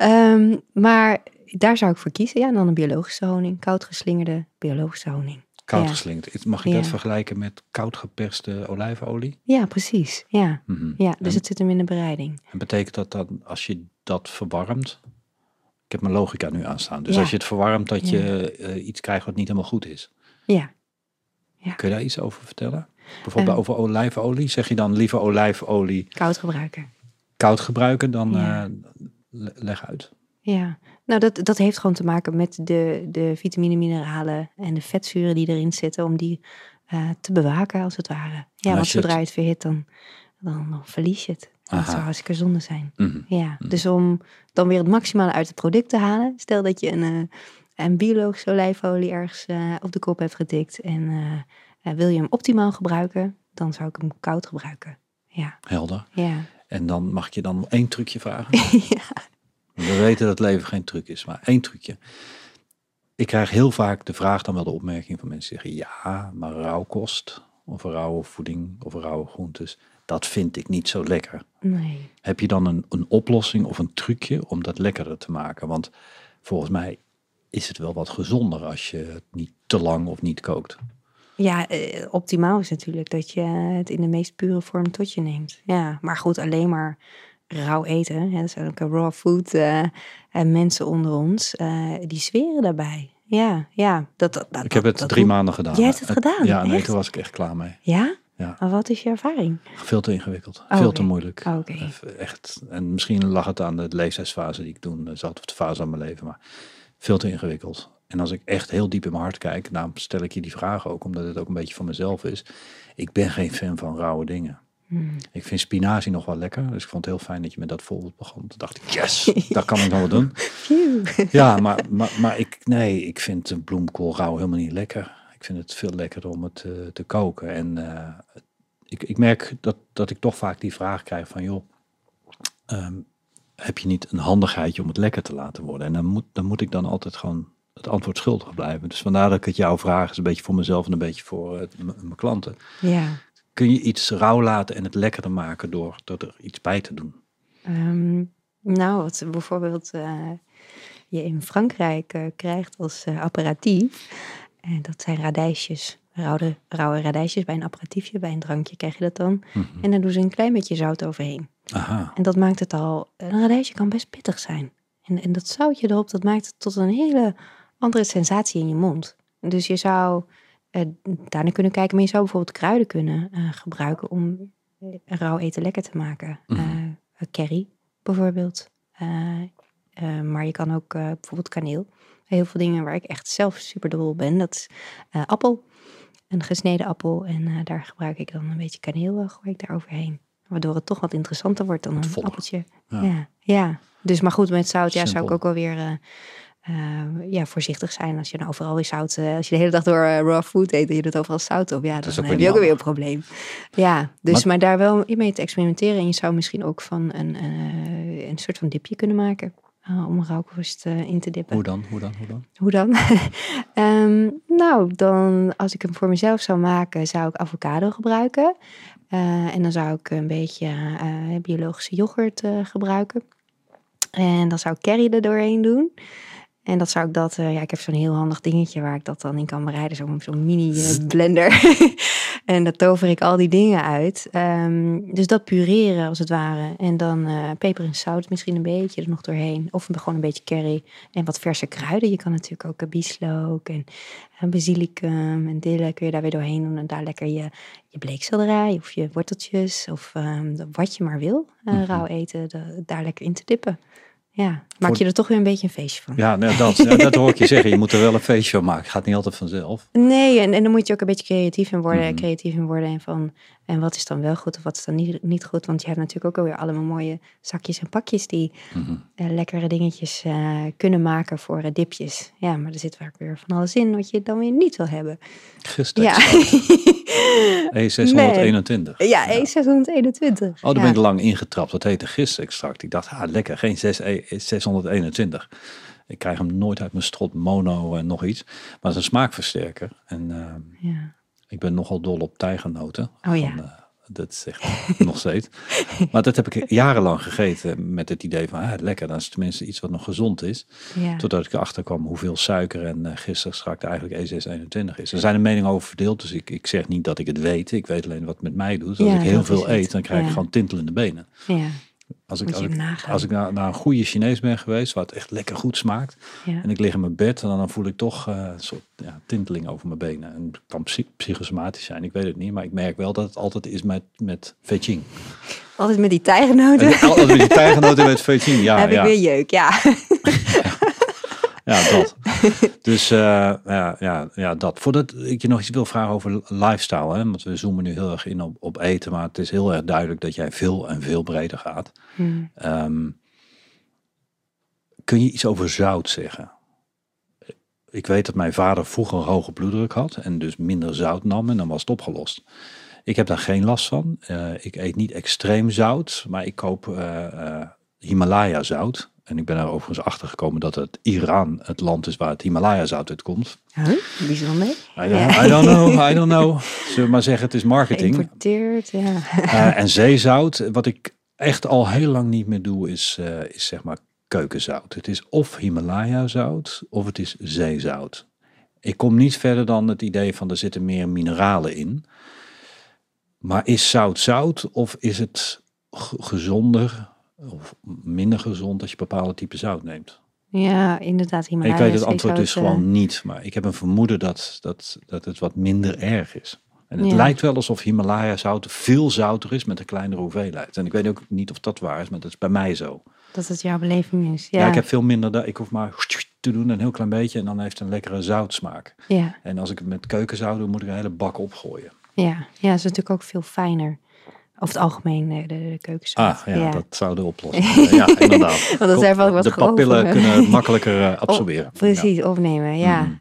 Maar daar zou ik voor kiezen. Ja, en dan een biologische honing. Koud geslingerde biologische honing. Koud geslingerd. Mag je dat vergelijken met koud geperste olijfolie? Ja, precies. Ja, dus het zit hem in de bereiding. En betekent dat dan, als je dat verwarmt... Ik heb mijn logica nu aanstaan. Dus als je het verwarmt, dat je iets krijgt wat niet helemaal goed is. Ja. Kun je daar iets over vertellen? Bijvoorbeeld over olijfolie. Zeg je dan liever olijfolie... Koud gebruiken, dan leg uit. Ja, nou dat heeft gewoon te maken met de vitamine, mineralen en de vetzuren die erin zitten. Om die te bewaken als het ware. Ja, want zodra je het verhit, dan verlies je het. Dat zou hartstikke zonde zijn. Mm-hmm. Ja, dus om dan weer het maximale uit het product te halen. Stel dat je een biologische olijfolie ergens op de kop hebt getikt. En wil je hem optimaal gebruiken, dan zou ik hem koud gebruiken. Ja. Helder. Ja. En dan mag ik je dan 1 trucje vragen? Ja. We weten dat het leven geen truc is, maar 1 trucje. Ik krijg heel vaak de vraag, dan wel de opmerking van mensen die zeggen... Ja, maar rauwkost of rauwe voeding of rauwe groentes... dat vind ik niet zo lekker. Nee. Heb je dan een oplossing of een trucje om dat lekkerder te maken? Want volgens mij is het wel wat gezonder als je het niet te lang of niet kookt. Ja, optimaal is natuurlijk dat je het in de meest pure vorm tot je neemt. Ja, maar goed, alleen maar rauw eten. Hè, dat zijn ook raw food mensen onder ons. Die zweren daarbij. Ja. Ik heb het 3 maanden gedaan. Jij hebt het gedaan? Ja, nee, echt? toen was ik echt klaar mee. Ja? Ja. Maar wat is je ervaring? Veel te ingewikkeld. Oh, veel te moeilijk. Oh, oké. Echt. En misschien lag het aan de leeftijdsfase die ik toen zat. Of de fase van mijn leven. Maar veel te ingewikkeld. En als ik echt heel diep in mijn hart kijk. Daarom stel ik je die vraag ook. Omdat het ook een beetje van mezelf is. Ik ben geen fan van rauwe dingen. Ik vind spinazie nog wel lekker. Dus ik vond het heel fijn dat je met dat voorbeeld begon. Toen dacht ik, yes, dat kan ik nog wel doen. Ja, maar ik vind een bloemkool rauw helemaal niet lekker. Ik vind het veel lekkerder om het te koken. En ik merk dat ik toch vaak die vraag krijg van... joh, heb je niet een handigheidje om het lekker te laten worden? En dan moet ik dan altijd gewoon het antwoord schuldig blijven. Dus vandaar dat ik het jou vraag. Is een beetje voor mezelf en een beetje voor mijn klanten. Ja. Kun je iets rauw laten en het lekkerder maken door er iets bij te doen? Wat bijvoorbeeld je in Frankrijk krijgt als aperitief. En dat zijn radijsjes. Rauwe radijsjes bij een aperitiefje, bij een drankje krijg je dat dan. Mm-hmm. En dan doen ze een klein beetje zout overheen. Aha. En dat maakt het al... Een radijsje kan best pittig zijn. En dat zoutje erop, dat maakt het tot een hele andere sensatie in je mond. Dus je zou daarna kunnen kijken, maar je zou bijvoorbeeld kruiden kunnen gebruiken om rauw eten lekker te maken. Mm-hmm. Curry bijvoorbeeld. Maar je kan ook bijvoorbeeld kaneel. Heel veel dingen waar ik echt zelf super dol op ben. Dat is appel. Een gesneden appel. En daar gebruik ik dan een beetje kaneel, gooi ik daar overheen. Waardoor het toch wat interessanter wordt dan een appeltje. Ja. Dus maar goed, met zout zou ik ook alweer voorzichtig zijn als je nou overal weer zout... als je de hele dag door raw food eet en je doet overal zout op... ja, dan heb je ook weer een probleem. Ja, dus maar daar wel mee te experimenteren. En je zou misschien ook van een soort van dipje kunnen maken... om rauwkost in te dippen. Hoe dan? Dan als ik hem voor mezelf zou maken... zou ik avocado gebruiken. En dan zou ik een beetje biologische yoghurt gebruiken. En dan zou ik curry er doorheen doen... En dat zou ik ik heb zo'n heel handig dingetje waar ik dat dan in kan bereiden. Zo'n mini blender. En daar tover ik al die dingen uit. Dus dat pureren als het ware. En dan peper en zout misschien een beetje er nog doorheen. Of gewoon een beetje curry. En wat verse kruiden. Je kan natuurlijk ook bieslook en basilicum en dille kun je daar weer doorheen doen. En daar lekker je bleekselderij of je worteltjes. Of wat je maar wil rauw eten. Daar lekker in te dippen. Ja, maak je er toch weer een beetje een feestje van. Ja, dat hoor ik je zeggen. Je moet er wel een feestje van maken. Gaat niet altijd vanzelf. Nee, en dan moet je ook een beetje creatief in worden. En wat is dan wel goed of wat is dan niet goed. Want je hebt natuurlijk ook alweer allemaal mooie zakjes en pakjes... die lekkere dingetjes kunnen maken voor dipjes. Ja, maar er zit vaak weer van alles in wat je dan weer niet wil hebben. E621. Ja, E621. Daar ben ik lang ingetrapt. Dat heette gistextract. Ik dacht, lekker, geen 621. Ik krijg hem nooit uit mijn strot, mono en nog iets. Maar het is een smaakversterker. En ik ben nogal dol op tijgernoten. Oh ja. Dat is echt nog steeds. Maar dat heb ik jarenlang gegeten met het idee van, lekker, dan is het tenminste iets wat nog gezond is. Ja. Totdat ik erachter kwam hoeveel suiker en gistextract eigenlijk E621 is. Er zijn er meningen over verdeeld, dus ik zeg niet dat ik het weet. Ik weet alleen wat het met mij doet. Als ik heel veel eet, dan krijg ik gewoon tintelende benen. Ja. Als ik naar een goede Chinees ben geweest, waar het echt lekker goed smaakt, en ik lig in mijn bed, en dan voel ik toch een soort tinteling over mijn benen. En het kan psychosomatisch zijn, ik weet het niet, maar ik merk wel dat het altijd is met Feijing. Altijd met die tijgernoten? Altijd met die tijgernoten met Feijing, ja. Heb ik weer jeuk, ja. Ja, dat. Dus dat. Voordat ik je nog iets wil vragen over lifestyle, hè, want we zoomen nu heel erg in op eten, maar het is heel erg duidelijk dat jij veel en veel breder gaat. Kun je iets over zout zeggen? Ik weet dat mijn vader vroeger hoge bloeddruk had en dus minder zout nam en dan was het opgelost. Ik heb daar geen last van. Ik eet niet extreem zout, maar ik koop Himalaya zout. En ik ben er overigens achter gekomen dat het Iran het land is waar het Himalaya zout uitkomt. Bijzonder. I don't know. Zullen we maar zeggen, het is marketing. Geïmporteerd, en zeezout, wat ik echt al heel lang niet meer doe, is zeg maar keukenzout. Het is of Himalaya zout, of het is zeezout. Ik kom niet verder dan het idee van er zitten meer mineralen in. Maar is zout of is het gezonder of minder gezond als je bepaalde type zout neemt? Ja, inderdaad. Himalaya, ik weet het antwoord dus gewoon niet, maar ik heb een vermoeden dat het wat minder erg is. En het lijkt wel alsof Himalaya zout veel zouter is met een kleinere hoeveelheid. En ik weet ook niet of dat waar is, maar dat is bij mij zo. Dat het jouw beleving is. Ja, ik heb veel minder. Ik hoef maar te doen, een heel klein beetje en dan heeft het een lekkere zoutsmaak. Ja. En als ik het met keukenzout doe, moet ik een hele bak opgooien. Ja, het is natuurlijk ook veel fijner. Over het algemeen de keukenzout. Dat zou de oplossing zijn. Ja, inderdaad. Want dat is even wat de papillen kunnen het makkelijker absorberen. Precies, opnemen, ja.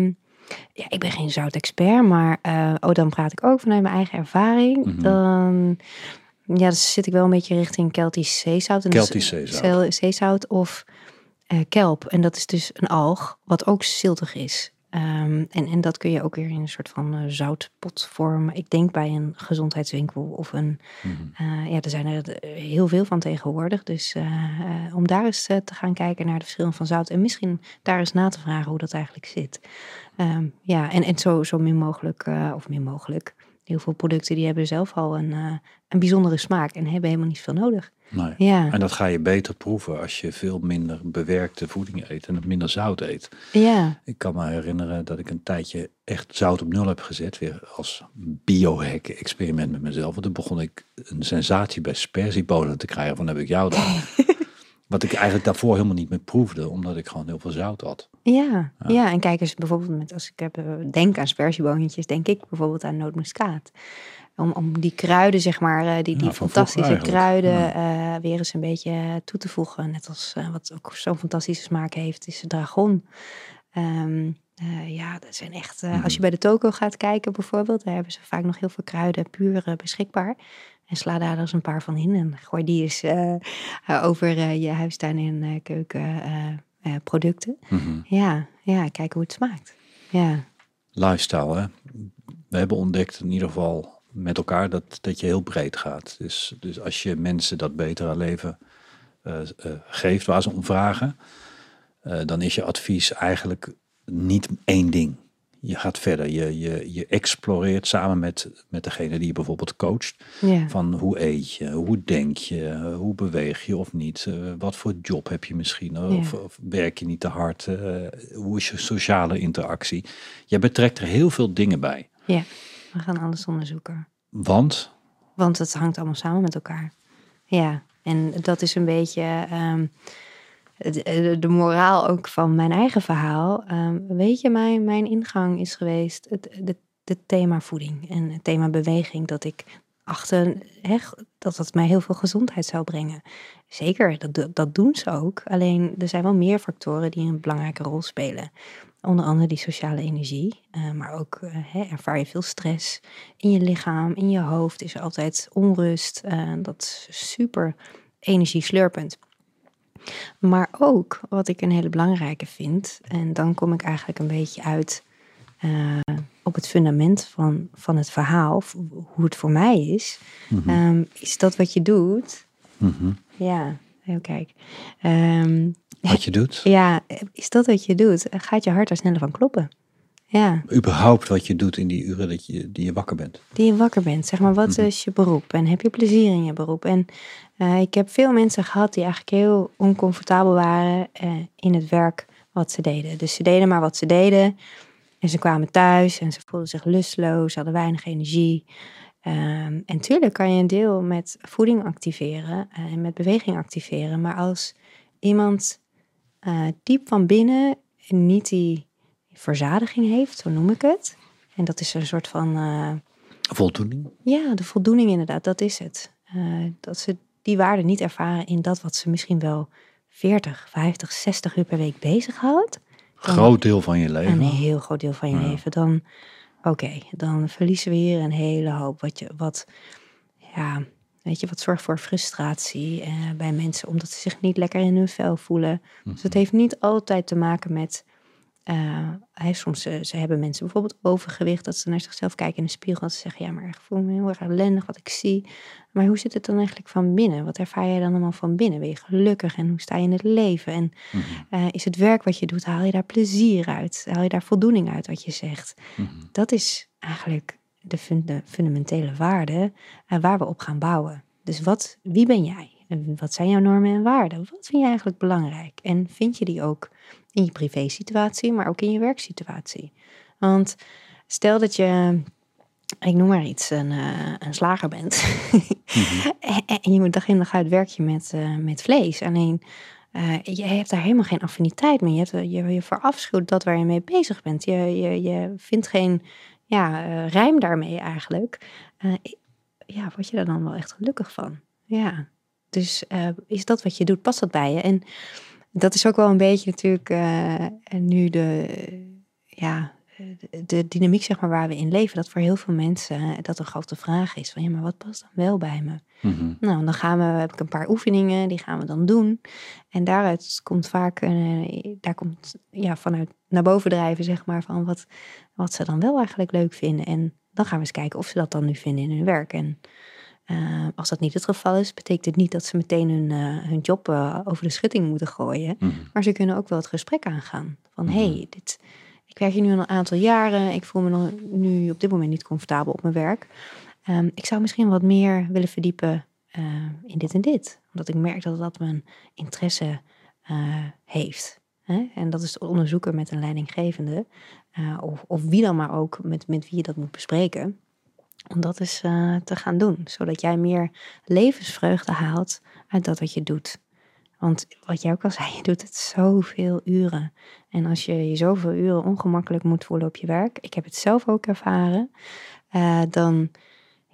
Ik ben geen zoutexpert, maar dan praat ik ook vanuit mijn eigen ervaring. Dan zit ik wel een beetje richting Keltisch zeezout. Keltisch zeezout of kelp. En dat is dus een alg, wat ook ziltig is. En dat kun je ook weer in een soort van zoutpot vormen. Ik denk bij een gezondheidswinkel of een... er zijn er heel veel van tegenwoordig. Dus om daar eens te gaan kijken naar de verschillen van zout. En misschien daar eens na te vragen hoe dat eigenlijk zit. En zo min mogelijk. Heel veel producten die hebben zelf al een bijzondere smaak. En hebben helemaal niet veel nodig. Nee. Ja. En dat ga je beter proeven als je veel minder bewerkte voeding eet en minder zout eet. Ja. Ik kan me herinneren dat ik een tijdje echt zout op 0 heb gezet. Weer als biohack experiment met mezelf. Want toen begon ik een sensatie bij sperziebonen te krijgen van heb ik jou dan. Wat ik eigenlijk daarvoor helemaal niet meer proefde. Omdat ik gewoon heel veel zout had. Ja, en kijk eens bijvoorbeeld als ik denk aan sperzieboontjes, denk ik bijvoorbeeld aan nootmuskaat. om die kruiden, zeg maar, die van fantastische vroeger kruiden eigenlijk. weer eens een beetje toe te voegen. Net als wat ook zo'n fantastische smaak heeft, is de dragon. Dat zijn echt... Als je bij de toko gaat kijken bijvoorbeeld, daar hebben ze vaak nog heel veel kruiden puur beschikbaar. En sla daar eens een paar van in en gooi die eens over je huistuin en keuken producten. Kijken hoe het smaakt. Ja. Lifestyle, hè? We hebben ontdekt in ieder geval met elkaar dat je heel breed gaat. Dus als je mensen dat betere leven geeft waar ze om vragen, dan is je advies eigenlijk niet één ding. Je gaat verder. Je exploreert samen met degene die je bijvoorbeeld coacht. Ja. Van hoe eet je, hoe denk je, hoe beweeg je of niet. Wat voor job heb je misschien? Of werk je niet te hard? Hoe is je sociale interactie? Je betrekt er heel veel dingen bij. Ja, we gaan alles onderzoeken. Want het hangt allemaal samen met elkaar. Ja, en dat is een beetje de moraal ook van mijn eigen verhaal. Weet je, mijn ingang is geweest het thema voeding en het thema beweging. Dat ik achter dat mij heel veel gezondheid zou brengen. Zeker, dat doen ze ook. Alleen er zijn wel meer factoren die een belangrijke rol spelen. Onder andere die sociale energie. Maar ook ervaar je veel stress in je lichaam, in je hoofd. Is er altijd onrust. Dat is super energieslurpend. Maar ook, wat ik een hele belangrijke vind, en dan kom ik eigenlijk een beetje uit op het fundament van het verhaal, hoe het voor mij is, is dat wat je doet. Ja, kijk. wat je doet? Ja, is dat wat je doet, gaat je hart er sneller van kloppen. Ja. Überhaupt wat je doet in die uren die je wakker bent. Die je wakker bent, zeg maar, wat is je beroep? En heb je plezier in je beroep? En ik heb veel mensen gehad die eigenlijk heel oncomfortabel waren in het werk wat ze deden. Dus ze deden maar wat ze deden. En ze kwamen thuis en ze voelden zich lusteloos, ze hadden weinig energie. En tuurlijk kan je een deel met voeding activeren en met beweging activeren. Maar als iemand diep van binnen niet die verzadiging heeft, zo noem ik het. En dat is een soort van... voldoening? Ja, de voldoening inderdaad, dat is het. Dat ze die waarde niet ervaren in dat wat ze misschien wel 40, 50, 60 uur per week bezighoudt. Groot deel van je leven. Een heel groot deel van je leven. Dan, dan verliezen we hier een hele hoop. Wat zorgt voor frustratie bij mensen, omdat ze zich niet lekker in hun vel voelen. Dus het heeft niet altijd te maken met... soms ze hebben mensen bijvoorbeeld overgewicht, dat ze naar zichzelf kijken in de spiegel en ze zeggen, ja, maar ik voel me heel erg ellendig wat ik zie. Maar hoe zit het dan eigenlijk van binnen? Wat ervaar jij dan allemaal van binnen? Ben je gelukkig en hoe sta je in het leven? En is het werk wat je doet, haal je daar plezier uit? Haal je daar voldoening uit wat je zegt? Dat is eigenlijk de fundamentele waarde waar we op gaan bouwen. Dus wie ben jij? En wat zijn jouw normen en waarden? Wat vind je eigenlijk belangrijk? En vind je die ook in je privésituatie, maar ook in je werksituatie? Want stel dat je, ik noem maar iets, een slager bent. En je moet dag in dag uit werk je met vlees. Alleen je hebt daar helemaal geen affiniteit mee. Je verafschuwt dat waar je mee bezig bent. Je vindt geen rijm daarmee eigenlijk. Word je daar dan wel echt gelukkig van? Ja. Dus is dat wat je doet, past dat bij je? En dat is ook wel een beetje natuurlijk nu de dynamiek, zeg maar, waar we in leven. Dat voor heel veel mensen dat een grote vraag is. Van maar wat past dan wel bij me? Nou, dan heb ik een paar oefeningen, die gaan we dan doen. En daaruit komt vaak, vanuit naar boven drijven, zeg maar, van wat ze dan wel eigenlijk leuk vinden. En dan gaan we eens kijken of ze dat dan nu vinden in hun werk. En als dat niet het geval is, betekent het niet dat ze meteen hun job over de schutting moeten gooien. Maar ze kunnen ook wel het gesprek aangaan. Van ik werk hier nu al een aantal jaren. Ik voel me nu op dit moment niet comfortabel op mijn werk. Ik zou misschien wat meer willen verdiepen in dit en dit. Omdat ik merk dat dat mijn interesse heeft. En dat is het onderzoeken met een leidinggevende. Of wie dan maar ook, met wie je dat moet bespreken. Om dat eens te gaan doen. Zodat jij meer levensvreugde haalt uit dat wat je doet. Want wat jij ook al zei, je doet het zoveel uren. En als je je zoveel uren ongemakkelijk moet voelen op je werk. Ik heb het zelf ook ervaren. Dan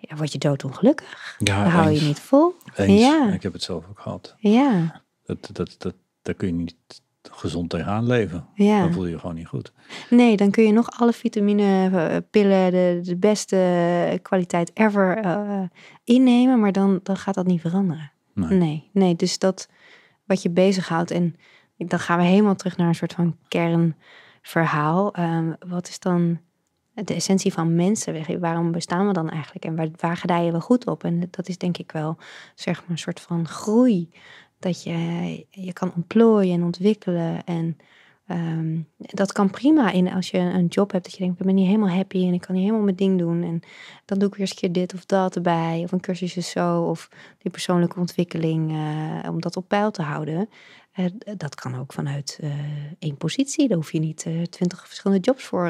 word je doodongelukkig. Ja, Dan hou je eens. niet vol. Eens. Ja. Ik heb het zelf ook gehad. Ja, Daar kun je niet gezond tegenaan leven. ja. Dan voel je je gewoon niet goed. Nee, dan kun je nog alle vitaminepillen, de beste kwaliteit ever innemen, maar dan gaat dat niet veranderen. Nee, dus dat wat je bezighoudt. En dan gaan we helemaal terug naar een soort van kernverhaal. Wat is dan de essentie van mensen? Waarom bestaan we dan eigenlijk? En waar gedijen we goed op? En dat is denk ik wel, zeg maar, een soort van groei. Dat je kan ontplooien en ontwikkelen. En dat kan prima als je een job hebt dat je denkt, ik ben niet helemaal happy en ik kan niet helemaal mijn ding doen. En dan doe ik weer eens een keer dit of dat erbij. Of een cursusje zo. Of die persoonlijke ontwikkeling om dat op peil te houden. Dat kan ook vanuit één positie. Daar hoef je niet 20 verschillende jobs voor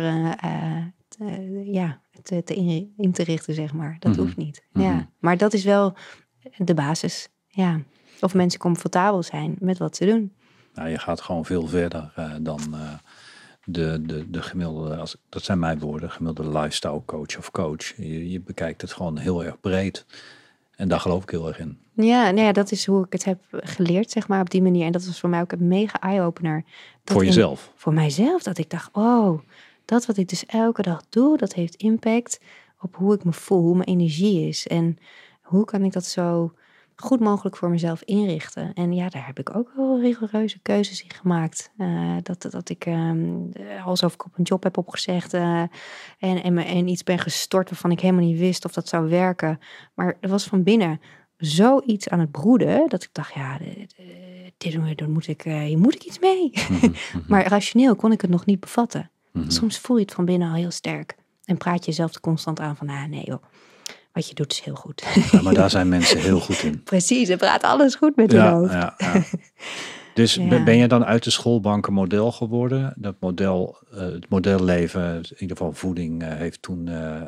in te richten, zeg maar. Dat hoeft niet. Ja. Maar dat is wel de basis. Ja. Of mensen comfortabel zijn met wat ze doen. Nou, je gaat gewoon veel verder dan de gemiddelde, dat zijn mijn woorden, gemiddelde lifestyle coach of coach. Je bekijkt het gewoon heel erg breed. En daar geloof ik heel erg in. Ja, dat is hoe ik het heb geleerd, zeg maar, op die manier. En dat was voor mij ook een mega eye-opener. Voor jezelf? Voor mijzelf, dat ik dacht, dat wat ik dus elke dag doe, dat heeft impact op hoe ik me voel, hoe mijn energie is. En hoe kan ik dat zo goed mogelijk voor mezelf inrichten. En ja, daar heb ik ook wel rigoureuze keuzes in gemaakt. Dat ik alsof ik op een job heb opgezegd en iets ben gestort waarvan ik helemaal niet wist of dat zou werken. Maar er was van binnen zoiets aan het broeden dat ik dacht, hier moet ik iets mee. Maar rationeel kon ik het nog niet bevatten. Soms voel je het van binnen al heel sterk. En praat je jezelf er constant aan van, nee joh, wat je doet is heel goed. Ja, maar daar zijn mensen heel goed in. Precies, ze praten alles goed met hun hoofd. Ja. Dus ben je dan uit de schoolbank een model geworden? Dat model, het modelleven, in ieder geval voeding, heeft toen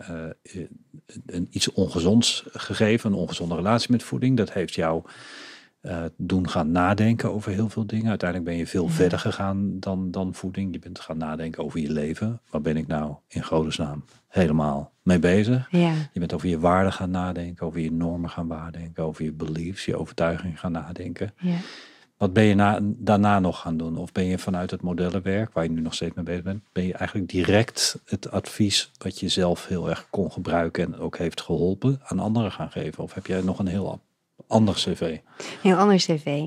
iets ongezonds gegeven. Een ongezonde relatie met voeding. Dat heeft jou doen gaan nadenken over heel veel dingen. Uiteindelijk ben je veel verder gegaan dan voeding. Je bent gaan nadenken over je leven. Waar ben ik nou in godesnaam helemaal mee bezig? Ja. Je bent over je waarden gaan nadenken, over je normen gaan nadenken, over je beliefs, je overtuigingen gaan nadenken. Ja. Wat ben je daarna nog gaan doen? Of ben je vanuit het modellenwerk, waar je nu nog steeds mee bezig bent, ben je eigenlijk direct het advies wat je zelf heel erg kon gebruiken en ook heeft geholpen aan anderen gaan geven? Of heb jij nog een heel ander cv? Heel ander cv.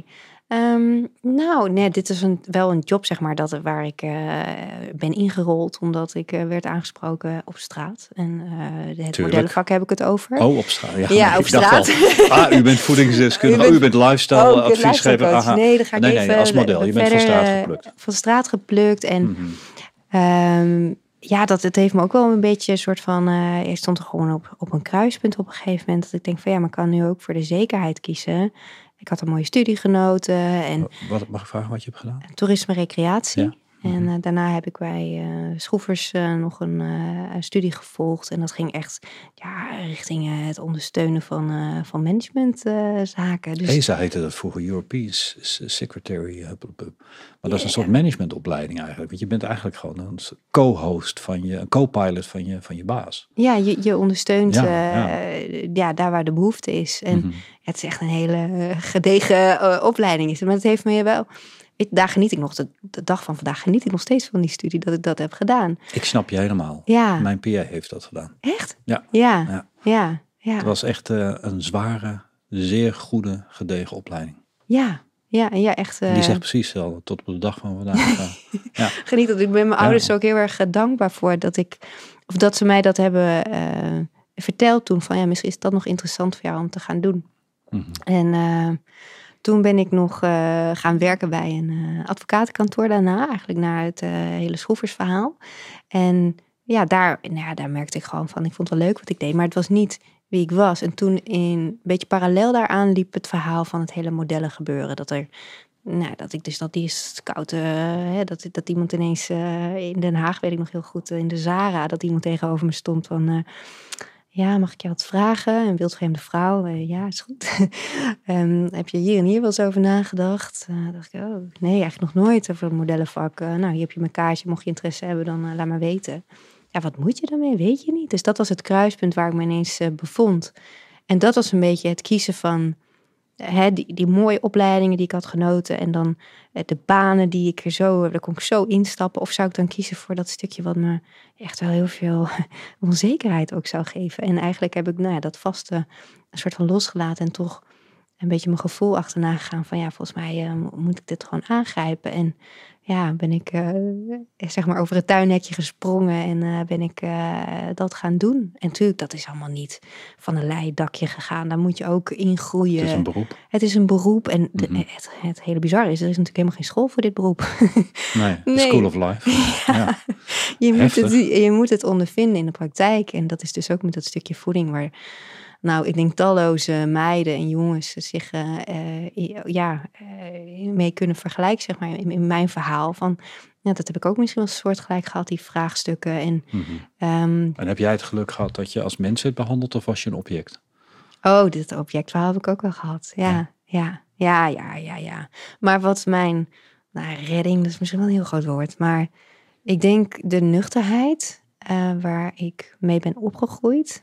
Dit is wel een job, zeg maar, waar ik ben ingerold omdat ik werd aangesproken op straat. En het modellenvak heb ik het over. Oh, op straat. Ja, op straat. U bent voedingsdeskundige, u bent lifestyle adviesgever. Nee, dan ga ik even als model. Je bent van straat geplukt. Van straat geplukt en het heeft me ook wel een beetje een soort van... ik stond er gewoon op een kruispunt op een gegeven moment. Dat ik denk van maar ik kan nu ook voor de zekerheid kiezen. Ik had een mooie studie genoten. En Mag ik vragen wat je hebt gedaan? Toerisme recreatie. Ja. En daarna heb ik bij Schroevers nog een studie gevolgd. En dat ging echt richting het ondersteunen van managementzaken. Dus ESA heette dat vroeger, European Secretary. Maar dat is een soort managementopleiding eigenlijk. Want je bent eigenlijk gewoon een co-host een co-pilot van je baas. Ja, je ondersteunt daar waar de behoefte is. En het is echt een hele gedegen opleiding. Maar het heeft me wel... Daar geniet ik nog, de dag van vandaag geniet ik nog steeds van die studie dat ik dat heb gedaan. Ik snap je helemaal. Ja. Mijn PA heeft dat gedaan. Echt? Ja. Ja. Het was echt een zware, zeer goede, gedegen opleiding. Ja, echt. Die zegt precies hetzelfde tot op de dag van vandaag. Geniet dat. Ik ben mijn ouders ook heel erg dankbaar voor dat ze mij dat hebben verteld toen. Van misschien is dat nog interessant voor jou om te gaan doen. En toen ben ik nog gaan werken bij een advocatenkantoor daarna. Eigenlijk naar het hele Schroeversverhaal. En daar merkte ik gewoon van, ik vond het wel leuk wat ik deed. Maar het was niet wie ik was. En toen een beetje parallel daaraan liep het verhaal van het hele modellen gebeuren. Dat die scout, dat iemand ineens in Den Haag, weet ik nog heel goed, in de Zara, dat iemand tegenover me stond van... mag ik je wat vragen? Een wildvreemde vrouw. Ja, is goed. Heb je hier en hier wel eens over nagedacht? Dacht ik, nee, eigenlijk nog nooit over het modellenvak. Hier heb je mijn kaartje. Mocht je interesse hebben, dan laat maar weten. wat moet je daarmee? Weet je niet. Dus dat was het kruispunt waar ik me ineens bevond. En dat was een beetje het kiezen van die mooie opleidingen die ik had genoten. En dan de banen die ik daar kon ik zo instappen. Of zou ik dan kiezen voor dat stukje wat me echt wel heel veel onzekerheid ook zou geven. En eigenlijk heb ik dat vaste een soort van losgelaten en toch een beetje mijn gevoel achterna gegaan van volgens mij moet ik dit gewoon aangrijpen. En ben ik zeg maar over het tuinhekje gesprongen en ben ik dat gaan doen. En natuurlijk, dat is allemaal niet van een leidakje gegaan. Daar moet je ook in groeien. Het is een beroep. Het is een beroep en het hele bizarre is, er is natuurlijk helemaal geen school voor dit beroep. Nee, the school of life. Ja. Je moet het ondervinden in de praktijk. En dat is dus ook met dat stukje voeding waar ik denk talloze meiden en jongens zich mee kunnen vergelijken, zeg maar, in mijn verhaal. Van, dat heb ik ook misschien wel soortgelijk gehad, die vraagstukken. En, en heb jij het geluk gehad dat je als mens werd behandeld of was je een object? Oh, dit objectverhaal heb ik ook wel gehad. Ja. Maar wat mijn redding, dat is misschien wel een heel groot woord, maar ik denk de nuchterheid waar ik mee ben opgegroeid,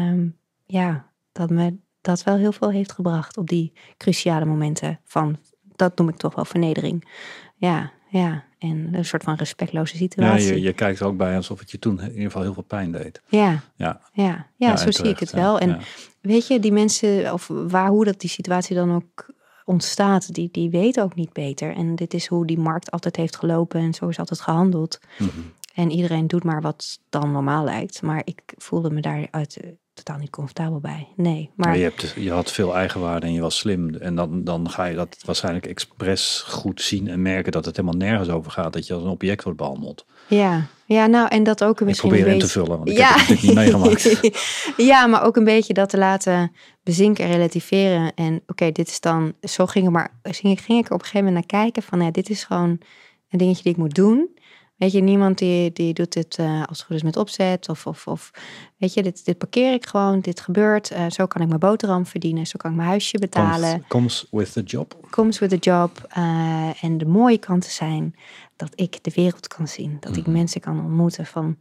dat me dat wel heel veel heeft gebracht op die cruciale momenten van, dat noem ik toch wel vernedering. Ja. En een soort van respectloze situatie. Ja, je kijkt er ook bij alsof het je toen in ieder geval heel veel pijn deed. Ja, zo terecht, zie ik het wel. En weet je, die mensen, of hoe dat die situatie dan ook ontstaat, die weten ook niet beter. En dit is hoe die markt altijd heeft gelopen en zo is altijd gehandeld. Mm-hmm. En iedereen doet maar wat dan normaal lijkt. Maar ik voelde me daaruit totaal niet comfortabel bij. Nee. Maar je had veel eigenwaarde en je was slim. En dan ga je dat waarschijnlijk expres goed zien en merken dat het helemaal nergens over gaat. Dat je als een object wordt behandeld. Ja, en dat ook misschien ik probeer een in te vullen, want ik heb het natuurlijk niet meegemaakt. Ja, maar ook een beetje dat te laten bezinken en relativeren. En oké, dit is dan, zo ging het, maar ging ik er op een gegeven moment naar kijken van, dit is gewoon een dingetje die ik moet doen. Weet je, niemand die doet dit als het goed is met opzet. Of weet je, dit parkeer ik gewoon, dit gebeurt. Zo kan ik mijn boterham verdienen, zo kan ik mijn huisje betalen. Comes with the job. Comes with the job. En de mooie kanten zijn dat ik de wereld kan zien. Dat ik mensen kan ontmoeten van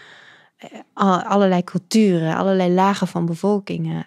allerlei culturen, allerlei lagen van bevolkingen.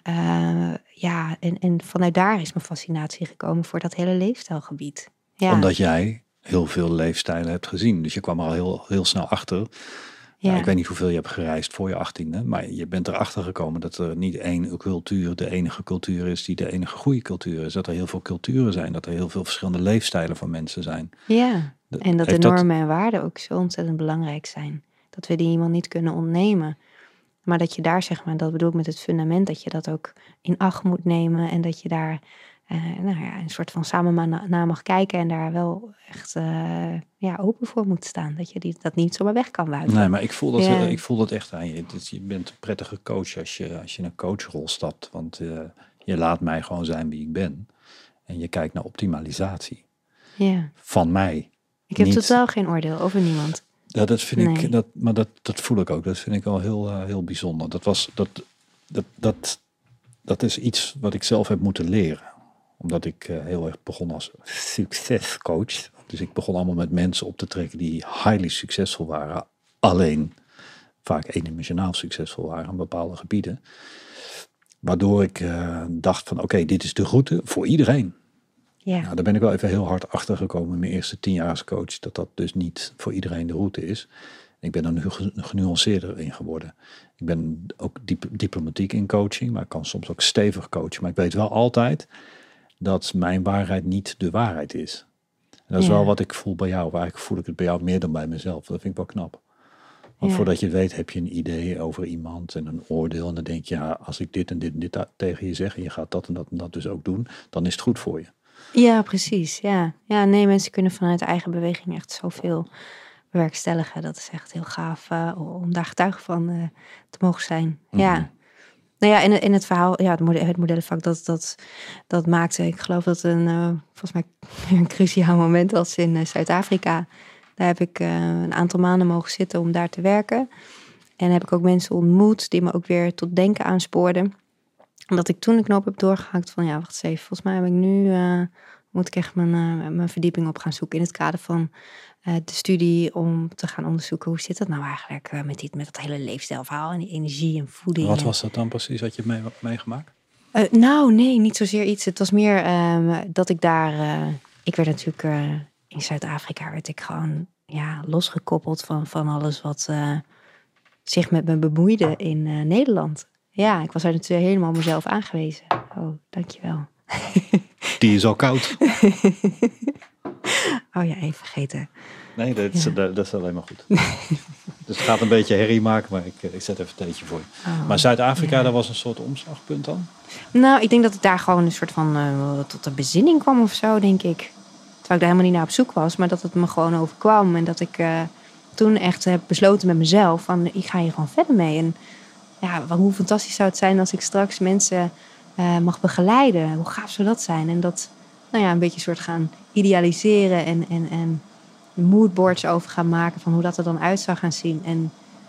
En vanuit daar is mijn fascinatie gekomen voor dat hele leefstijlgebied. Ja. Omdat jij heel veel leefstijlen hebt gezien. Dus je kwam er al heel snel achter. Ja. Ik weet niet hoeveel je hebt gereisd voor je 18e, maar je bent erachter gekomen dat er niet één cultuur de enige cultuur is die de enige goede cultuur is. Dat er heel veel culturen zijn, dat er heel veel verschillende leefstijlen van mensen zijn. Ja, en dat de normen en waarden ook zo ontzettend belangrijk zijn. Dat we die iemand niet kunnen ontnemen. Maar dat je daar, zeg maar, dat bedoel ik met het fundament, dat je dat ook in acht moet nemen en dat je daar een soort van samen naar mag kijken en daar wel echt open voor moet staan. Dat je dat niet zomaar weg kan wuiven. Nee, maar ik voel dat echt aan je. Je bent een prettige coach als je in een coachrol stapt. Want je laat mij gewoon zijn wie ik ben. En je kijkt naar optimalisatie. Ja. Van mij. Ik heb totaal geen oordeel over niemand. Ja, dat vind ik, dat voel ik ook. Dat vind ik wel heel bijzonder. Dat is iets wat ik zelf heb moeten leren. Omdat ik heel erg begon als succescoach. Dus ik begon allemaal met mensen op te trekken die highly succesvol waren. Alleen vaak eendimensionaal succesvol waren in bepaalde gebieden. Waardoor ik dacht van oké, dit is de route voor iedereen. Ja. Nou, daar ben ik wel even heel hard achter gekomen in mijn eerste 10 jaar als coach. Dat dus niet voor iedereen de route is. Ik ben er nu genuanceerder in geworden. Ik ben ook diplomatiek in coaching, maar ik kan soms ook stevig coachen. Maar ik weet wel altijd dat mijn waarheid niet de waarheid is. En dat is wel wat ik voel bij jou. Eigenlijk voel ik het bij jou meer dan bij mezelf. Dat vind ik wel knap. Want voordat je het weet heb je een idee over iemand en een oordeel. En dan denk je, als ik dit en dit tegen je zeg en je gaat dat en dat dus ook doen, dan is het goed voor je. Ja, precies. Ja, nee, mensen kunnen vanuit eigen beweging echt zoveel bewerkstelligen. Dat is echt heel gaaf om daar getuige van te mogen zijn. Mm-hmm. Ja. Nou ja, in het verhaal, het modellenvak, dat maakte, ik geloof dat volgens mij een cruciaal moment was in Zuid-Afrika. Daar heb ik een aantal maanden mogen zitten om daar te werken. En heb ik ook mensen ontmoet die me ook weer tot denken aanspoorden. Omdat ik toen de knoop heb doorgehakt van, wacht eens even, volgens mij heb ik nu moet ik echt mijn verdieping op gaan zoeken. In het kader van de studie om te gaan onderzoeken. Hoe zit dat nou eigenlijk met dat hele leefstijlverhaal en die energie en voeding. Wat was dat dan precies wat je hebt meegemaakt? Nou, nee, niet zozeer iets. Het was meer dat ik daar... ik werd natuurlijk in Zuid-Afrika werd ik gewoon losgekoppeld van alles wat zich met me bemoeide in Nederland. Ja, ik was daar natuurlijk helemaal op mezelf aangewezen. Oh, dankjewel. Die is al koud. Oh ja, even vergeten. Nee, dat is alleen maar goed. Dus het gaat een beetje herrie maken, maar ik zet even een theetje voor je. Oh, maar Zuid-Afrika, dat was een soort omslagpunt dan? Nou, ik denk dat het daar gewoon een soort van tot de bezinning kwam of zo, denk ik. Terwijl ik daar helemaal niet naar op zoek was, maar dat het me gewoon overkwam. En dat ik toen echt heb besloten met mezelf van ik ga hier gewoon verder mee. En ja, hoe fantastisch zou het zijn als ik straks mensen mag begeleiden. Hoe gaaf zou dat zijn? En dat een beetje soort gaan idealiseren en moodboards over gaan maken van hoe dat er dan uit zou gaan zien. En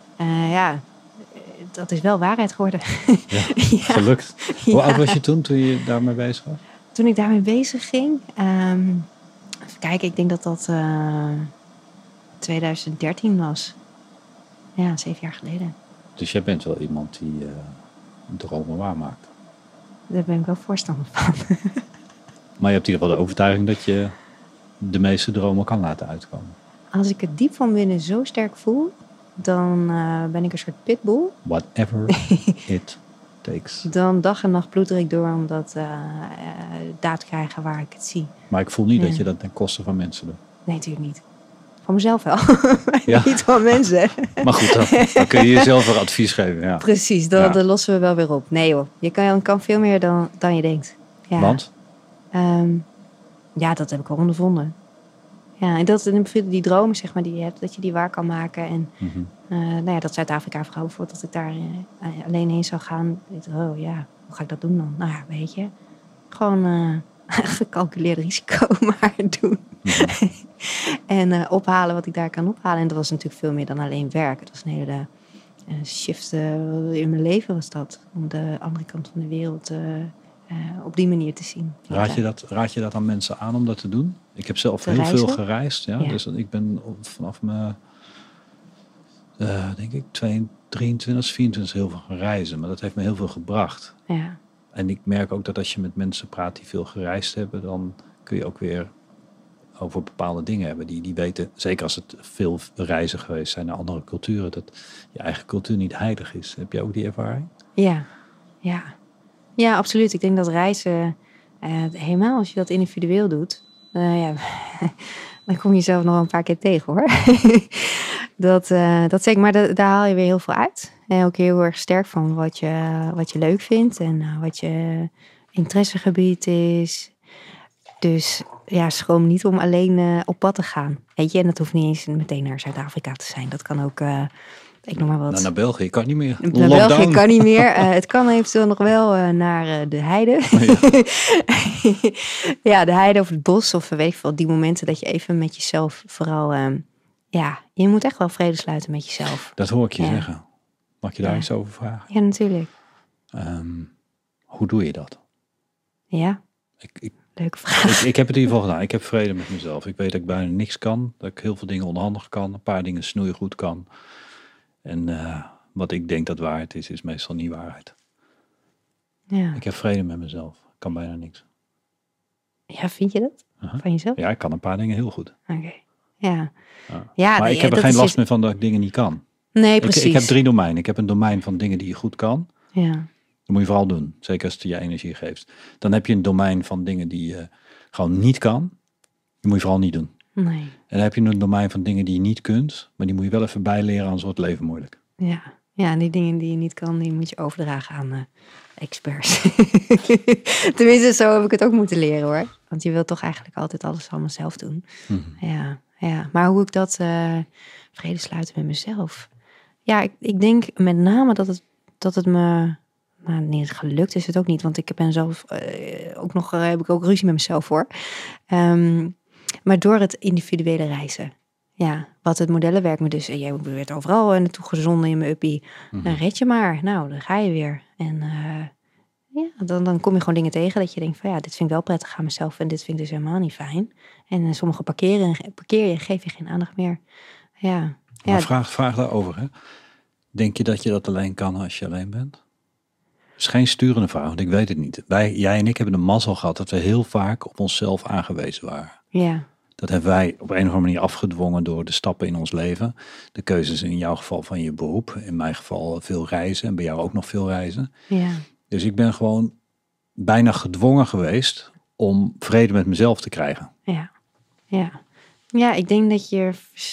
dat is wel waarheid geworden. Ja, gelukt. Hoe oud was je toen je daarmee bezig was? Toen ik daarmee bezig ging, even kijken, ik denk dat 2013 was. Ja, 7 jaar geleden. Dus jij bent wel iemand die dromen waarmaakt. Daar ben ik wel voorstander van. Maar je hebt in ieder geval de overtuiging dat je de meeste dromen kan laten uitkomen. Als ik het diep van binnen zo sterk voel, dan ben ik een soort pitbull. Whatever it takes. Dan dag en nacht ploeter ik door om dat daad te krijgen waar ik het zie. Maar ik voel niet dat je dat ten koste van mensen doet. Nee, natuurlijk niet. Van mezelf wel. Ja. Niet van mensen. Maar goed, dan kun je jezelf wel advies geven. Ja. Precies, dan lossen we wel weer op. Nee hoor, je kan veel meer dan je denkt. Ja. Want? Dat heb ik al ondervonden. Ja, en die dromen zeg maar, die je hebt, dat je die waar kan maken. En dat Zuid-Afrika vooral bijvoorbeeld, dat ik daar alleen heen zou gaan. Oh ja, hoe ga ik dat doen dan? Nou ja, weet je. Gewoon gecalculeerd risico maar doen. En ophalen wat ik daar kan ophalen. En dat was natuurlijk veel meer dan alleen werk. Het was een hele shift in mijn leven was dat. Om de andere kant van de wereld op die manier te zien. Raad je dat aan mensen aan om dat te doen? Ik heb zelf heel veel gereisd. Ja? Dus ik ben vanaf mijn, denk ik, 23, 24 heel veel gaan reizen. Maar dat heeft me heel veel gebracht. Ja. En ik merk ook dat als je met mensen praat die veel gereisd hebben, dan kun je ook weer over bepaalde dingen hebben. Die weten, zeker als het veel reizen geweest zijn naar andere culturen, dat je eigen cultuur niet heilig is. Heb jij ook die ervaring? Ja, absoluut. Ik denk dat reizen, helemaal als je dat individueel doet, dan kom je jezelf nog een paar keer tegen hoor. Dat zeker, maar daar haal je weer heel veel uit. En ook heel erg sterk van wat je leuk vindt en wat je interessegebied is. Dus ja, schroom niet om alleen op pad te gaan. Weet je, en dat hoeft niet eens meteen naar Zuid-Afrika te zijn. Dat kan ook, ik noem maar wat. Naar België kan niet meer. Naar België kan niet meer. Het kan eventueel nog wel naar de heide. Ja, de heide of het bos. Of weet je wel, die momenten dat je even met jezelf vooral... je moet echt wel vrede sluiten met jezelf. Dat hoor ik je zeggen. Mag je daar iets over vragen? Ja, natuurlijk. Hoe doe je dat? Ja, leuke vraag. Ik heb het in ieder geval gedaan. Ik heb vrede met mezelf. Ik weet dat ik bijna niks kan. Dat ik heel veel dingen onhandig kan. Een paar dingen snoeigoed kan. En wat ik denk dat waarheid is meestal niet waarheid. Ja. Ik heb vrede met mezelf. Ik kan bijna niks. Ja, vind je dat? Van jezelf? Ja, ik kan een paar dingen heel goed. Oké. Ja. Maar ik heb er geen last meer van dat ik dingen niet kan. Nee, precies. Ik heb 3 domeinen. Ik heb een domein van dingen die je goed kan. Ja. Dat moet je vooral doen. Zeker als het je energie geeft. Dan heb je een domein van dingen die je gewoon niet kan. Die moet je vooral niet doen. Nee. En dan heb je een domein van dingen die je niet kunt. Maar die moet je wel even bijleren, anders wordt het leven moeilijk. Ja, en die dingen die je niet kan, die moet je overdragen aan experts. Tenminste, zo heb ik het ook moeten leren hoor. Want je wilt toch eigenlijk altijd alles allemaal zelf doen. Mm-hmm. Ja. Maar hoe ik dat vrede sluiten met mezelf. Ja, ik denk met name dat het me... Maar niet gelukt is het ook niet. Want ik ben zelf heb ik ook ruzie met mezelf hoor. Maar door het individuele reizen. Ja, wat het modellenwerk me dus... Jij werd overal naartoe gezonden in mijn uppie. Dan red je maar. Nou, dan ga je weer. En dan kom je gewoon dingen tegen dat je denkt van ja, dit vind ik wel prettig aan mezelf en dit vind ik dus helemaal niet fijn. En sommige parkeer je, geef je geen aandacht meer. Ja. Maar vraag daarover. Hè. Denk je dat je dat alleen kan als je alleen bent? Het is geen sturende vraag, want ik weet het niet. Jij en ik hebben de mazzel gehad dat we heel vaak op onszelf aangewezen waren. Ja. Dat hebben wij op een of andere manier afgedwongen door de stappen in ons leven. De keuzes in jouw geval van je beroep. In mijn geval veel reizen en bij jou ook nog veel reizen. Ja. Dus ik ben gewoon bijna gedwongen geweest om vrede met mezelf te krijgen. Ja, ik denk dat je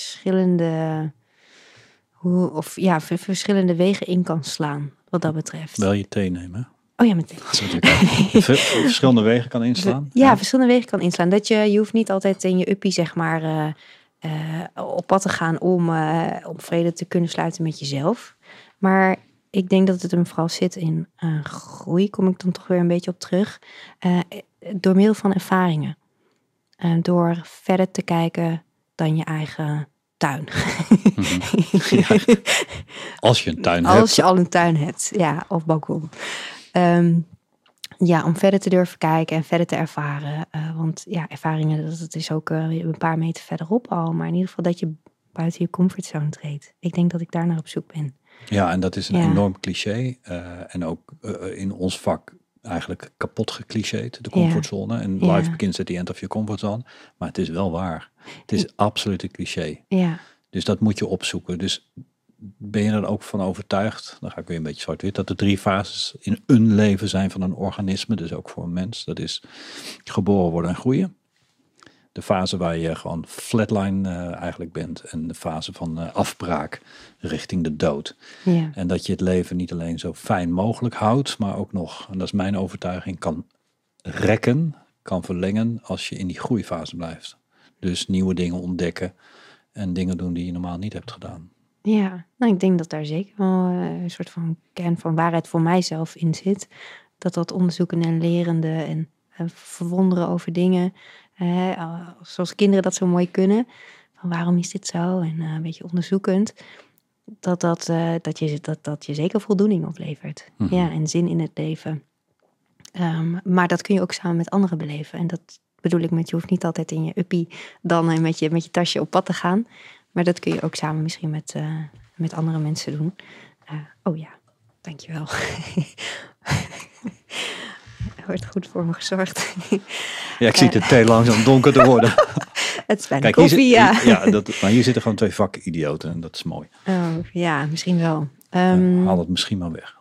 verschillende wegen in kan slaan, wat dat betreft. Wel je thee nemen. Oh ja, meteen. Verschillende wegen kan inslaan. Ja, verschillende wegen kan inslaan. Dat je hoeft niet altijd in je uppie, zeg maar, op pad te gaan om vrede te kunnen sluiten met jezelf. Maar ik denk dat het hem vooral zit in groei, kom ik dan toch weer een beetje op terug. Door middel van ervaringen. Door verder te kijken dan je eigen tuin. Ja. Als je een tuin hebt. Als je al een tuin hebt, ja, of balkon. Om verder te durven kijken en verder te ervaren. Want ja, ervaringen, dat is ook een paar meter verderop al. Maar in ieder geval dat je buiten je comfortzone treedt. Ik denk dat ik daar naar op zoek ben. Ja, en dat is een enorm cliché. En ook in ons vak eigenlijk kapot geclichéd, de comfortzone. En life begins at the end of your comfortzone. Maar het is wel waar. Het is absoluut een cliché. Ja. Dus dat moet je opzoeken. Dus ben je er ook van overtuigd, dan ga ik weer een beetje zwart-wit, dat er 3 fases in een leven zijn van een organisme, dus ook voor een mens. Dat is geboren worden en groeien. De fase waar je gewoon flatline eigenlijk bent. En de fase van afbraak richting de dood. Ja. En dat je het leven niet alleen zo fijn mogelijk houdt, maar ook nog, en dat is mijn overtuiging, kan rekken, kan verlengen als je in die groeifase blijft. Dus nieuwe dingen ontdekken en dingen doen die je normaal niet hebt gedaan. Ja, nou ik denk dat daar zeker wel een soort van kern van waarheid voor mijzelf in zit. Dat onderzoeken en lerende en verwonderen over dingen, zoals kinderen dat zo mooi kunnen. Van waarom is dit zo? En een beetje onderzoekend. Dat je zeker voldoening oplevert. Mm-hmm. Ja, en zin in het leven. Maar dat kun je ook samen met anderen beleven. En dat bedoel ik met, je hoeft niet altijd in je uppie dan met je tasje op pad te gaan. Maar dat kun je ook samen misschien met andere mensen doen. Oh ja, dankjewel. Er wordt goed voor me gezorgd. Ja, ik zie de thee langzaam donkerder worden. Het is bijna koffie, maar hier zitten gewoon 2 vakidioten en dat is mooi. Oh, ja, misschien wel. Haal het misschien maar weg.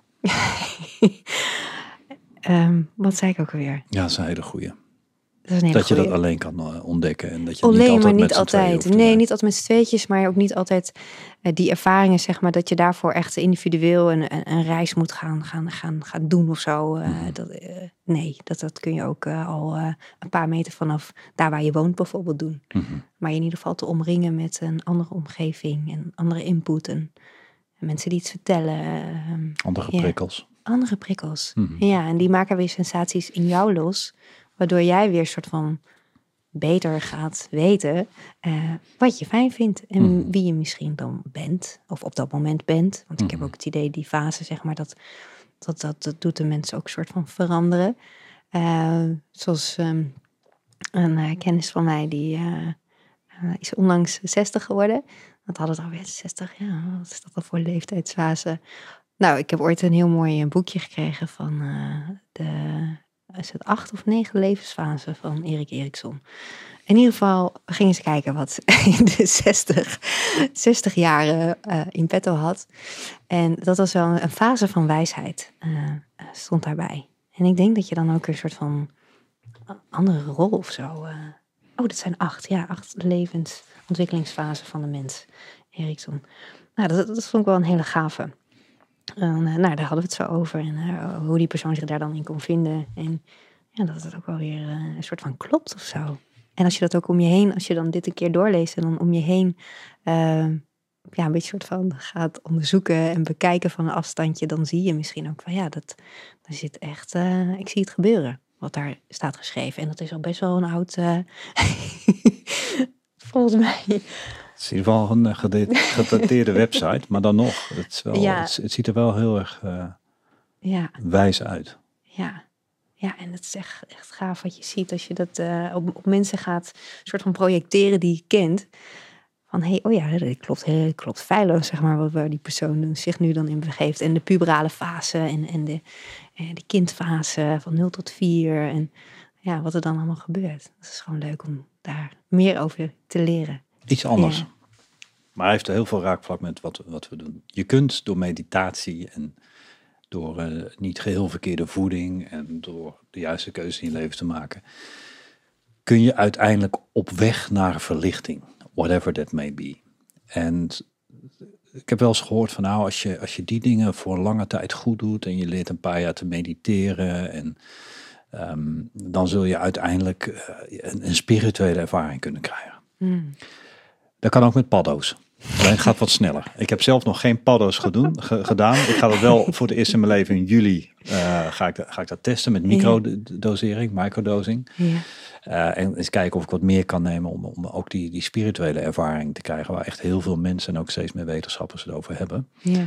Wat zei ik ook alweer? Ja, dat is een hele goeie. Dat je dat alleen kan ontdekken. En dat je alleen, niet altijd maar niet met altijd. Nee, niet altijd met z'n tweetjes, maar ook niet altijd die ervaringen, zeg maar, dat je daarvoor echt individueel een reis moet gaan doen of zo. Dat kun je ook al een paar meter vanaf daar waar je woont bijvoorbeeld doen. Mm-hmm. Maar in ieder geval te omringen met een andere omgeving en andere input en mensen die iets vertellen. Andere prikkels. Andere prikkels. Mm-hmm. Ja, en die maken weer sensaties in jou los. Waardoor jij weer een soort van beter gaat weten wat je fijn vindt. En wie je misschien dan bent. Of op dat moment bent. Want ik heb ook het idee, die fase, zeg maar, dat doet de mensen ook een soort van veranderen. Zoals een kennis van mij, die is onlangs 60 geworden. Dat hadden we alweer 60, ja. Wat is dat al voor leeftijdsfase? Nou, ik heb ooit een heel mooi boekje gekregen van is het 8 of 9 levensfase van Erik Erikson. In ieder geval gingen ze kijken wat in de 60 jaren in petto had. En dat was wel een fase van wijsheid, stond daarbij. En ik denk dat je dan ook een soort van andere rol of zo. Dat zijn 8 levensontwikkelingsfasen van de mens, Erikson. Nou, dat vond ik wel een hele gave. Daar hadden we het zo over. En hoe die persoon zich daar dan in kon vinden. En ja, dat het ook wel weer een soort van klopt of zo. En als je dat ook om je heen, als je dan dit een keer doorleest en dan om je heen een beetje soort van gaat onderzoeken en bekijken van een afstandje, dan zie je misschien ook van daar zit echt, ik zie het gebeuren, wat daar staat geschreven. En dat is al best wel een oud, volgens mij. Het is in ieder geval een gedateerde website, maar dan nog. Het ziet er wel heel erg wijs uit. Ja, en het is echt gaaf wat je ziet als je dat op mensen gaat soort van projecteren die je kent. Van, dat klopt feilloos, zeg maar, waar die persoon zich nu dan in begeeft. En de puberale fase en de kindfase van 0 tot 4. En ja, wat er dan allemaal gebeurt. Dat is gewoon leuk om daar meer over te leren. Iets anders. Ja. Maar hij heeft heel veel raakvlak met wat we doen. Je kunt door meditatie en door niet geheel verkeerde voeding en door de juiste keuze in je leven te maken, kun je uiteindelijk op weg naar verlichting. Whatever that may be. En ik heb wel eens gehoord van als je die dingen voor een lange tijd goed doet en je leert een paar jaar te mediteren en dan zul je uiteindelijk een spirituele ervaring kunnen krijgen. Dat kan ook met paddo's. Alleen het gaat wat sneller. Ik heb zelf nog geen paddo's gedaan. Ik ga dat wel voor het eerst in mijn leven in juli ga ik dat testen met microdosing. Ja. En eens kijken of ik wat meer kan nemen om ook die spirituele ervaring te krijgen, waar echt heel veel mensen en ook steeds meer wetenschappers het over hebben. Ja.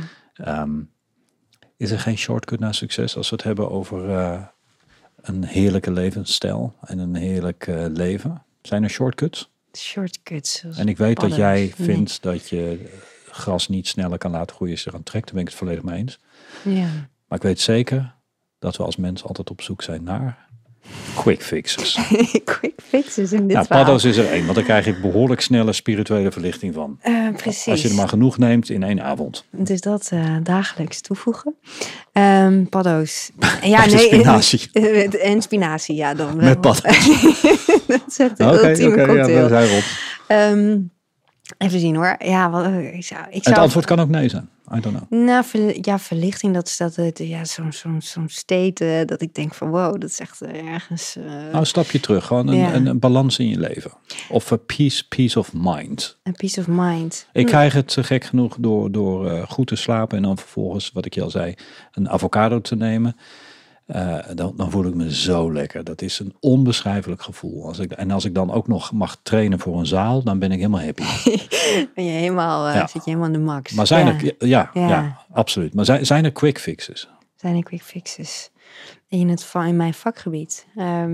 Is er geen shortcut naar succes als we het hebben over een heerlijke levensstijl en een heerlijk leven? Zijn er shortcuts? Shortcuts. En ik weet paddo's. dat jij vindt dat je gras niet sneller kan laten groeien als je eraan trekt. Daar ben ik het volledig mee eens. Ja. Maar ik weet zeker dat we als mensen altijd op zoek zijn naar quick fixes. Quick fixes in dit Nou, verhaal. paddo's is er één, want daar krijg ik behoorlijk snelle spirituele verlichting van. Precies. Als je er maar genoeg neemt in 1 avond. Dus dat dagelijks toevoegen. Paddo's. Ja, Met spinazie. En spinazie, ja, dan wel. Met paddo's. Dat is het Oké, ultieme ja, cocktail. we zijn rond. Even zien hoor. Ja, ik zou Het antwoord kan ook nee zijn. I don't know. Nou, verlichting, dat is zo'n state dat ik denk van wow, dat is echt ergens... Nou, een stapje terug. Gewoon een balans in je leven. Of a peace of mind. Een peace of mind. Ik krijg het gek genoeg door goed te slapen en dan vervolgens, wat ik je al zei, een avocado te nemen. Dan voel ik me zo lekker. Dat is een onbeschrijfelijk gevoel. Als ik dan ook nog mag trainen voor een zaal, dan ben ik helemaal happy. Ben je helemaal, zit je helemaal in de max. Maar zijn er, ja, absoluut. Maar zijn er quick fixes? Zijn er quick fixes? In mijn vakgebied?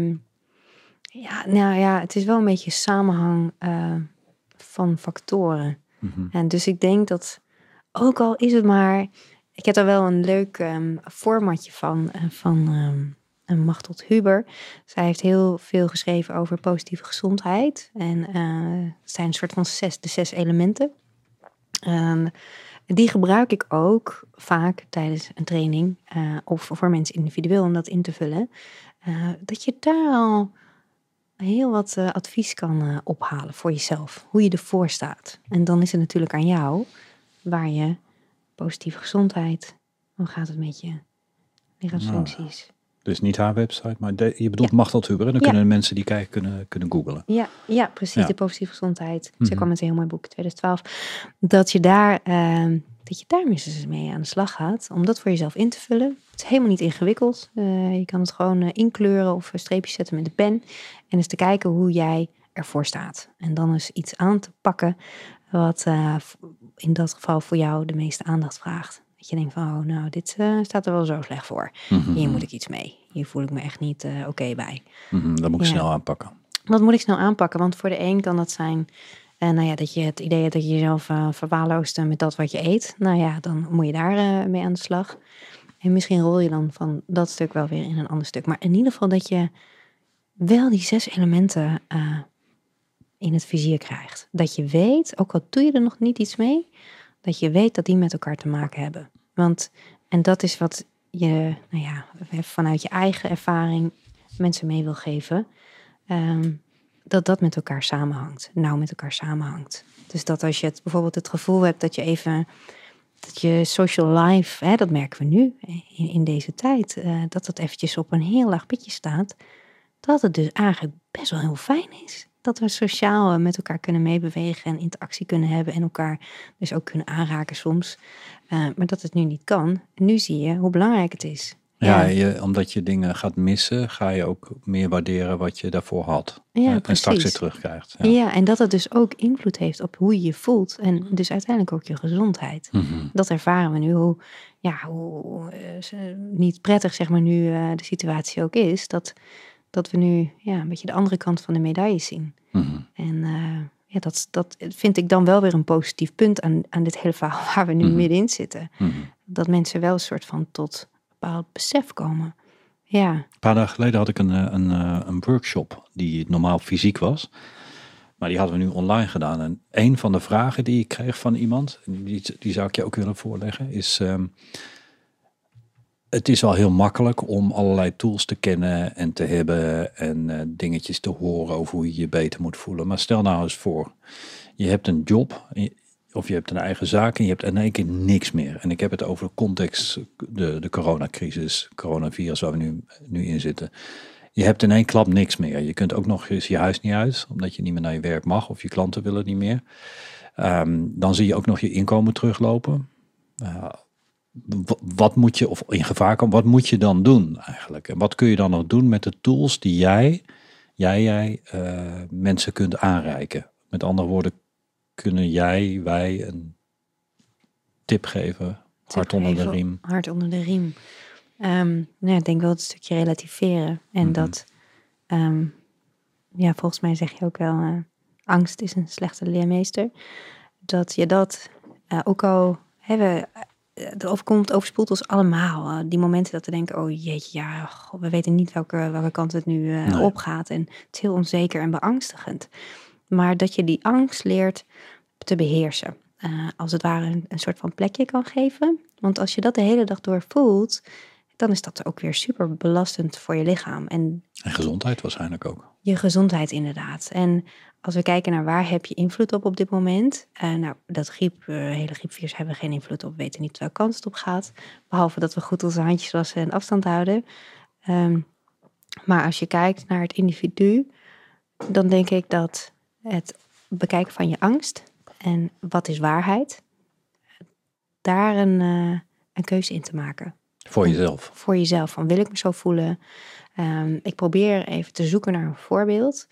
Het is wel een beetje samenhang van factoren. Mm-hmm. En dus ik denk dat, ook al is het maar... Ik heb daar wel een leuk formatje van Machteld Huber. Zij heeft heel veel geschreven over positieve gezondheid. En het zijn een soort van de 6 elementen. Die gebruik ik ook vaak tijdens een training of voor mensen individueel om dat in te vullen. Dat je daar al heel wat advies kan ophalen voor jezelf. Hoe je ervoor staat. En dan is het natuurlijk aan jou waar je positieve gezondheid, hoe gaat het met je lichaamsfuncties? Dus niet haar website, maar je bedoelt Machteld Huber. En dan kunnen de mensen die kijken kunnen googlen. Ja, precies. Ja. De positieve gezondheid. Mm-hmm. Ze kwam met een heel mooi boek, 2012. Dat je daar minstens mee aan de slag gaat. Om dat voor jezelf in te vullen. Het is helemaal niet ingewikkeld. Je kan het gewoon inkleuren of streepjes zetten met de pen. En eens te kijken hoe jij ervoor staat. En dan is iets aan te pakken wat in dat geval voor jou de meeste aandacht vraagt. Dat je denkt van, dit staat er wel zo slecht voor. Mm-hmm. Hier moet ik iets mee. Hier voel ik me echt niet oké bij. Mm-hmm, dat moet ik snel aanpakken. Dat moet ik snel aanpakken, want voor de een kan dat zijn... dat je het idee hebt dat je jezelf verwaarloost met dat wat je eet. Dan moet je daar mee aan de slag. En misschien rol je dan van dat stuk wel weer in een ander stuk. Maar in ieder geval dat je wel die 6 elementen in het vizier krijgt. Dat je weet, ook al doe je er nog niet iets mee, dat je weet dat die met elkaar te maken hebben. En dat is wat je vanuit je eigen ervaring mensen mee wil geven. Dat met elkaar samenhangt. Nou met elkaar samenhangt. Dus dat als je bijvoorbeeld het gevoel hebt dat je social life, dat merken we nu in deze tijd, dat eventjes op een heel laag pitje staat, dat het dus eigenlijk best wel heel fijn is. Dat we sociaal met elkaar kunnen meebewegen en interactie kunnen hebben en elkaar dus ook kunnen aanraken soms. Maar dat het nu niet kan. En nu zie je hoe belangrijk het is. Omdat je dingen gaat missen, ga je ook meer waarderen wat je daarvoor had. Ja, en straks weer terugkrijgt. Ja, en dat het dus ook invloed heeft op hoe je je voelt. En dus uiteindelijk ook je gezondheid. Mm-hmm. Dat ervaren we nu, hoe niet prettig zeg maar nu de situatie ook is. Dat we nu een beetje de andere kant van de medaille zien. Mm-hmm. En dat vind ik dan wel weer een positief punt aan dit hele verhaal waar we nu middenin zitten. Mm-hmm. Dat mensen wel een soort van tot een bepaald besef komen. Ja. Een paar dagen geleden had ik een workshop die normaal fysiek was. Maar die hadden we nu online gedaan. En een van de vragen die ik kreeg van iemand, die zou ik je ook willen voorleggen, is... het is al heel makkelijk om allerlei tools te kennen en te hebben en dingetjes te horen over hoe je je beter moet voelen. Maar stel nou eens voor, je hebt een job of je hebt een eigen zaak en je hebt in één keer niks meer. En ik heb het over de context, de coronacrisis, coronavirus waar we nu in zitten. Je hebt in één klap niks meer. Je kunt ook nog eens je huis niet uit, omdat je niet meer naar je werk mag of je klanten willen niet meer. Dan zie je ook nog je inkomen teruglopen. Wat moet je, of in gevaar komen, wat moet je dan doen eigenlijk? En wat kun je dan nog doen met de tools die jij mensen kunt aanreiken? Met andere woorden, kunnen wij een tip geven? Hart onder de riem. Hart onder de riem. Ik denk wel het stukje relativeren. En dat, volgens mij zeg je ook wel, angst is een slechte leermeester. Dat je dat, ook al hebben... Het overspoelt ons allemaal. Die momenten dat we denken, oh jeetje, we weten niet welke kant het nu opgaat. En het is heel onzeker en beangstigend. Maar dat je die angst leert te beheersen. Als het ware een soort van plekje kan geven. Want als je dat de hele dag door voelt, dan is dat ook weer super belastend voor je lichaam. En gezondheid waarschijnlijk ook. Je gezondheid inderdaad. En als we kijken naar waar heb je invloed op dit moment. Dat hele griepvirus hebben we geen invloed op. We weten niet welke kant het op gaat. Behalve dat we goed onze handjes wassen en afstand houden. Maar als je kijkt naar het individu, dan denk ik dat het bekijken van je angst en wat is waarheid, daar een keuze in te maken. Voor jezelf? Voor jezelf. Van wil ik me zo voelen? Ik probeer even te zoeken naar een voorbeeld.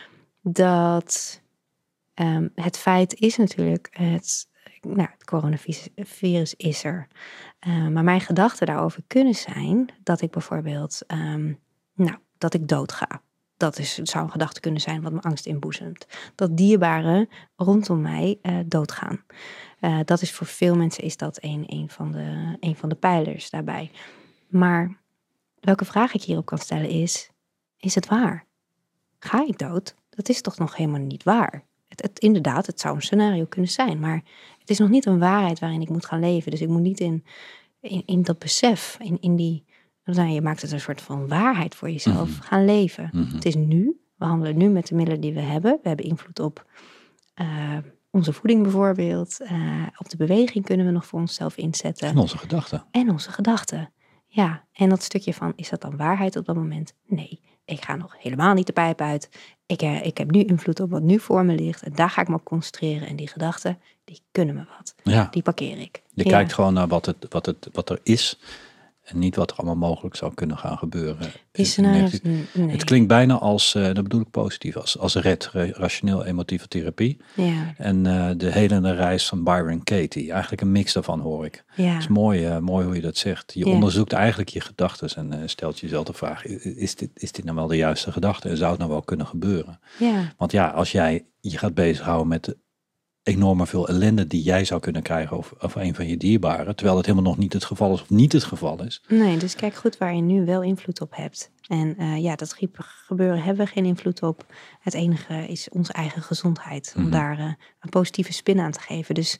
Dat het feit is natuurlijk, het coronavirus is er. Maar mijn gedachten daarover kunnen zijn dat ik bijvoorbeeld, dat ik doodga. Dat zou een gedachte kunnen zijn wat mijn angst inboezemt. Dat dierbaren rondom mij doodgaan. Dat is voor veel mensen is dat een van de pijlers daarbij. Maar welke vraag ik hierop kan stellen is het waar? Ga ik dood? Dat is toch nog helemaal niet waar? Inderdaad, het zou een scenario kunnen zijn. Maar het is nog niet een waarheid waarin ik moet gaan leven. Dus ik moet niet in dat besef, in die... je maakt het een soort van waarheid voor jezelf gaan leven. Mm-hmm. Het is nu. We handelen nu met de middelen die we hebben. We hebben invloed op onze voeding bijvoorbeeld. Op de beweging kunnen we nog voor onszelf inzetten. En onze gedachten. Ja, en dat stukje van, is dat dan waarheid op dat moment? Nee, ik ga nog helemaal niet de pijp uit. Ik heb nu invloed op wat nu voor me ligt. En daar ga ik me op concentreren. En die gedachten, die kunnen me wat. Ja. Die parkeer ik. Je kijkt gewoon naar wat er is. En niet wat er allemaal mogelijk zou kunnen gaan gebeuren. Nee. Het klinkt bijna als, dat bedoel ik positief, als rationeel-emotieve therapie. Ja. En de helende reis van Byron Katie. Eigenlijk een mix daarvan hoor ik. Ja. Het is mooi hoe je dat zegt. Je onderzoekt eigenlijk je gedachten en stelt jezelf de vraag, is dit nou wel de juiste gedachte? En zou het nou wel kunnen gebeuren? Ja. Want als jij je gaat bezighouden met de enorme veel ellende die jij zou kunnen krijgen of een van je dierbaren, terwijl het helemaal nog niet het geval is of niet het geval is. Nee, dus kijk goed waar je nu wel invloed op hebt. En dat griepgebeuren hebben we geen invloed op. Het enige is onze eigen gezondheid, om daar een positieve spin aan te geven. Dus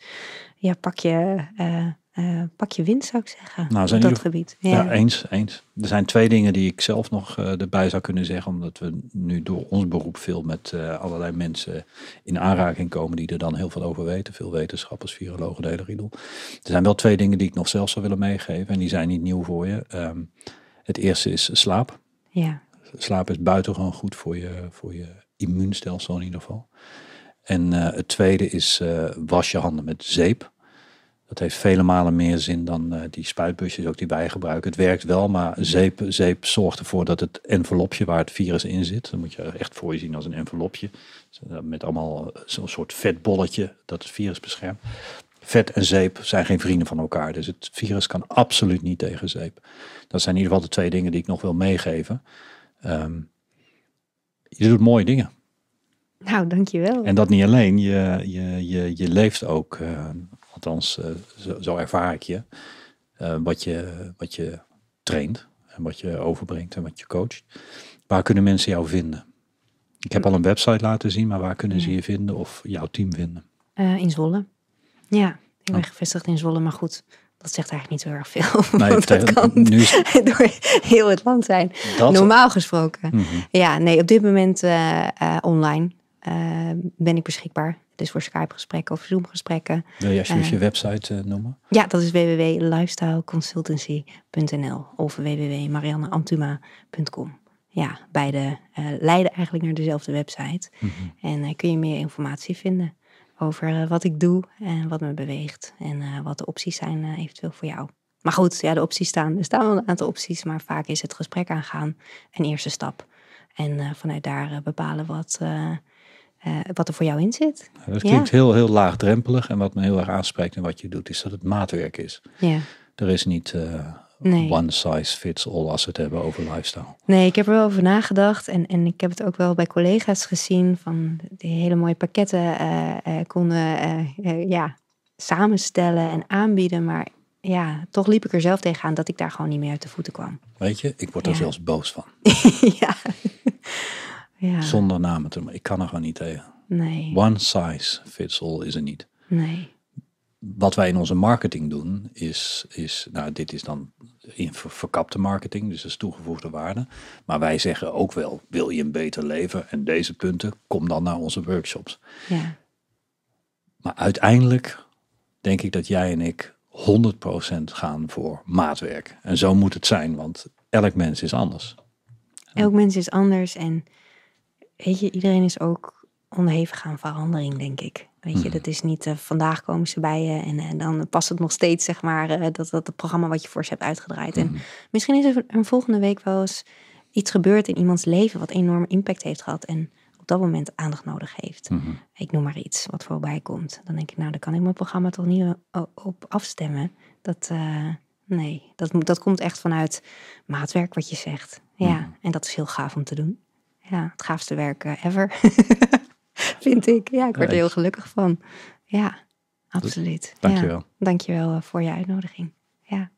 pak je winst, zou ik zeggen, op dat gebied. Ja, eens. Er zijn 2 dingen die ik zelf nog erbij zou kunnen zeggen, omdat we nu door ons beroep veel met allerlei mensen in aanraking komen die er dan heel veel over weten. Veel wetenschappers, virologen, de hele riedel. Er zijn wel 2 dingen die ik nog zelf zou willen meegeven en die zijn niet nieuw voor je. Het eerste is slaap. Ja. Slaap is buitengewoon goed voor je immuunstelsel in ieder geval. En het tweede is was je handen met zeep. Dat heeft vele malen meer zin dan die spuitbusjes ook die wij gebruiken. Het werkt wel, maar zeep zorgt ervoor dat het envelopje waar het virus in zit, dat moet je echt voor je zien als een envelopje, met allemaal zo'n soort vetbolletje dat het virus beschermt. Vet en zeep zijn geen vrienden van elkaar, dus het virus kan absoluut niet tegen zeep. Dat zijn in ieder geval de 2 dingen die ik nog wil meegeven. Je doet mooie dingen. Nou, dankjewel. En dat niet alleen, je leeft ook, althans zo ervaar ik je, wat je traint en wat je overbrengt en wat je coacht. Waar kunnen mensen jou vinden? Ik heb al een website laten zien, maar waar kunnen ze je vinden of jouw team vinden? In Zwolle. Ja, ik ben gevestigd in Zwolle, maar goed, dat zegt eigenlijk niet zo erg veel. Nee, dat kan nu door heel het land zijn. Normaal gesproken. Mm-hmm. Ja, nee, op dit moment online ben ik beschikbaar. Dus voor Skype-gesprekken of Zoom-gesprekken. Wil je alsjeblieft je website noemen? Ja, dat is www.lifestyleconsultancy.nl of www.marianneantuma.com. Ja, beide leiden eigenlijk naar dezelfde website. Mm-hmm. En kun je meer informatie vinden over wat ik doe en wat me beweegt. En wat de opties zijn eventueel voor jou. Maar goed, ja, de opties er staan wel een aantal opties. Maar vaak is het gesprek aangaan een eerste stap. En vanuit daar bepalen wat er voor jou in zit. Dat klinkt heel laagdrempelig. En wat me heel erg aanspreekt in wat je doet, is dat het maatwerk is. Ja. Er is niet one size fits all als we het hebben over lifestyle. Nee, ik heb er wel over nagedacht. En ik heb het ook wel bij collega's gezien. Van die hele mooie pakketten konden samenstellen en aanbieden. Maar ja, toch liep ik er zelf tegenaan dat ik daar gewoon niet meer uit de voeten kwam. Weet je, ik word er zelfs boos van. Ja. Ja. Zonder namen te noemen. Ik kan er gewoon niet tegen. Nee. One size fits all is er niet. Nee. Wat wij in onze marketing doen is dit is dan in verkapte marketing, dus dat is toegevoegde waarde. Maar wij zeggen ook wel, wil je een beter leven en deze punten, kom dan naar onze workshops. Ja. Maar uiteindelijk denk ik dat jij en ik 100% gaan voor maatwerk. En zo moet het zijn, want elk mens is anders. Elk mens is anders en weet je, iedereen is ook onderhevig aan verandering, denk ik. Weet je, dat is niet vandaag komen ze bij je en dan past het nog steeds, zeg maar, dat het programma wat je voor ze hebt uitgedraaid. En misschien is er een volgende week wel eens iets gebeurd in iemands leven wat enorme impact heeft gehad en op dat moment aandacht nodig heeft. Mm-hmm. Ik noem maar iets wat voorbij komt. Dan denk ik, nou, dan kan ik mijn programma toch niet op afstemmen. Dat komt echt vanuit maatwerk wat je zegt. Ja, en dat is heel gaaf om te doen. Ja, het gaafste werk ever. Vind ik. Ja, ik word er heel gelukkig van. Ja, absoluut. Dankjewel. Ja, dankjewel voor je uitnodiging. Ja.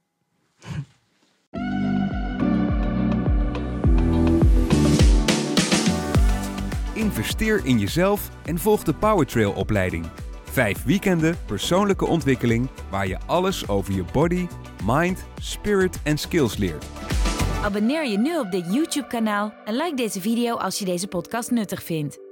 Investeer in jezelf en volg de Powertrail opleiding. 5 weekenden persoonlijke ontwikkeling waar je alles over je body, mind, spirit en skills leert. Abonneer je nu op dit YouTube-kanaal en like deze video als je deze podcast nuttig vindt.